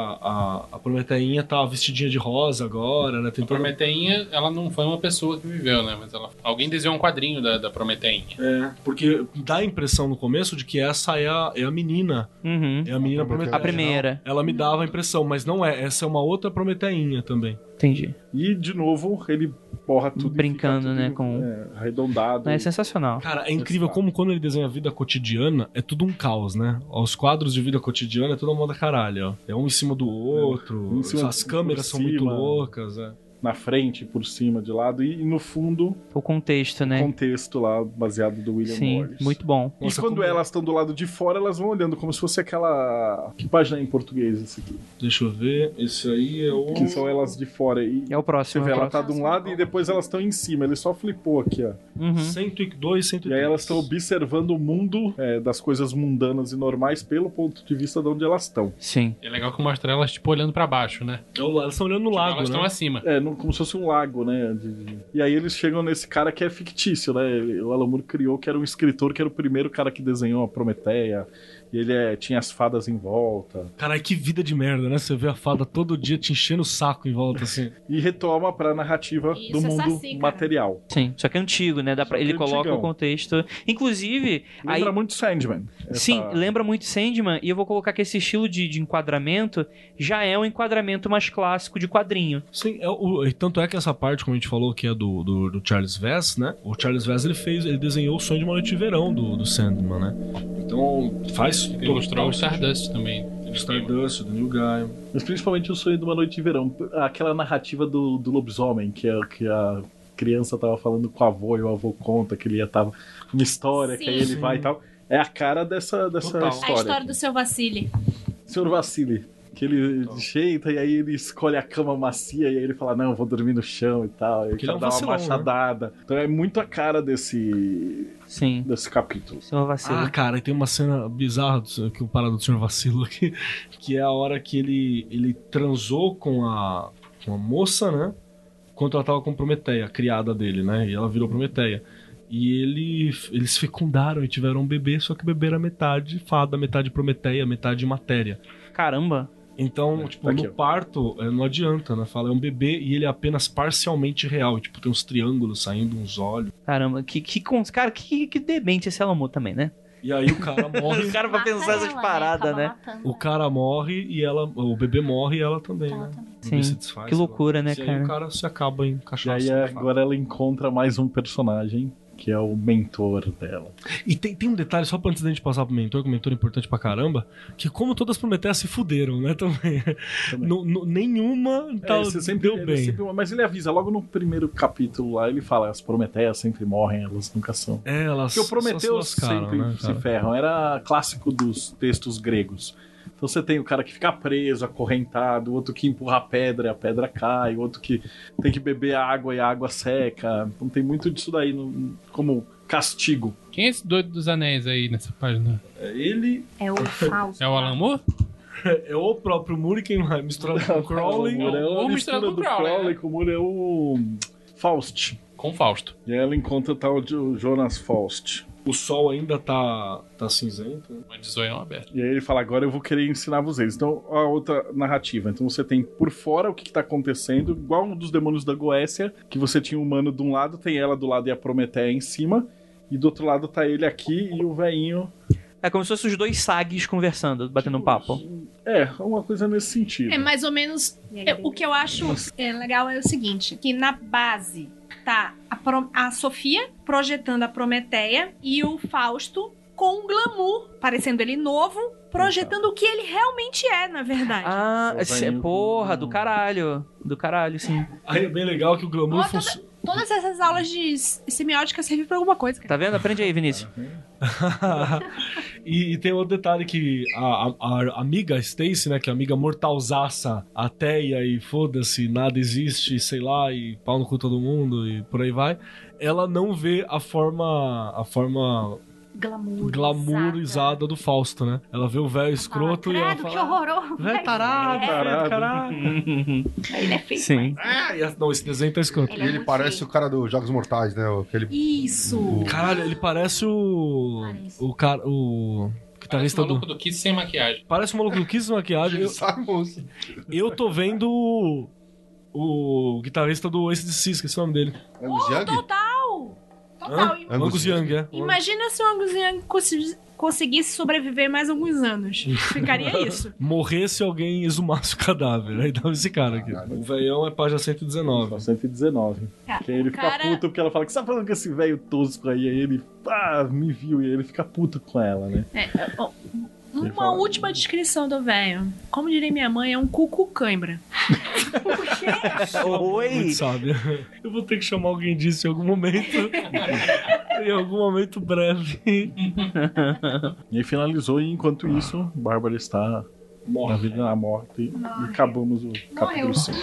a, a Prometeinha tá vestidinha de rosa agora, né? Tem A toda... Prometeinha, ela não foi uma pessoa que viveu, né? Mas ela... alguém desenhou um quadrinho da, da Prometeinha. É, porque dá a impressão no começo de que essa é a, é a menina. Uhum. É a menina Prometeia. A primeira. Ela me dava a impressão, mas não é. Essa é uma outra Prometeinha também. Entendi. E, de novo, ele porra tudo. e Brincando, fica tudo, né, com- é, arredondado. É sensacional. Cara, é incrível como quando ele desenha a vida cotidiana, é tudo um caos, né? Os quadros de vida cotidiana é tudo uma moda caralho, ó. É um em cima do outro, Um em cima- as câmeras por são muito cima. loucas, é. Na frente, por cima, de lado. E, e no fundo, O contexto, o né? contexto lá, baseado do William Sim, Morris. muito bom. E Nossa, quando como- elas estão do lado de fora, elas vão olhando como se fosse aquela... Que página é em português esse aqui? Deixa eu ver, esse aí é o... Que são elas de fora. E É o você próximo. vê, é o ela tá próximo. de um lado e depois elas estão em cima. Ele só flipou aqui, ó. Uhum. cento e dois, cento e E três. aí elas estão observando o mundo é, das coisas mundanas e normais pelo ponto de vista de onde elas estão. Sim. É legal que mostra elas, tipo, olhando pra baixo, né? É o la- Elas estão olhando no lago, elas né? estão acima. É, não- como se fosse um lago, né? de- de- E aí eles chegam nesse cara que é fictício, né? O Alan Moore criou que era um escritor, que era o primeiro cara que desenhou a Prometeia E ele é, tinha as fadas em volta. Caralho, que vida de merda, né? Você vê a fada todo dia te enchendo o saco em volta, assim. E retoma pra narrativa Isso do é mundo saci, cara. material. Sim, só que é antigo, né? Dá pra, Só ele que coloca antigão. o contexto. Inclusive, Lembra aí, muito Sandman. essa- sim, lembra muito Sandman, e eu vou colocar que esse estilo de, de enquadramento já é um enquadramento mais clássico de quadrinho. Sim, é o, e tanto é que essa parte, como a gente falou, que é do, do, do Charles Vess, né? O Charles Vess, ele fez, ele desenhou o Sonho de uma Noite de Verão do, do Sandman, né? Então, faz... Ele ilustrou o Stardust também. Stardust, do Neil Gaiman. Mas principalmente o Sonho de uma Noite de Verão. Aquela narrativa do, do lobisomem, que, é, que a criança tava falando com o avô e o avô conta que ele ia tava uma história, Sim. que aí ele Sim. vai e tal. É a cara dessa, dessa Total. história. A história aqui. do seu Vassili. senhor Vassili. Que ele jeita e aí ele escolhe a cama macia e aí ele fala, não, eu vou dormir no chão e tal. E Porque ele é quer um dar uma vacilão, né? machadada. Então é muito a cara desse, Sim, desse capítulo. senhor vacilo. Ah, cara, e tem uma cena bizarra do, que o parado do senhor Vacilo aqui, que é a hora que ele, ele transou com a, com a moça, né? Enquanto ela tava com Prometeia, a criada dele, né? E ela virou Prometeia. E ele, eles fecundaram e tiveram um bebê, só que o bebê era metade fada, metade Prometeia, metade matéria. Caramba. Então, tipo, tá aqui, no ó. parto, é, não adianta, né? Fala, é um bebê e ele é apenas parcialmente real. E, tipo, tem uns triângulos saindo, uns olhos. Caramba, que, que cons- cara, que, que demente esse Alamo também, né? E aí o cara morre. O cara pra Mata pensar essas ela, paradas, Acaba né? matando O ela. cara morre e ela. O bebê morre e ela também, Ela né? também. O bebê Sim, se desfaz, que sei lá. loucura, né, E aí cara? o cara se acaba em E cachaça. aí agora ela encontra mais um personagem, que é o mentor dela. E tem, tem um detalhe, só pra antes da gente passar pro mentor, que o mentor é importante pra caramba, que como todas as Prometeias se fuderam, né, também. Também. No- no- nenhuma tá, É, você sempre, deu ele bem. sempre- mas ele avisa, logo no primeiro capítulo lá, ele fala, as Prometeias sempre morrem, elas nunca são. É, elas Porque o só Prometeu se lascaram, sempre né, se cara? ferram. Era clássico dos textos gregos. Então você tem o cara que fica preso, acorrentado, o outro que empurra a pedra e a pedra cai, o outro que tem que beber água e a água seca. Então tem muito disso daí no- como castigo. Quem é esse doido dos anéis aí nessa página? É ele, É o Fausto. É o Alan Moore? é o próprio Muri quem mais misturado com o Crowley. O Moore é Ou a misturado mistura com do o Crowley, Crowley né? com o Moore é o Faust. Com Fausto. E aí ela encontra o tal de o Jonas Faust. O sol ainda tá, tá cinzento. Né? Uma de zoião aberto. E aí ele fala, agora eu vou querer ensinar vocês. Então, a outra narrativa. Então você tem por fora o que, que tá acontecendo, igual um dos demônios da Goécia, que você tinha o humano de um lado, tem ela do lado e a Prometeia em cima, e do outro lado tá ele aqui e o veinho. É como se fossem os dois sags conversando, batendo um papo. É, uma coisa nesse sentido. É mais ou menos. é, o que eu acho é, legal é o seguinte: que na base tá a, Pro- a Sofia projetando a Prometeia e o Fausto com glamour, parecendo ele novo, projetando o que ele realmente é, na verdade. Ah, Eu cê- venho porra, com- do caralho. Do caralho, sim. Aí é bem legal que o glamour Ó, toda- funciona. Todas essas aulas de semiótica servem pra alguma coisa, cara. Tá vendo? Aprende aí, Vinícius. e, e tem outro detalhe que a, a- a amiga Stacy, né, que é a amiga mortalzaça, ateia e foda-se, nada existe, sei lá, e pau no cu todo mundo e por aí vai, ela não vê a forma a forma Glamourizada. glamourizada do Fausto, né? Ela vê o velho escroto Fala, e ela Credo, que fala... horroroso. Velho tarado, É, velho caralho. Ele é feio. Sim. Ah, e a- não, esse desenho tá escroto. Ele E é ele muito parece feio. o cara dos Jogos Mortais, né? Aquele... Isso! o- Caralho, ele parece o... Parece. o cara... o... Parece guitarrista o maluco do... do Kiss sem maquiagem. Parece o maluco do Kiss maquiagem. Eu, Sabe, moço? eu tô vendo o... o guitarrista do Ace de Cis, esqueci o nome dele. Angus Young? Total! Total! Hã? Im- Angus Angus Young, é. Imagina se o Angus Young consi- conseguisse sobreviver mais alguns anos. Ficaria isso. Morrer se alguém exumasse o cadáver. Aí dava esse cara aqui. O veião é página cento e dezenove. cento e dezenove. Cara, Que aí ele o fica cara- puto porque ela fala que você tá falando com esse velho tosco aí. Aí ele, ah, me viu. E aí ele fica puto com ela, né? É, ó, Ele uma fala- última descrição do velho. Como diria minha mãe, é um cucu cãibra. Oi! Muito sábio. Eu vou ter que chamar alguém disso em algum momento. Em algum momento breve. E aí finalizou e enquanto isso, Bárbara está na Morre. vida na morte e acabamos o capítulo cinco.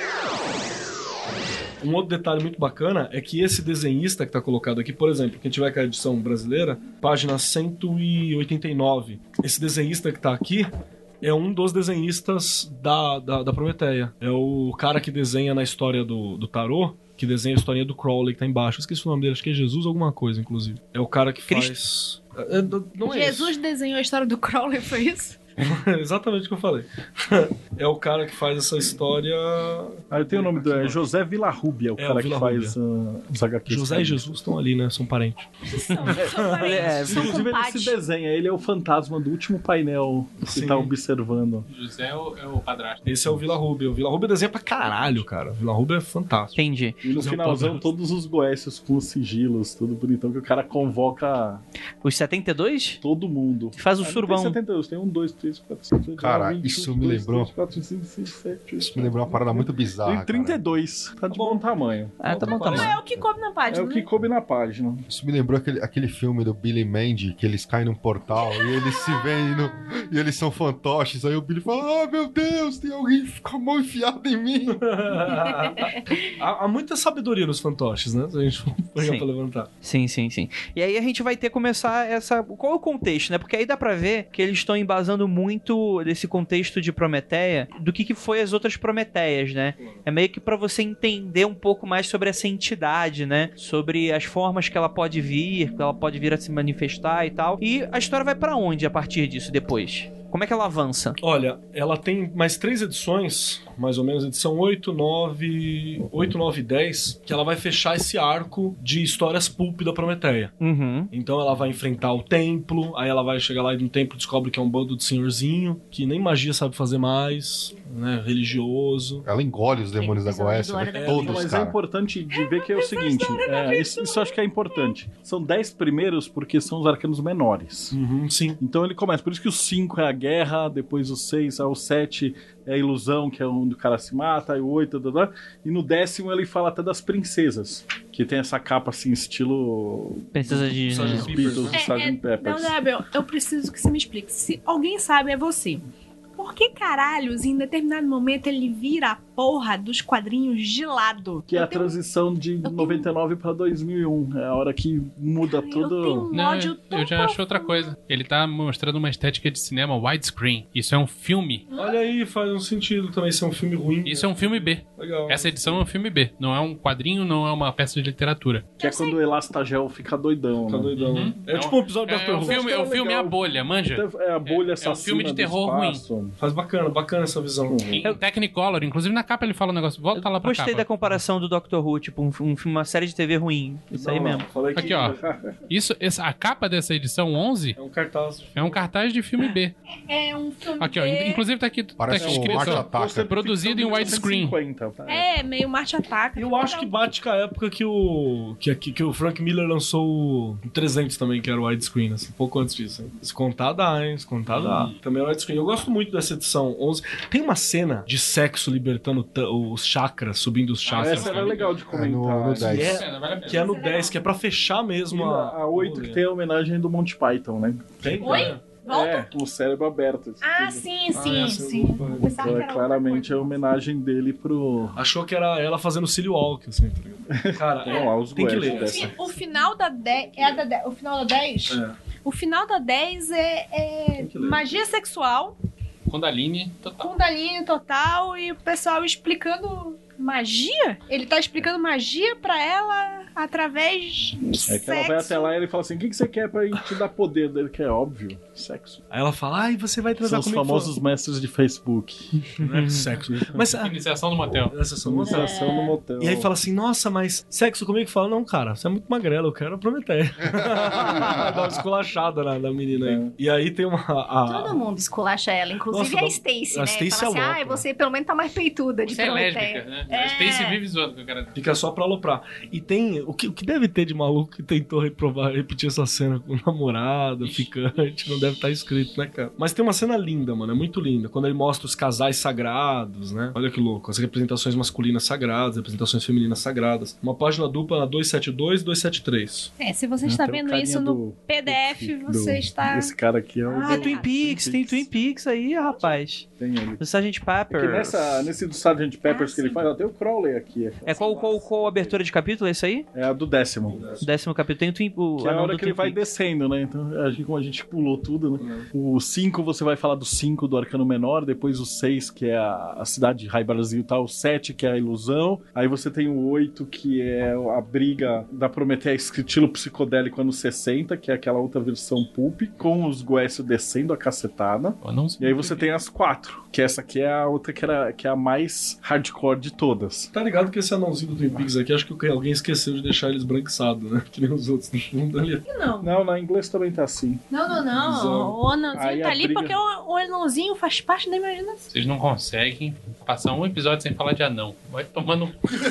Um outro detalhe muito bacana é que esse desenhista que tá colocado aqui, por exemplo, quem tiver com a edição brasileira, página cento e oitenta e nove, esse desenhista que tá aqui é um dos desenhistas da, da, da Prometeia. É o cara que desenha na história do, do tarô, que desenha a historinha do Crowley, que tá embaixo. Eu esqueci o nome dele, acho que é Jesus alguma coisa, inclusive. É o cara que Cristo. faz... É, não é Jesus isso. desenhou a história do Crowley, foi isso? Exatamente o que eu falei. É o cara que faz essa história... Ah, eu tenho o nome do... É José Villarrubia, é o É, cara o que Villarrubia. faz uh, os agá quês. José e Jesus estão ali, né? São parentes. São, são parentes, É, são Inclusive ele compadres. se desenha, ele é o fantasma do último painel que Sim. tá observando. José é o, é o padrasto. Esse é o Villarrubia. O Villarrubia desenha pra caralho, cara. O Villarrubia é fantástico. Entendi. E no Mas é um finalzão padrão. todos os goécios com os sigilos, tudo bonitão, que o cara convoca Os setenta e dois? todo mundo. Faz o Ah, não surbão. Tem setenta e dois, tem um, dois, três, quatro, cinco, seis, Cara, nove, vinte, isso um, me dois, lembrou- três, quatro, cinco, seis, sete, Isso me lembrou uma parada muito bizarra. Tem trinta e cara. dois, tá de bom tamanho. Ah, tá bom, tá Não bom. é o que coube na É página, o que né? coube na página. Isso me lembrou aquele, aquele filme do Billy Mandy, que eles caem num portal e eles se veem no, e eles são fantoches. Aí o Billy fala: ah, meu Deus, tem alguém com a mão enfiada em mim. há, há muita sabedoria nos fantoches, né? Se a gente for pegar Sim. pra levantar. Sim, sim, sim. E aí a gente vai ter que começar essa... Qual é o contexto, né? Porque aí dá pra ver que eles estão embasando muito desse contexto de Prometeia do que, que foi as outras Prometeias, né? É meio que pra você entender um pouco mais sobre essa entidade, né? Sobre as formas que ela pode vir, que ela pode vir a se manifestar e tal. E a história vai pra onde a partir disso depois? Como é que ela avança? Olha, ela tem mais três edições, mais ou menos, edição oito, nove, oito, nove e dez, que ela vai fechar esse arco de histórias pulp da Prometeia. Uhum. Então ela vai enfrentar o templo, aí ela vai chegar lá no templo e descobre que é um bando de senhorzinho, que nem magia sabe fazer mais, né, religioso. Ela engole os demônios da Episódio Goécia, do né? Hora da Todos, Mas é cara. importante de ver que é o seguinte, é, isso, isso eu acho que é importante. São dez primeiros porque são os arcanos menores. Uhum, sim. Então ele começa, por isso que o cinco é a guerra, depois o seis, o sete é a ilusão, que é onde o cara se mata, aí o oito, tá, tá, e no décimo ele fala até das princesas, que tem essa capa assim, estilo Princesa de... dos Sargent Beatles, do É, Sargent é, Peppers. não, Gabriel, eu preciso que você me explique. Se alguém sabe, é você. Por que caralhos, em determinado momento, ele vira a porra dos quadrinhos de lado? Que é Eu a tenho- transição de tenho- noventa e nove para dois mil e um, é a hora que muda eu todo... tenho um Não, ódio tão eu já acho outra coisa. Ele tá mostrando uma estética de cinema widescreen. Isso é um filme. Olha aí, faz um sentido também ser um filme ruim. Isso é um filme B. Legal. Essa edição é um filme B. Não é um quadrinho, não é uma peça de literatura. Que é quando o Elastagel fica doidão. Fica né? doidão. Uhum. É, É tipo um episódio É, do é Doctor o Who. filme, é o filme A Bolha, manja? É a bolha É- é um assassina filme de do terror espaço. Faz bacana, bacana essa visão. Em Technicolor, inclusive na capa ele fala um negócio. Volta lá pra Gostei capa. da comparação do Doctor Who, tipo, um, um filme- uma série de T V ruim. Isso aí Não, não, mesmo. falei que- Aqui, ó. Isso, essa, a capa dessa edição onze É um cartaz. é um cartaz de filme B. É um filme. Aqui, ó. B. Inclusive tá aqui, tá Parece aqui um escrito. Marte ó, Ataca. Produzido em widescreen. cento e cinquenta, tá? É, meio Marte Ataca. Eu acho que bate com a época que o que, que, que o Frank Miller lançou o trezentos também, que era o widescreen, assim, um pouco antes disso. Hein? Se contar dá, hein? Se contar dá. Também é widescreen. Eu gosto muito dessa edição onze. Tem uma cena de sexo libertando t- os chakras, subindo os chakras. Essa era legal de É, comentar. no, no Que dez. é, que é no dez, que é pra fechar E mesmo a, a... a oito que tem a homenagem do Monty Python, né? Tem, Oi? cara? Volta? É, com o cérebro aberto. esse Ah, tudo. sim, sim, Ah, sim. essa eu não- Pensava Então que é era claramente a outra coisa. homenagem dele pro... Achou que era ela fazendo silly walk, assim, tá ligado? Cara, Tem lá os tem que goécios ler. dessa. Fi- O final da dez. É a da dez. O final da dez? É. O final da dez é, é Tem que ler. magia sexual, Kundalini, total. Kundalini total e o pessoal explicando magia? Ele tá explicando magia pra ela através de É que ela vai sexo. até lá e ele fala assim, o que, que você quer pra gente te dar poder dele? Que é óbvio, sexo. Aí ela fala, ai, você vai São transar os comigo. famosos mestres de Facebook. Não é sexo. Mas, ah, Iniciação do motel. essa são uma Iniciação no motel. E aí fala assim, nossa, mas sexo comigo? Fala, não, cara, você é muito magrelo, eu quero a Prometeia. Dá uma esculachada na, na menina aí. É. E aí tem uma... a- Todo mundo esculacha ela, inclusive Nossa, a Stacy, a né? Stacy Fala assim, é louca, ah, né? você pelo menos tá mais peituda de Você é Prometeia. lésbica, né? É. A Stacy vive zoando com o cara. Fica só pra aloprar. E tem... O que, o que deve ter de maluco que tentou reprovar, repetir essa cena com namorada, ficante, não deve estar escrito, né, cara? Mas tem uma cena linda, mano, é muito linda. Quando ele mostra os casais sagrados, né? Olha que louco. As representações masculinas sagradas, representações femininas sagradas. Uma página dupla na duzentos e setenta e dois e duzentos e setenta e três. É, se você está Tem um vendo carinha isso no do- P D F, do- você está. Esse cara aqui é o... Ah, do- Twin Peaks, tem Twin Peaks aí, rapaz. Tem ele. Do Sergeant Pepper. Porque nessa, nesse do Sergeant Peppers Ah, que ele sim. faz, ó, tem o Crowley aqui. É qual, qual, qual abertura de capítulo é isso aí? É a do décimo. Décimo capítulo tem o, o Que é a anão hora do que ele Twin vai Peaks. descendo, né? Então, a gente, como a gente pulou tudo, né? O cinco, você vai falar do cinco do Arcano Menor, depois o seis, que é a, a cidade de High Brasil e tal, o sete, que é a ilusão. Aí você tem o oito, que é a briga da Prometeia estilo psicodélico anos sessenta, que é aquela outra versão pulp, com os Goécio descendo a cacetada. E aí você tem as quatro, que essa aqui é a outra que, era, que é a mais hardcore de todas. Tá ligado que esse anãozinho do Twin Peaks aqui, acho que alguém esqueceu de deixar ele esbranquiçado, né? Que nem os outros no fundo ali. Não. Não, na inglês também tá assim. Não, não, não. Visão. O anãozinho Aí tá a ali briga- porque o, o anãozinho faz parte da imaginação. Vocês não conseguem passar um episódio sem falar de anão. Vai tomando...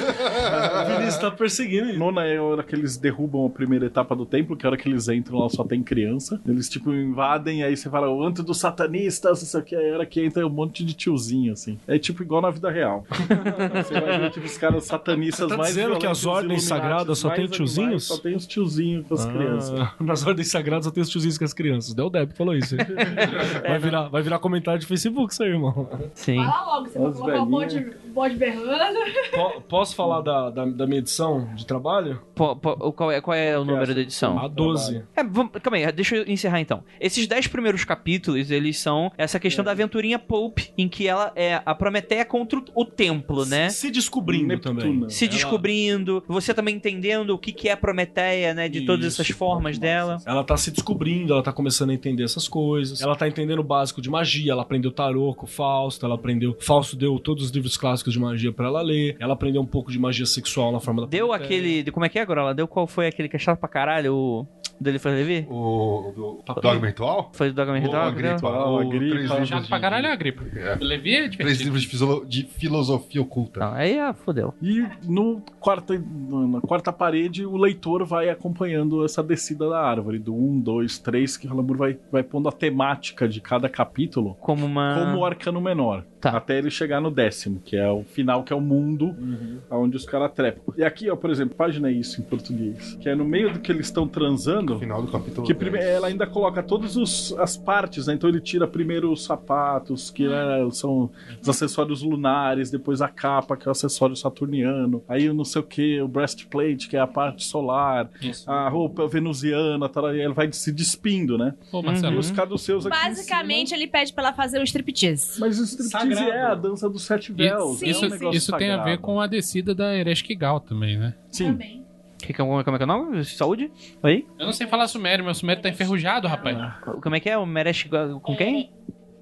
O Vinícius tá perseguindo ele. Nona é a hora que eles derrubam a primeira etapa do templo, que é a hora que eles entram lá só tem criança. Eles, tipo, invadem, aí você fala, o antro dos satanistas, isso aqui, aí a hora que entra um monte de tiozinho, assim. É tipo igual na vida real. Você vai ver, tipo, os caras satanistas Você tá mais dizendo que violentos, as ordens Illuminati, sagradas só mais tem animais, tiozinhos? Só tem os tiozinhos com as Ah, crianças. Nas ordens sagradas só tem os tiozinhos com as crianças. Del Deb falou isso. hein? Vai virar, vai virar comentário de Facebook isso aí, irmão. Sim. Fala logo, você vai As colocar o bode, velhinhas. bode berrando. Po- posso falar da, da, da minha edição de trabalho? Po- po- qual, é, qual é o número da edição? A doze. É, vamos, calma aí, deixa eu encerrar então. Esses dez primeiros capítulos, eles são essa questão da aventurinha Pulp, em que ela é a Prometeia contra o templo, né? Se descobrindo Neptuna. também. Se Ela- descobrindo, você também entendendo o que, que é a Prometeia, né? De todas Isso. essas formas dela. Ela tá se descobrindo, ela tá começando a entender essas coisas. Ela tá entendendo o básico de magia. Ela aprendeu tarô com o Fausto. Ela aprendeu. Fausto deu todos os livros clássicos de magia pra ela ler. Ela aprendeu um pouco de magia sexual na forma da Deu Prometeia. aquele. Como é que é, Grola? Deu qual foi aquele que é chato pra caralho? O. Do Eliphas Levi? O do Dogma Ritual? Foi do Dogma O Ritual? Agripa. O o Agripa. três livros Chato de- pra caralho é a gripe. É. Levi é Três divertido. livros de, fisolo- de filosofia oculta. Não, aí ah, fodeu. E no quarta, na quarta parede, o leitor vai acompanhando essa descida da árvore, do um, dois, três, que o Halamur vai, vai pondo a temática de cada capítulo Como uma. como o arcano menor. Tá. Até ele chegar no décimo, que é o final, que é o mundo Uhum. onde os caras trepam. E aqui, ó, por exemplo, página é isso em português. Que é no meio do que eles estão transando. No final do capítulo. Que prime- ela ainda coloca todas os- as partes, né? Então ele tira primeiro os sapatos, que né, são os acessórios lunares, depois a capa, que é o acessório saturniano, aí o não sei o que, o breastplate, que é a parte solar, a roupa venusiana, tal, e ele vai se despindo, né? Ô, E Marcelo, os caduceus aqui em Basicamente, cima- ele pede pra ela fazer um striptease. Mas o striptease Sagrado. é a dança dos sete véus. Sim, é um isso, negócio isso tem a ver sagrado. com a descida da Ereshkigal também, né? Sim. Também. Que, que, como é que é o nome? Saúde? Oi? Eu não sei falar sumério, meu sumério tá enferrujado, rapaz. Como é que é? O Meresh com quem?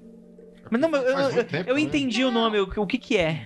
Mas não, mas eu, Faz eu, muito tempo, eu né? entendi o nome, o, que- o que que é?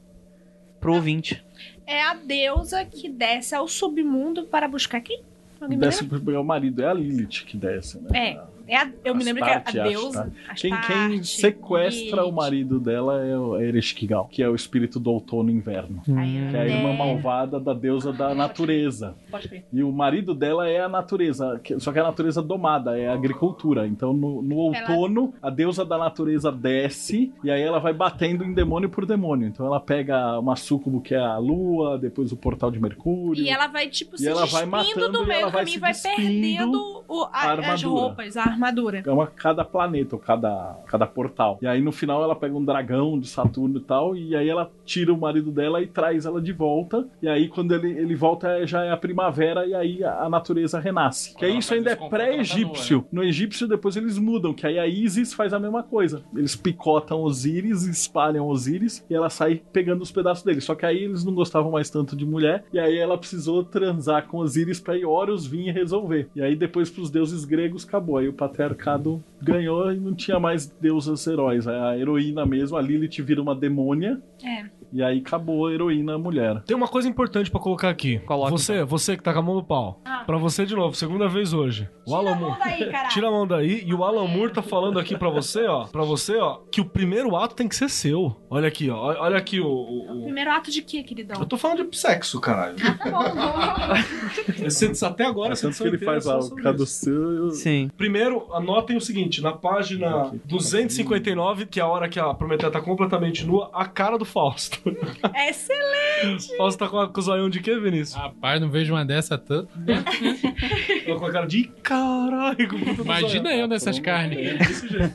Pro ouvinte. É a deusa que desce ao submundo para buscar quem? Alguém me Desce lembra? pro pegar o marido, é a Lilith que desce, né? É. É a, eu me lembro que é Astarte, a acho, deusa. tá? Quem, quem Astarte, sequestra o Lilith. marido dela é o é Ereshkigal, que é o espírito do outono e inverno. Aí, Que é a irmã é. malvada da deusa da natureza. Pode crer. E o marido dela é a natureza, que- só que é a natureza domada, é a agricultura. Então no, no Ela- outono, a deusa da natureza desce e aí ela vai batendo em demônio por demônio. Então ela pega uma súcubo que é a lua, depois o portal de Mercúrio. E ela vai, tipo, E se ela vai despindo matando do e meio ela do vai caminho, se vai despindo perdendo o- a- a as armadura. roupas, a armadura. É uma cada planeta, ou cada, cada portal. E aí no final ela pega um dragão de Saturno e tal, e aí ela tira o marido dela e traz ela de volta. E aí quando ele, ele volta é- já é a primavera e aí a, a natureza renasce. Quando Que aí ela isso faz ainda é esse confronto, ela tá pré-egípcio. No egípcio depois eles mudam, que aí a Isis faz a mesma coisa. Eles picotam Osíris, espalham Osíris e ela sai pegando os pedaços dele. Só que aí eles não gostavam mais tanto de mulher e aí ela precisou transar com Osíris pra Horus vir e resolver. E aí depois pros deuses gregos acabou. Aí o patriarcado ganhou e não tinha mais deusas heróis. A heroína mesmo, a Lilith vira uma demônia É. e aí acabou a heroína mulher. Tem uma coisa importante pra colocar aqui. Coloca, você, você que tá com a mão no pau. Ah. Pra você de novo, segunda vez hoje. O Tira Alan a mão Moore- daí, caralho. Tira a mão daí e o Alan Moore tá falando aqui pra você, ó, para você, ó, que o primeiro ato tem que ser seu. Olha aqui, ó, olha aqui o, o- o- Primeiro ato de quê, queridão? Eu tô falando de sexo, caralho. Tá bom. Esse- Até agora, essa Tanto que edição ele inteira faz é lá só o sobre cada isso. seu. Sim. Primeiro, anotem o seguinte, na página duzentos e cinquenta e nove, que é a hora que a Prometeia tá completamente nua, a cara do Fausto. Fausto. Excelente! O Fausto tá com, a, com o zoião de quê, Vinícius? Rapaz, não vejo uma dessa tanto. Tô com a cara de "Ih, caralho. com puta do Imagina zoião." eu nessas carnes. É, desse jeito.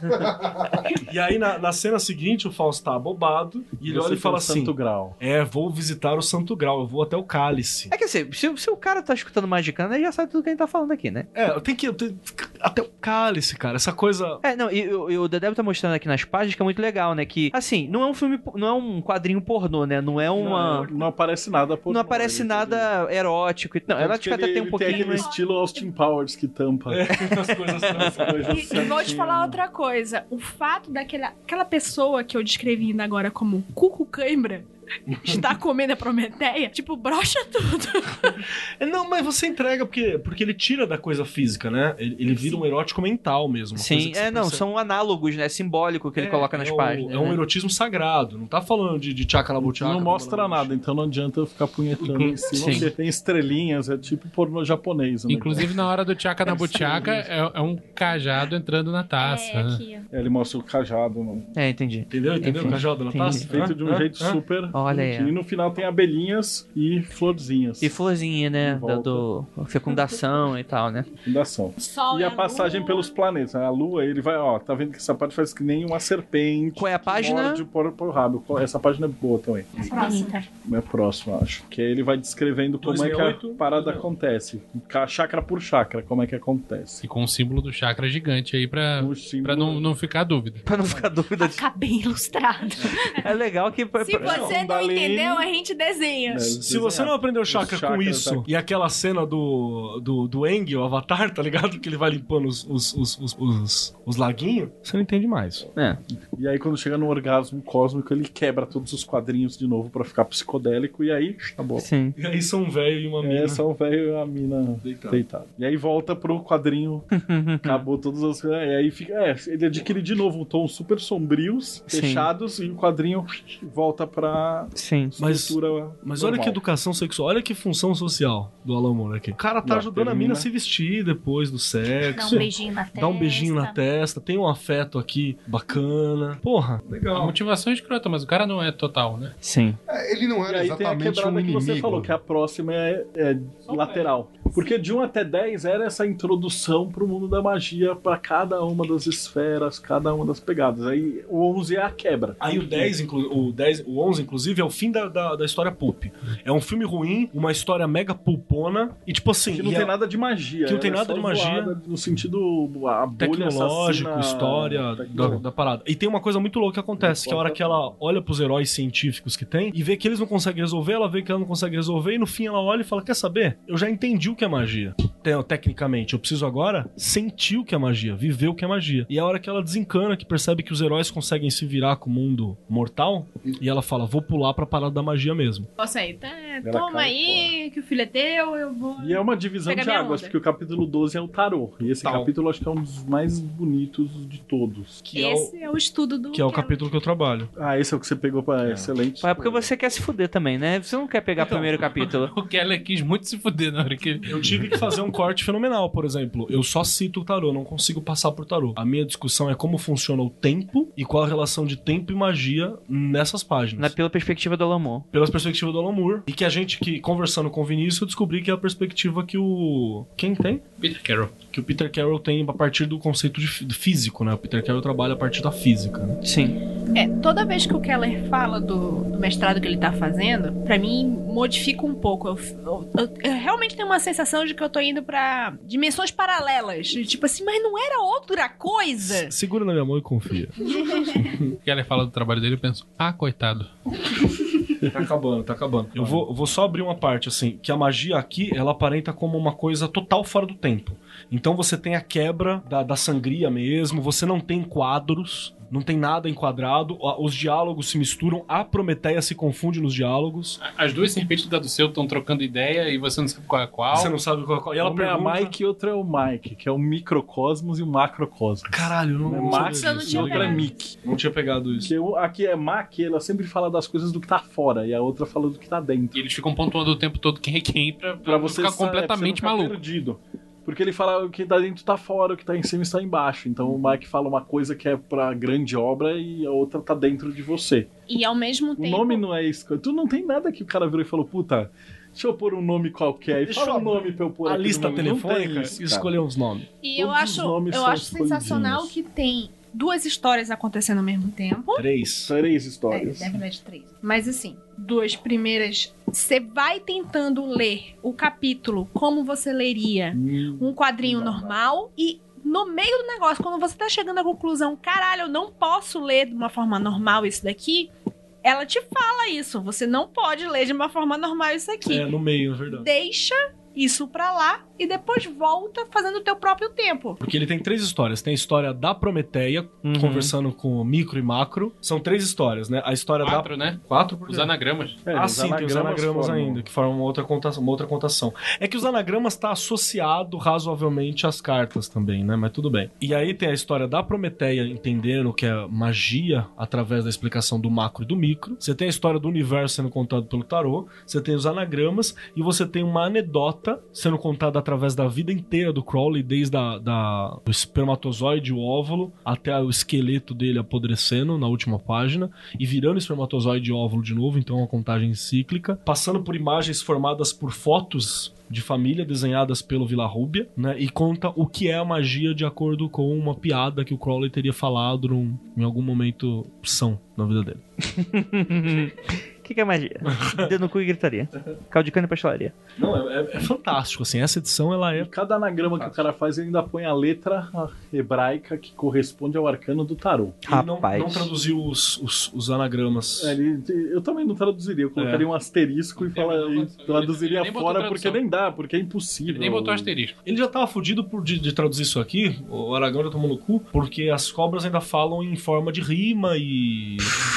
E aí, na, na cena seguinte, o Fausto tá abobado e ele Você olha e fala tem o assim: Santo Grau. É, vou visitar o Santo Grau, eu vou até o Cálice. É que assim, se, se o cara tá escutando Magicano, ele já sabe tudo que a gente tá falando aqui, né? É, eu tenho que. Eu tenho, até o Cálice, cara, essa coisa. É, não, e, e o Dedé tá mostrando aqui nas páginas que é muito legal, né? Que, assim, não é um filme, não é um quadrinho pornô, né? Não é uma... Não, não aparece nada. Por Não aparece nada erótico. e- Não, ela acho que até tem um pouquinho, Tem aquele mas... estilo Austin Powers que tampa. É, as coisas As coisas E, e vou te certinho. falar outra coisa. O fato daquela aquela pessoa que eu descrevi ainda agora como Cuco Cãibra está comendo a Prometeia, tipo, brocha tudo. É, não, mas você entrega porque, porque ele tira da coisa física, né? Ele, ele vira um erótico mental mesmo. uma coisa Sim, que você é, não, percebe. são análogos, né? Simbólico que ele É, coloca nas é o- páginas. É um né? erotismo sagrado, não tá falando de, de tchacalabuchaca. Não mostra nada, então não adianta eu ficar punhetando em cima, Sim. porque tem estrelinhas, é tipo pornô japonês. Né? Inclusive, na hora do tchaca na buchaca, é, é um cajado entrando na taça. É, né? aqui, ó. É, ele mostra o cajado, mano. É, entendi. Entendeu? Entendeu? Enfim, Cajado na entendi. taça? Feito de um Hã? jeito Hã? super Olha aí, bonitinho. E no final tem abelhinhas e florzinhas. E florzinha, né? Em Da, volta. do fecundação e tal, né? Fundação. Sol E e a passagem lua. pelos planetas. A lua, ele vai, ó, tá vendo que essa parte faz que nem uma serpente. Qual é a que página? morde por, por rabo. Essa página é boa também. Bonita. É próxima, acho. Que aí ele vai descrevendo como dois é que sessenta e a oito. parada acontece. Ca- Chakra por chakra, como é que acontece. E com o símbolo do chakra gigante aí pra, O símbolo- pra não, não ficar dúvida. Pra não ficar dúvida. de- Ficar bem ilustrado. É legal que... Se você não Kundalini- entendeu, a gente desenha. É, Se você não aprendeu chakra Os com chakras isso, aqui. e aquela cena do, do, do Aang, o Avatar, tá ligado? Que ele vai limpando os, os, os, os, os, os laguinhos, você não entende mais. É. E aí, quando chega no orgasmo cósmico, ele quebra todos os quadrinhos de novo pra ficar psicodélico. E aí, acabou. Sim. E aí são um velho e uma mina. É, só o velho e a mina Deitado. deitado. E aí volta pro quadrinho. Acabou todas as. E aí fica. É, ele adquire de novo tons super sombrios, Sim. fechados, e o quadrinho volta pra Sim. Mas- estrutura. Mas olha normal. que educação sexual, olha que função social do Alan Moore aqui. O cara tá Não, ajudando a termina- mina a se vestir depois do Dá sexo. um beijinho na testa. Dá um beijinho na testa, tem um afeto aqui bacana. Porra, A legal. motivação é escrota, mas o cara não é total, né? Sim. É, ele não E era aí tem a exatamente um quebrada que inimigo. você falou, que a próxima é, é lateral. Porque de um até dez era essa introdução pro mundo da magia pra cada uma das esferas, cada uma das pegadas. Aí o onze é a quebra. Aí o dez, inclu- o dez, o onze, inclusive, é o fim da, da, da história pulp. É um filme ruim, uma história mega pulpona, e tipo assim... Que não e tem é nada de magia. que não tem ela é nada só de magia. zoada No sentido a bolha tecnológico, assassina- história da, tecnológico. da parada. E tem uma coisa muito louca que acontece, que é a hora que ela olha pros heróis científicos que tem e vê que eles não conseguem resolver, ela vê que ela não consegue resolver, e no fim ela olha e fala, quer saber? Eu já entendi o que é magia. Te- Tecnicamente, eu preciso agora sentir o que é magia, viver o que é magia. E é a hora que ela desencana, que percebe que os heróis conseguem se virar com o mundo mortal, e ela fala, vou pular pra parada da magia mesmo. Posso aí, tá, Ela toma cai aí, que o filho é teu, eu vou... E é uma divisão Pega de minha águas, onda. porque o capítulo doze é o tarô. E esse Tal. capítulo acho que é um dos mais bonitos de todos. Que é Esse é o estudo do... Que é o Keller. capítulo que eu trabalho. Ah, esse é o que você pegou pra excelente. É porque você quer se fuder também, né? Você não quer pegar o primeiro capítulo. O Keller quis muito se fuder na hora que ele... Eu tive que fazer um corte fenomenal, por exemplo. Eu só cito o tarô, não consigo passar por tarô. A minha discussão é como funciona o tempo e qual a relação de tempo e magia nessas páginas. Na, pela perspectiva do Alamor. Pela perspectiva do Alan Moore. E que a gente, que conversando com o Vinícius, eu descobri que é a perspectiva que o... Quem tem? Peter Carroll. Que o Peter Carroll tem a partir do conceito de fí- de físico, né? O Peter Carroll trabalha a partir da física, né? Sim. É, toda vez que o Keller fala do, do mestrado que ele tá fazendo, pra mim modifica um pouco. Eu, eu- eu- eu realmente tenho uma sensação de que eu tô indo pra dimensões paralelas. Tipo assim, mas não era outra coisa? Segura na minha mão e confia. O Keller fala do trabalho dele e eu penso, ah, coitado. Tá acabando, tá acabando. Eu vou, eu vou só abrir uma parte, assim, que a magia aqui, ela aparenta como uma coisa total fora do tempo. Então você tem a quebra da, da sangria mesmo, você não tem quadros, não tem nada enquadrado, a- os diálogos se misturam, a Prometeia se confunde nos diálogos, As duas serpentes do seu estão trocando ideia e você não sabe qual é qual. você não sabe qual é qual. E ela Uma é a pergunta... Mike e outra é o Mike, que é o microcosmos e o macrocosmos. Caralho, eu não, Uma é não Max sabia eu não disso. e tinha outra é pegado. Mick. Não tinha pegado isso. Porque o- aqui é Mac, ela sempre fala das coisas do que tá fora, e a outra fala do que tá dentro. E eles ficam pontuando o tempo todo quem é quem pra, pra, Pra você ficar sa- é, pra completamente você não ficar maluco. perdido. Porque ele fala o que tá dentro tá fora, o que tá em cima está embaixo. Então o Mike fala uma coisa que é pra grande obra e a outra tá dentro de você. E ao mesmo O tempo... nome não é isso. Tu não tem nada que o cara virou e falou, puta, deixa eu pôr um nome qualquer. Deixa Fala eu um nome pra eu pôr A aqui lista no nome. Não tem telefônica isso, e cara. escolher uns nomes. E eu Todos os acho, nomes eu são acho sensacional escolhidinhos. que tem duas histórias acontecendo ao mesmo tempo. Três. Três É, histórias. na verdade, três. Mas assim, duas primeiras. Você vai tentando ler o capítulo como você leria Hum, um quadrinho normal e. No meio do negócio, quando você tá chegando à conclusão, caralho, eu não posso ler de uma forma normal isso daqui, ela te fala isso. Você não pode ler de uma forma normal isso aqui. É, no meio, é verdade. Deixa isso pra lá e depois volta fazendo o teu próprio tempo. Porque ele tem três histórias. Tem a história da Prometeia, Uhum. conversando com o Micro e Macro. São três histórias, né? A história Quatro, da... né? Quatro? Por Os quê? anagramas. É, ah, os sim, tem os anagramas anagramas formam- ainda, que formam uma outra, contação, uma outra contação. É que os anagramas tá associado razoavelmente às cartas também, né? Mas tudo bem. E aí tem a história da Prometeia entendendo que é magia através da explicação do macro e do micro. Você tem a história do universo sendo contado pelo tarô. Você tem os anagramas e você tem uma anedota sendo contada através da vida inteira do Crowley, desde a, da, do espermatozoide, o óvulo, até o esqueleto dele apodrecendo na última página e virando espermatozoide e óvulo de novo, então uma contagem cíclica, passando por imagens formadas por fotos de família desenhadas pelo Villarrubia, né, e conta o que é a magia de acordo com uma piada que o Crowley teria falado num, em algum momento são na vida dele. O que, que é magia? Dedo no cu e gritaria. Caldo de cana e pastelaria. Não, é, é- é fantástico, assim, essa edição ela E é... cada anagrama que o cara faz, ele ainda põe a letra hebraica que corresponde ao arcano do tarô. Ele não, Rapaz. não traduziu os, os, os anagramas. É, ele- eu também não traduziria, eu colocaria É. um asterisco e, Tem, fala, mas não- e traduziria ele nem botou fora, tradução. porque nem dá, porque é impossível. Ele nem botou asterisco. Ele já tava fudido por, de, de traduzir isso aqui, o Aragão já tomou no cu, porque as cobras ainda falam em forma de rima e,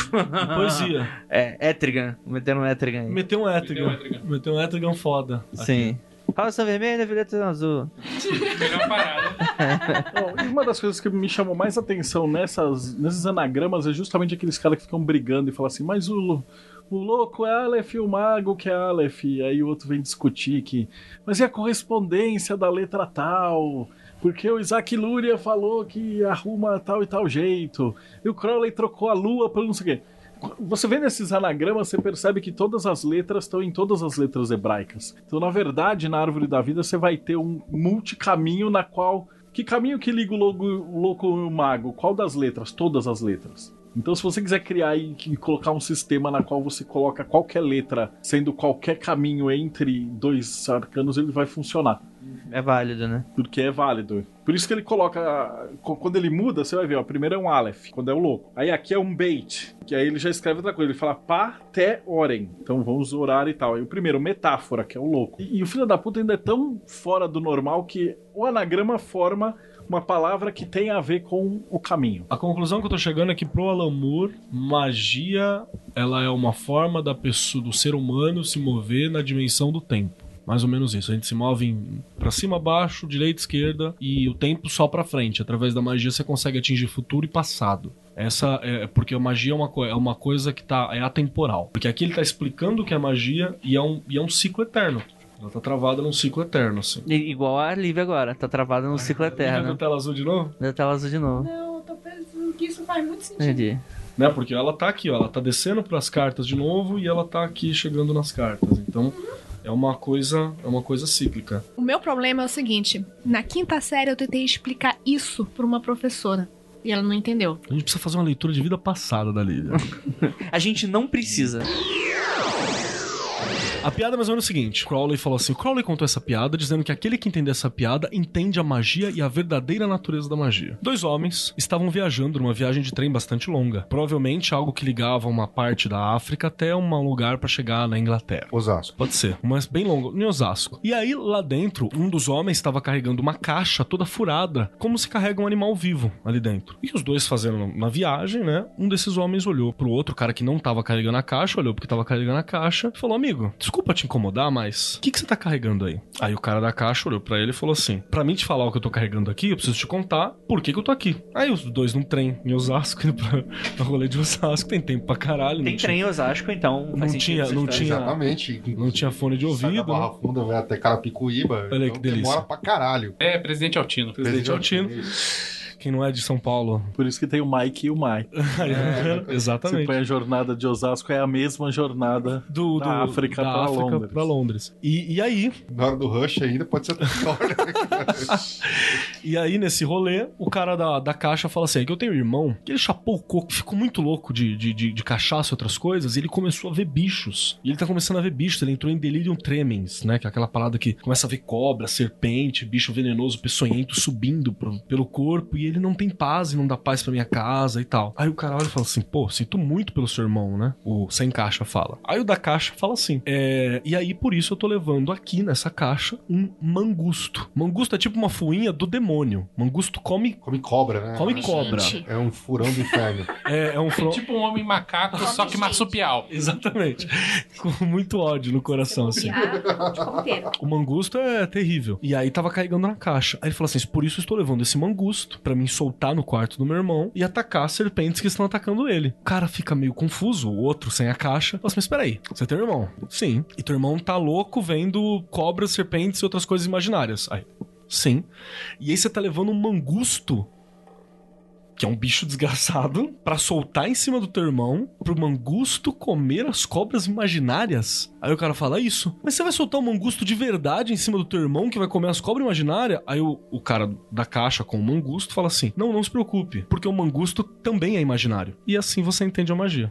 e poesia. É, Etrigan. Metendo um Etrigan aí. Meteu um Etrigan. Meteu um Etrigan. Meteu um Etrigan foda. Sim. Rosa vermelha, violeta azul. Melhor parada. Não, e uma das coisas que me chamou mais atenção nessas, nesses anagramas é justamente aqueles caras que ficam brigando e falam assim, mas o, o louco é Aleph e o mago que é Aleph. E aí o outro vem discutir que, mas e a correspondência da letra tal? Porque o Isaac Luria falou que arruma tal e tal jeito. E o Crowley trocou a lua pelo não sei o quê. Você vê nesses anagramas, você percebe que todas as letras estão em todas as letras hebraicas. Então, na verdade, na Árvore da Vida, você vai ter um multicaminho na qual... Que caminho que liga o, logo, o louco e o mago? Qual das letras? Todas as letras. Então, se você quiser criar e e colocar um sistema na qual você coloca qualquer letra, sendo qualquer caminho entre dois arcanos, ele vai funcionar. É válido, né? Porque é válido. Por isso que ele coloca... co- Quando ele muda, você vai ver, ó. Primeiro é um Aleph, quando é o louco. Aí aqui é um Beit, que aí ele já escreve outra coisa. Ele fala pá, té, orem. Então vamos orar e tal. Aí o primeiro, metáfora, que é o louco. E, e o filho da puta ainda é tão fora do normal que o anagrama forma uma palavra que tem a ver com o caminho. A conclusão que eu tô chegando é que pro Alan Moore, magia ela é uma forma da pessoa, do ser humano se mover na dimensão do tempo. Mais ou menos isso. A gente se move em, pra cima, baixo, direita, esquerda e o tempo só pra frente. Através da magia você consegue atingir futuro e passado. Essa é porque a magia é uma, co- é uma coisa que tá, é atemporal. Porque aqui ele tá explicando o que é magia e é um, e é um ciclo eterno. Ela tá travada num ciclo eterno, assim. I- igual a Lívia agora. Tá travada no ciclo Liga eterno. com tela azul de novo? Da tela azul de novo. Não, eu tô pensando que isso faz muito sentido. Entendi. Né? Porque ela tá aqui, ó. Ela tá descendo pras cartas de novo e ela tá aqui chegando nas cartas. Então... É uma coisa, é uma coisa cíclica. O meu problema é o seguinte: na quinta série eu tentei explicar isso pra uma professora e ela não entendeu. A gente precisa fazer uma leitura de vida passada da Lívia. A gente não precisa. A piada é mais ou menos o seguinte: Crowley falou assim, o Crowley contou essa piada dizendo que aquele que entender essa piada entende a magia e a verdadeira natureza da magia. Dois homens estavam viajando numa viagem de trem bastante longa, provavelmente algo que ligava uma parte da África até um lugar pra chegar na Inglaterra. Osasco. Pode ser, mas bem longo, em Osasco. E aí, lá dentro, um dos homens estava carregando uma caixa toda furada, como se carrega um animal vivo ali dentro. E os dois fazendo na viagem, né? Um desses homens olhou pro outro, cara que não tava carregando a caixa, olhou porque tava carregando a caixa, e falou, amigo, amigo, desculpa te incomodar, mas o que, que você tá carregando aí? Aí o cara da caixa olhou pra ele e falou assim, pra mim te falar o que eu tô carregando aqui, eu preciso te contar por que, que eu tô aqui. Aí os dois num trem em Osasco, indo pra, pra rolê de Osasco, tem tempo pra caralho. Tem trem em Osasco, então Não faz sentido tinha, essa não história. tinha, Exatamente. não tinha fone de Sai da ouvido. Barra Né? Funda, vai até Carapicuíba. Olha aí então que delícia. demora pra caralho. É, Presidente Altino. Presidente Altino. Quem não é de São Paulo. Por isso que tem o Mike e o Mike. É, exatamente. Você põe a jornada de Osasco, é a mesma jornada do, da do, África da pra África Londres. pra Londres. E, e aí, Na hora do rush ainda pode ser até pior. e aí, nesse rolê, o cara da, da caixa fala assim: é que eu tenho um irmão que ele chapou o coco, ficou muito louco de, de, de, de cachaça e outras coisas, e ele começou a ver bichos. E ele tá começando a ver bichos, ele entrou em delirium tremens, né? Que é aquela parada que começa a ver cobra, serpente, bicho venenoso, peçonhento subindo pro, pelo corpo, e ele não tem paz e não dá paz pra minha casa e tal. Aí o cara olha e fala assim: pô, sinto muito pelo seu irmão, né? O sem caixa fala. Aí o da caixa fala assim: é, e aí por isso eu tô levando aqui nessa caixa um mangusto. Mangusto é tipo uma fuinha do demônio. Mangusto come, Come cobra, né? come cobra. Gente. É um furão do inferno. É, é um É fro... tipo um homem macaco, só que gente. marsupial. Exatamente. Com muito ódio no coração, assim. Ah, de ponteiro. O mangusto é terrível. E aí tava carregando na caixa. Aí ele falou assim: por isso eu estou levando esse mangusto pra me soltar no quarto do meu irmão e atacar as serpentes que estão atacando ele. O cara fica meio confuso, o outro sem a caixa. Fala assim: mas peraí, você tem um irmão? Sim. E teu irmão tá louco vendo cobras, serpentes e outras coisas imaginárias. Aí, sim. E aí você tá levando um mangusto, que é um bicho desgraçado, pra soltar em cima do teu irmão, pro mangusto comer as cobras imaginárias. Aí o cara fala: isso? Mas você vai soltar um mangusto de verdade em cima do teu irmão que vai comer as cobras imaginárias? Aí o, o cara da caixa com o mangusto fala assim: não, não se preocupe, porque o mangusto também é imaginário. E assim você entende a magia.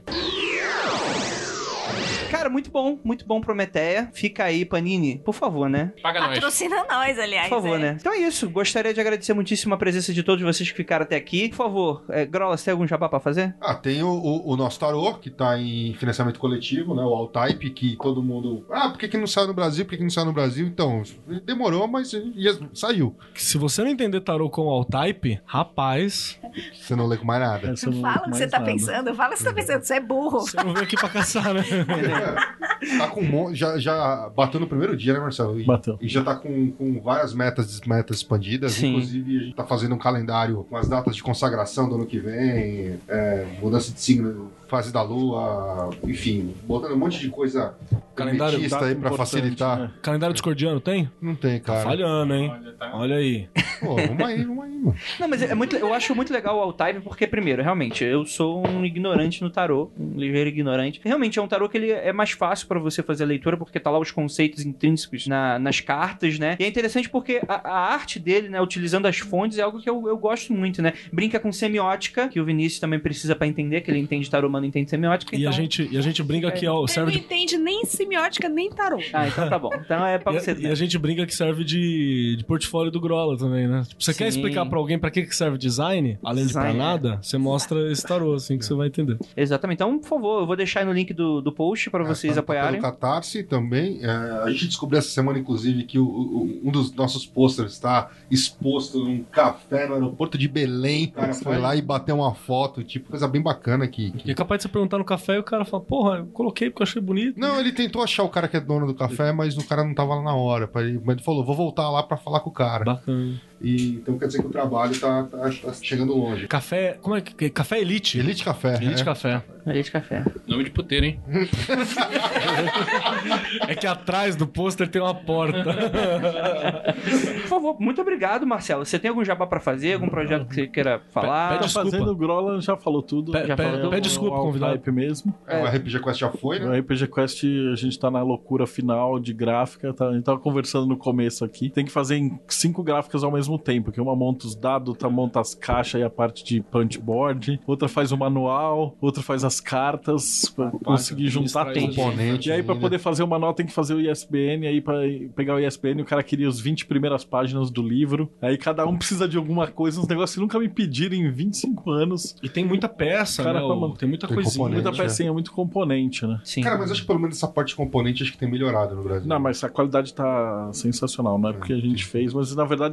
Cara, muito bom, muito bom Prometeia. Fica aí, Panini, por favor, né? Paga nós. Patrocina nós, aliás. Por favor, é. né? Então é isso. Gostaria de agradecer muitíssimo a presença de todos vocês que ficaram até aqui. Por favor, é, Grola, você tem algum jabá pra fazer? Ah, tem o, o, o nosso tarô, que tá em financiamento coletivo, né? O All-Type, que todo mundo... Ah, por que, que não saiu no Brasil? Por que, que não saiu no Brasil? Então, demorou, mas ia- saiu. Se você não entender tarô com All-Type, rapaz, Você não lê com mais nada. Essa eu Não não fala o que mais você tá nada. pensando, fala o que você tá pensando, você é burro. você não veio aqui pra caçar, né? Tá com um monte... Já, já bateu no primeiro dia, né, Marcelo? E, Bateu. e já tá com, com várias metas, metas expandidas. Sim. Inclusive, a gente tá fazendo um calendário com as datas de consagração do ano que vem, é, mudança de signo, fase da lua, enfim, botando um monte de coisa Calendário hermetista data aí pra importante, facilitar. né? Calendário discordiano tem? Não tem, Tá cara. falhando, hein? Olha, tá. Olha aí. Pô, vamos aí, vamos aí, mano. Não, mas é muito, eu acho muito legal o All-Type porque, primeiro, realmente, eu sou um ignorante no tarô, um ligeiro ignorante. Realmente, é um tarô que ele é mais fácil pra você fazer a leitura porque tá lá os conceitos intrínsecos na- nas cartas, né? E é interessante porque a, a arte dele, né, utilizando as fontes, é algo que eu, eu gosto muito, né? Brinca com semiótica, que o Vinícius também precisa pra entender, que ele entende tarô, mas não entende semiótica. E então... a gente, e a gente brinca que ó, Ele serve não de. entende nem semiótica, nem tarô. Ah, então tá bom. Então é pra E você... a, e a gente brinca que serve de, de portfólio do Grola também, né? Tipo, você quer Sim. explicar pra alguém pra que que serve design, além de pra Design, nada, você mostra esse tarô, assim que você vai entender. Exatamente. Então, por favor, eu vou deixar aí no link do, do post pra vocês É, tá- apoiarem. Tá pelo Catarse também. É, a gente descobriu essa semana, inclusive, que o- o- um dos nossos pôsteres está exposto num café no aeroporto de Belém. O cara foi lá e bateu uma foto, tipo, coisa bem bacana que... E é capaz de você perguntar no café e o cara fala: porra, eu coloquei porque eu achei bonito. Não, ele tentou achar o cara que é dono do café, mas o cara não tava lá na hora. pra ele- Mas ele falou, vou voltar lá pra falar com o cara. Bacana. E, então quer dizer que o trabalho tá, tá- tá chegando longe. Café. Como é que. Café Elite. Elite Café. Elite é. Café. Ali de café. Nome de puteiro, hein? É que atrás do pôster tem uma porta. Por favor, muito obrigado, Marcelo. Você tem algum jabá pra fazer? Algum projeto que você queira falar? Pede Tá desculpa. fazendo o Grola, já falou tudo. Pe- Já pe- falou tudo? pede desculpa, o convidado. All-Type mesmo. É, o R P G Quest já foi, No né? R P G Quest a gente tá na loucura final de gráfica, tá? A gente tava conversando no começo aqui. Tem que fazer em cinco gráficas ao mesmo tempo, que uma monta os dados, outra monta as caixas e a parte de punchboard, outra faz o manual, outra faz as cartas, pra conseguir juntar administrar tudo. isso. Componente. E aí, pra né? poder fazer o manual, tem que fazer o I S B N. Aí, pra pegar o I S B N, o cara queria os vinte primeiras páginas do livro. Aí, cada um precisa de alguma coisa, uns negócios que nunca me pediram em vinte e cinco anos. E tem muita peça, Cara, né? como- o- Tem muita Tem coisinha. componente. Muita é. pecinha, muito componente, né? Sim. Cara, mas acho que pelo menos essa parte de componente acho que tem melhorado no Brasil. Não, mas a qualidade tá sensacional. Não é porque a gente fez, mas na verdade, como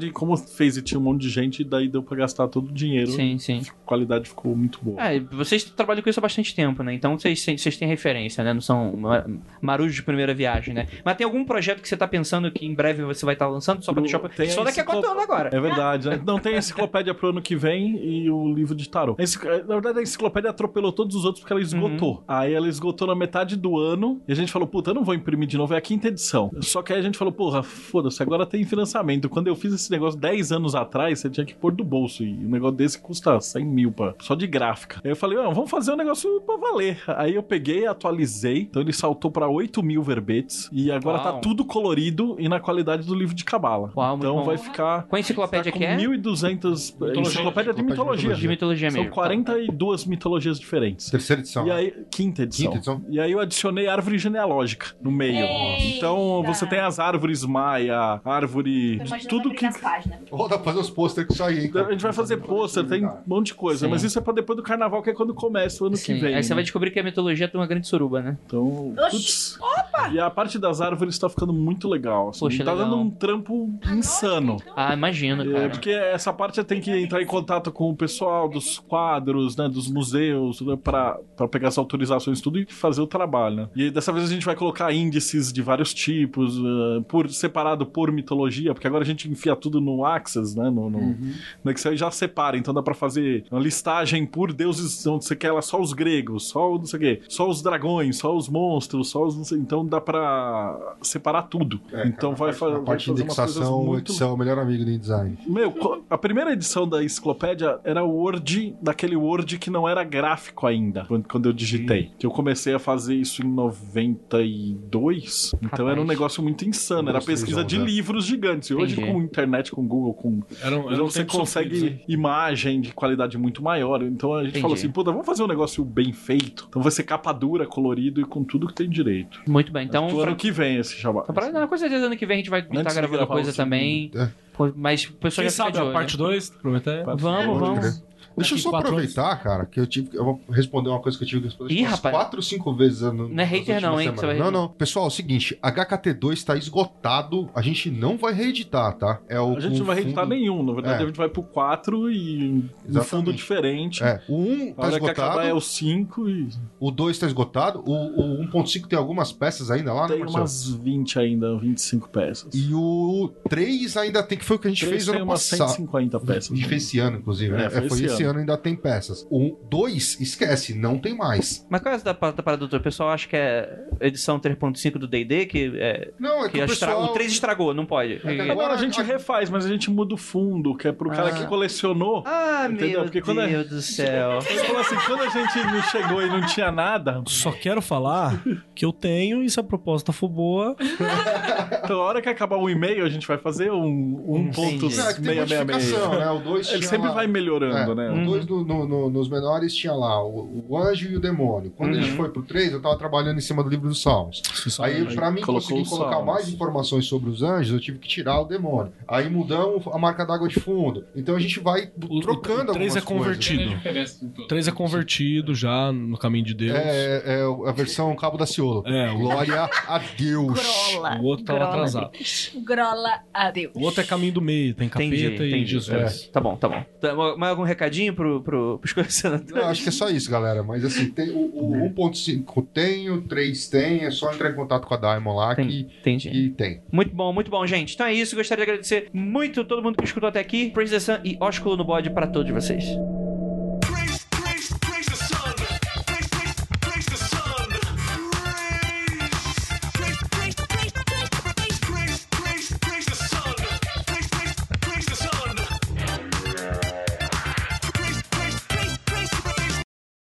fez e tinha um monte de gente, e daí deu pra gastar todo o dinheiro. Sim, sim. A qualidade ficou muito boa. É, vocês trabalham com isso há bastante tempo, né? Então vocês, vocês têm referência, né? Não são ma- marujos de primeira viagem, né? Mas tem algum projeto que você tá pensando que em breve você vai estar lançando? Só pra deixar... Tem Só a daqui a quatro enciclo- anos agora. É verdade, né? Não tem a enciclopédia pro ano que vem e o livro de tarô. A encicl- Na verdade, a enciclopédia atropelou todos os outros porque ela esgotou. Uhum. Aí ela esgotou na metade do ano e a gente falou, puta, eu não vou imprimir de novo, é a quinta edição. Só que aí a gente falou, porra, foda-se, agora tem financiamento. Quando eu fiz esse negócio dez anos atrás, você tinha que pôr do bolso. E um negócio desse custa cem mil pra, só de gráfica. Aí eu falei, ah, vamos fazer um negócio pra valer. Aí eu peguei, atualizei. Então ele saltou pra oito mil verbetes. E agora Uau. tá tudo colorido e na qualidade do livro de cabala. Uau, muito então bom. vai ficar... Qual enciclopédia Tá que com é? mil e duzentas enciclopédia de mitologia. De mitologia São mesmo. quarenta e duas mitologias diferentes. Terceira edição. E aí, quinta edição. Quinta edição. E aí eu adicionei árvore genealógica no meio. Eita. Então você tem as árvores maia, árvore, tudo que... páginas. Ó, dá pra fazer os pôster com isso aí, hein, cara. A gente vai fazer pôster, tem um monte de coisa. Sim. Mas isso é pra depois do carnaval, que é quando começa o ano Sim. que vem. Aí você né? vai descobrir que a mitologia tem uma grande suruba, né? Então, Oxi. putz. E a parte das árvores tá ficando muito legal. Assim. Poxa, tá legal. dando um trampo insano. Ah, imagino, É, cara. porque essa parte tem que entrar em contato com o pessoal dos quadros, né, dos museus, né, pra, pra pegar as autorizações tudo e fazer o trabalho, né? E aí, dessa vez a gente vai colocar índices de vários tipos, uh, por separado por mitologia, porque agora a gente enfia tudo no Access, né, no, no, no Excel e já separa, então dá pra fazer uma listagem por deuses, onde você quer lá só os gregos, só o não sei o quê, só os dragões, só os monstros, só os não sei, então dá pra separar tudo. É, então cara, vai, fa a vai parte de fazer umas coisas indexação, o muito... Excel é o melhor amigo do InDesign. Meu, co- a primeira edição da enciclopédia era o Word, daquele Word que não era gráfico ainda, quando, quando eu digitei. Que eu comecei a fazer isso em noventa e dois. Então Rapaz. era um negócio muito insano. Era Dois, três pesquisa anos, de né? livros gigantes. E hoje, Entendi. com internet, com Google, com. Era um, era um você tempo consegue sofrido, né? imagem de qualidade muito maior. Então a gente Entendi. falou assim: puta, vamos fazer um negócio bem feito. Então vai ser capa dura, colorido e com tudo que tem direito. Muito bem. Então, Pro pra... ano que vem esse jabá. Então, pra... não, com certeza, ano que vem a gente vai estar Antes de gravando gravar coisa o segundo. também. É. Pô, Mas o pessoal Quem já fica sabe de a olho. parte dois, Prometeia? Vamos, Pode vamos. crer. Deixa eu Daqui só quatro aproveitar, cara, que eu tive. Eu vou responder uma coisa que eu tive que responder Ih, umas rapaz. quatro, cinco vezes. No, Não é hater não, hein, que você vai- Não, não. Pessoal, é o seguinte: H K T dois tá esgotado. A gente não vai reeditar, tá? É o A gente com não vai reeditar fundo- nenhum. Na verdade, É. a gente vai pro quatro e um Exatamente. fundo diferente. É, o um A tá hora que acabar esgotado, é o cinco e o dois tá esgotado, o, o um ponto cinco tem algumas peças ainda lá, né, tem Marcelo? umas vinte ainda, vinte e cinco peças. E o três ainda tem, que foi o que a gente Três fez tem ano umas cento e passado. cinquenta A peças. gente fez esse ano, inclusive, né? É, É, foi foi esse esse ano. ano, ainda tem peças. O dois, esquece, não tem mais. Mas qual é essa da, da parada, doutor? O pessoal acha que é edição três ponto cinco do D e D, que, é, Não, é que, que o estra- pessoal... o três estragou, não pode. que Agora Agora, a gente a- refaz, mas a gente muda o fundo, que é pro cara Ah. que colecionou. Ah, Entendeu? meu Porque quando é- Deus do céu. Ele falou assim, quando a gente não chegou e não tinha nada, Só quero falar que eu tenho e se a proposta for boa, então a hora que acabar o e-mail, a gente vai fazer um, um ponto Entendi. Não, é que tem meia, meia, modificação, meia. né? O dois Ele tinha sempre lá- vai melhorando, É, né? O dois no- no- no- nos menores tinha lá o, o anjo e o demônio. Quando a gente Uhum. foi pro três, eu tava trabalhando em cima do livro dos Salmos. Aí, pra mim colocou conseguir os colocar salmos. mais informações sobre os anjos, eu tive que tirar o demônio. Aí mudamos a marca d'água de fundo. Então a gente vai o, trocando o três é algumas coisas. convertido. O três é convertido já no caminho de Deus. É, é a versão Cabo da Ciolo. É, o- Glória a Deus. Grola. O outro tava Grola. atrasado. Grola a Deus. O outro é caminho do meio, tem capeta Entendi, e entendi. Jesus. Tá bom, tá bom. Tá, mais algum recadinho pro, pro, pros colecionadores? Não, acho que é só isso, galera. Mas assim, tem, o, o um ponto cinco tem, o três tem. É só entrar em contato com a Diamond lá que, Entendi. que tem. Muito bom, muito bom, gente. Então é isso. Gostaria de agradecer muito todo mundo que escutou até aqui. Praise the Sun e ósculo no bode pra todos vocês. Praise, praise, praise the sun. Praise, praise, praise the sun. Praise, praise, praise, praise, praise, praise, praise, praise the sun. Praise, praise, praise the sun. Praise, praise, praise, praise, praise.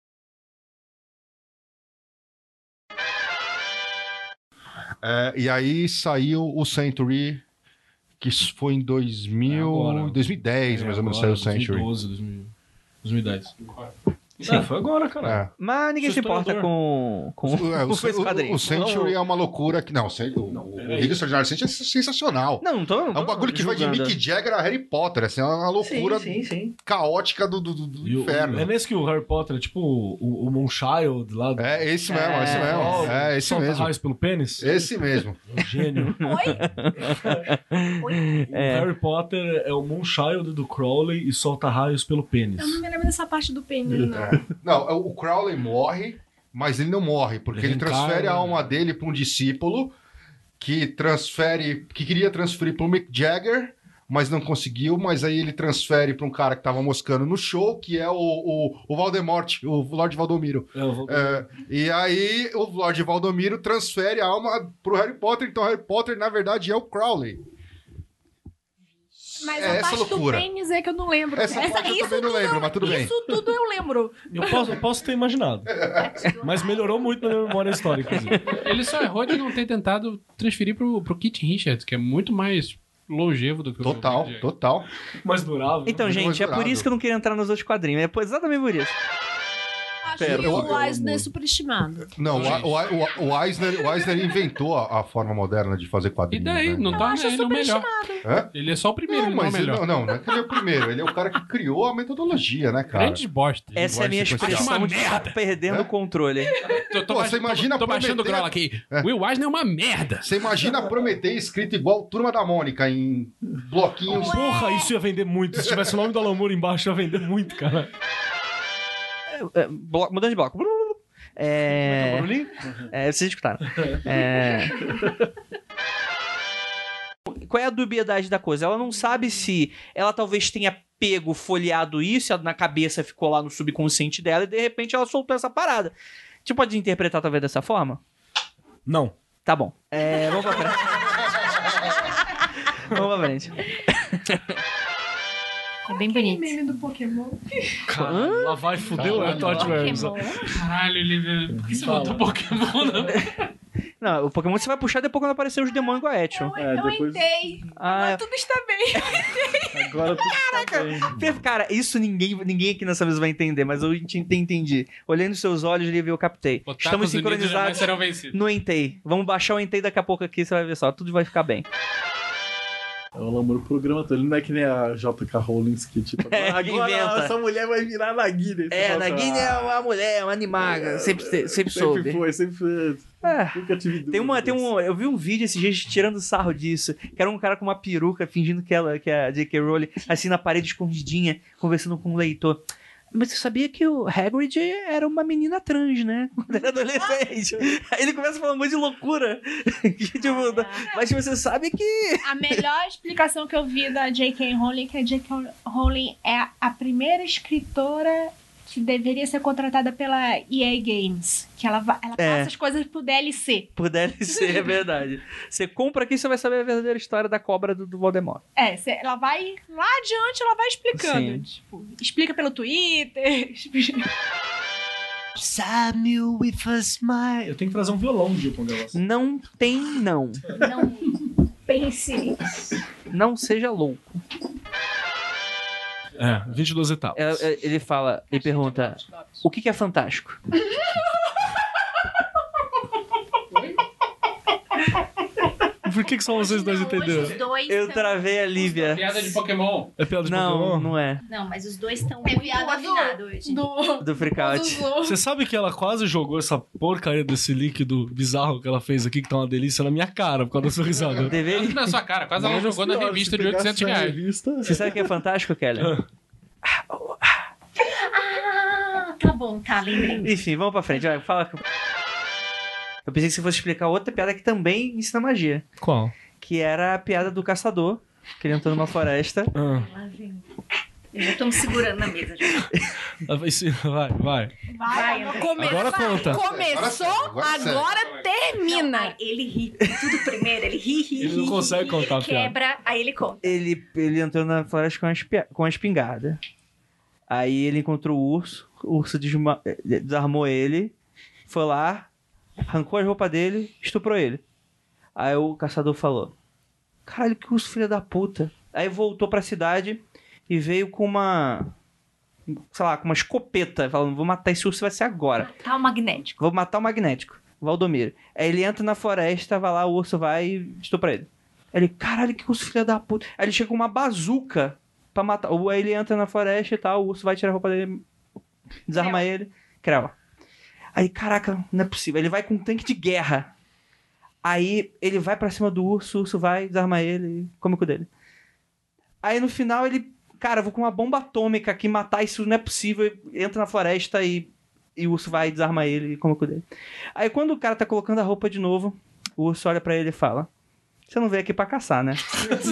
É, e aí saiu o Century, que foi em dois mil, É agora. dois mil e dez, mais ou menos, Agora, saiu o Century. dois mil e doze, dois mil dois mil e dez. É, foi agora, cara. Mas ninguém Seu se importa historiador. com, com, É, o, com esse quadrinho. o, o Century é uma loucura que. Não, o, o, o peraí. Liga Extraordinária Century é sensacional. Não, não tô. Não É tô um bagulho que vai de julgando. Mick Jagger a Harry Potter, assim, é uma loucura Sim, sim, sim. caótica do, do, do E o- inferno. É nesse que o Harry Potter é tipo o, o Moonchild lá do. É esse mesmo, É, esse mesmo. É esse solta mesmo. raios pelo pênis. Esse mesmo. Gênio. Oi? Oi? O Harry Potter é o Moonchild do Crowley e solta raios pelo pênis. Eu não me lembro dessa parte do pênis, não. É. Não, o Crowley morre, mas ele não morre, porque Ele ele transfere a reencarna. alma dele para um discípulo que transfere, que queria transferir para o Mick Jagger, mas não conseguiu, mas aí ele transfere para um cara que tava moscando no show, que é o, o, o Voldemort, o Lord Valdomiro. É, eu vou- É, e aí o Lord Valdomiro transfere a alma pro Harry Potter, então Harry Potter, na verdade, é o Crowley. Mas É a essa parte loucura. do pênis é que eu não lembro. Essa parte eu isso também não tudo lembro, eu- mas tudo bem. Isso tudo eu lembro. Eu posso, eu posso ter imaginado. Mas melhorou muito na minha memória histórica, inclusive. Ele só errou de não ter tentado transferir pro, pro Kit Richards, que é muito mais longevo do que o Total, Mick Jagger. total. Mais durável. Então, Muito gente, é por dourado. isso que eu não queria entrar nos outros quadrinhos. É por- exatamente por isso. Acho Pera, que eu- o eu- Eisner é superestimado. Não, o, o, o, Eisner, o Eisner inventou a, a forma moderna de fazer E quadrinhos. daí? né? Não torna acho ele o melhor. Hã? Ele é só o primeiro, Não, ele não é o mas ele, melhor. não, não, não é que ele é o primeiro. Ele é o cara que criou a metodologia, né, cara? Grandes bosta. Essa é a minha Linguagem sequencial. expressão Acho uma de estar merda. perdendo É? o controle. Tô, tô Pô, baix- você imagina tô, tô baixando o Prometeu- grau aqui. É. Will Eisner é uma merda. Você imagina Prometeu escrito igual Turma da Mônica, em bloquinhos. Porra, isso ia vender muito. Se tivesse o nome do Alan Moore embaixo, ia vender muito, cara. É, blo- mudando de bloco. É... Barulhinho? É, vocês escutaram. É... Qual é a dubiedade da coisa? Ela não sabe se ela talvez tenha pego, folheado isso, ela na cabeça ficou lá no subconsciente dela e de repente ela soltou essa parada. Você pode interpretar talvez dessa forma? Não. Tá bom. É, vamos pra frente. Vamos pra frente. É bem bonito. Meme do Pokémon. Caralho, lá vai foder o Todd Worms. Pokémon. Caralho, ele... Por que você Fala. botou Pokémon? Não? Não, o Pokémon você vai puxar depois quando aparecer os demônios com a Action. É, eu depois- entrei. Ah, Mas tudo está bem. Agora tudo tá bem. Per- Cara, isso ninguém, ninguém aqui nessa mesa vai entender, mas eu ent- entendi. Olhando os seus olhos, Livre, eu captei. Otakus Estamos unidos jamais sincronizados serão vencidos. no Entei. Vamos baixar o Entei daqui a pouco aqui, você vai ver só. Tudo vai ficar bem. É o Alan Moore o programa todo. Ele não é que nem a J K. Rowling que tipo, É, agora inventa. essa mulher vai virar Nagini. É, Nagini é uma mulher, uma animaga. Sempre, sempre, Sempre soube. foi, sempre foi. É. Nunca tive dúvidas. Tem uma, tem um, eu vi um vídeo esses dias tirando sarro disso, que era um cara com uma peruca fingindo que ela, que é a J K. Rowling, assim na parede escondidinha, conversando com um leitor. Mas você sabia que o Hagrid era uma menina trans, né? Quando era adolescente. Aí ele começa a falar um monte de loucura. Que, tipo, mas você sabe que... A melhor explicação que eu vi da J K. Rowling é que a J K. Rowling é a primeira escritora que deveria ser contratada pela E A Games. Que ela, va- ela É. passa as coisas pro D L C. Por D L C, é verdade. Você compra aqui, você vai saber a verdadeira história da cobra do, do Voldemort. É, cê- ela vai lá adiante, ela vai explicando. Sim. Tipo, explica pelo Twitter. explica- Samuel with a smile. Eu tenho que trazer um violão de um negócio. Não tem não. Não pense nisso. Não seja louco. É, vinte e duas etapas. É, é, Ele fala, ele pergunta, o que que é fantástico? Por que, que só vocês dois Não, hoje entenderam? os dois Eu tão- travei a Lívia. Piada de Pokémon. É piada de Não, Pokémon? não é. Não, mas os dois estão É muito piada afinados hoje. Do, Do freakout. Você sabe que ela quase jogou essa porcaria desse líquido bizarro que ela fez aqui, que tá uma delícia, na minha cara, por causa da sua risada. Deveria... Na sua cara, quase ela Menos jogou na pior, revista se de pegasse oitocentos essa reais. revista- Você sabe o que é fantástico, Kelly? Ah, tá bom, tá, lembrei. Enfim, vamos pra frente. Vai, fala. Eu pensei que você fosse explicar outra piada que também ensina magia. Qual? Que era a piada do caçador, que ele entrou numa floresta. Ah, Lá vem. Eu já tô me segurando na mesa. Já. vai, sim, vai, vai. Vai, André. come- Agora conta. Começou, Agora sério, agora agora termina. Não, aí ele ri tudo primeiro, ele ri, ri, Ele ri, não consegue ri, contar a ele piada. quebra, aí ele conta. Ele, ele entrou na floresta com a, espia- com a espingarda. Aí ele encontrou o urso, o urso desma- eh, desarmou ele, foi lá, arrancou as roupas dele, estuprou ele. Aí o caçador falou: caralho, que urso filho da puta. Aí voltou pra cidade e veio com uma sei lá, com uma escopeta, falando, vou matar esse urso, vai ser agora. Tá o magnético. Vou matar o magnético, Valdomiro. Aí ele entra na floresta, vai lá, o urso vai e estupra ele. Aí ele, caralho, que urso filho da puta. Aí ele chega com uma bazuca pra matar. Ou aí ele entra na floresta e tal, o urso vai tirar a roupa dele, desarma Creu. ele, creva. Aí, caraca, não é possível. Ele vai com um tanque de guerra. Aí ele vai pra cima do urso, o urso vai, desarma ele e come o cu dele. Aí no final ele, cara, eu vou com uma bomba atômica aqui matar isso, não é possível. Entra na floresta e, e o urso vai, desarma ele e come o cu dele. Aí quando o cara tá colocando a roupa de novo, o urso olha pra ele e fala: você não veio aqui pra caçar, né?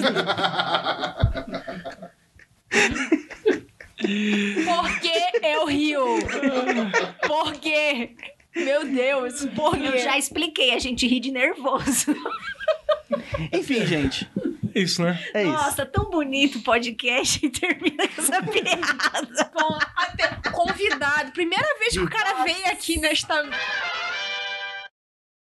Por que eu rio? Por quê? Meu Deus, por quê? Eu já expliquei, a gente ri de nervoso. Enfim, gente. Isso, né? É isso. Nossa, tão bonito o podcast e termina com essa piada. Com- até convidado. Primeira vez que o cara veio aqui nesta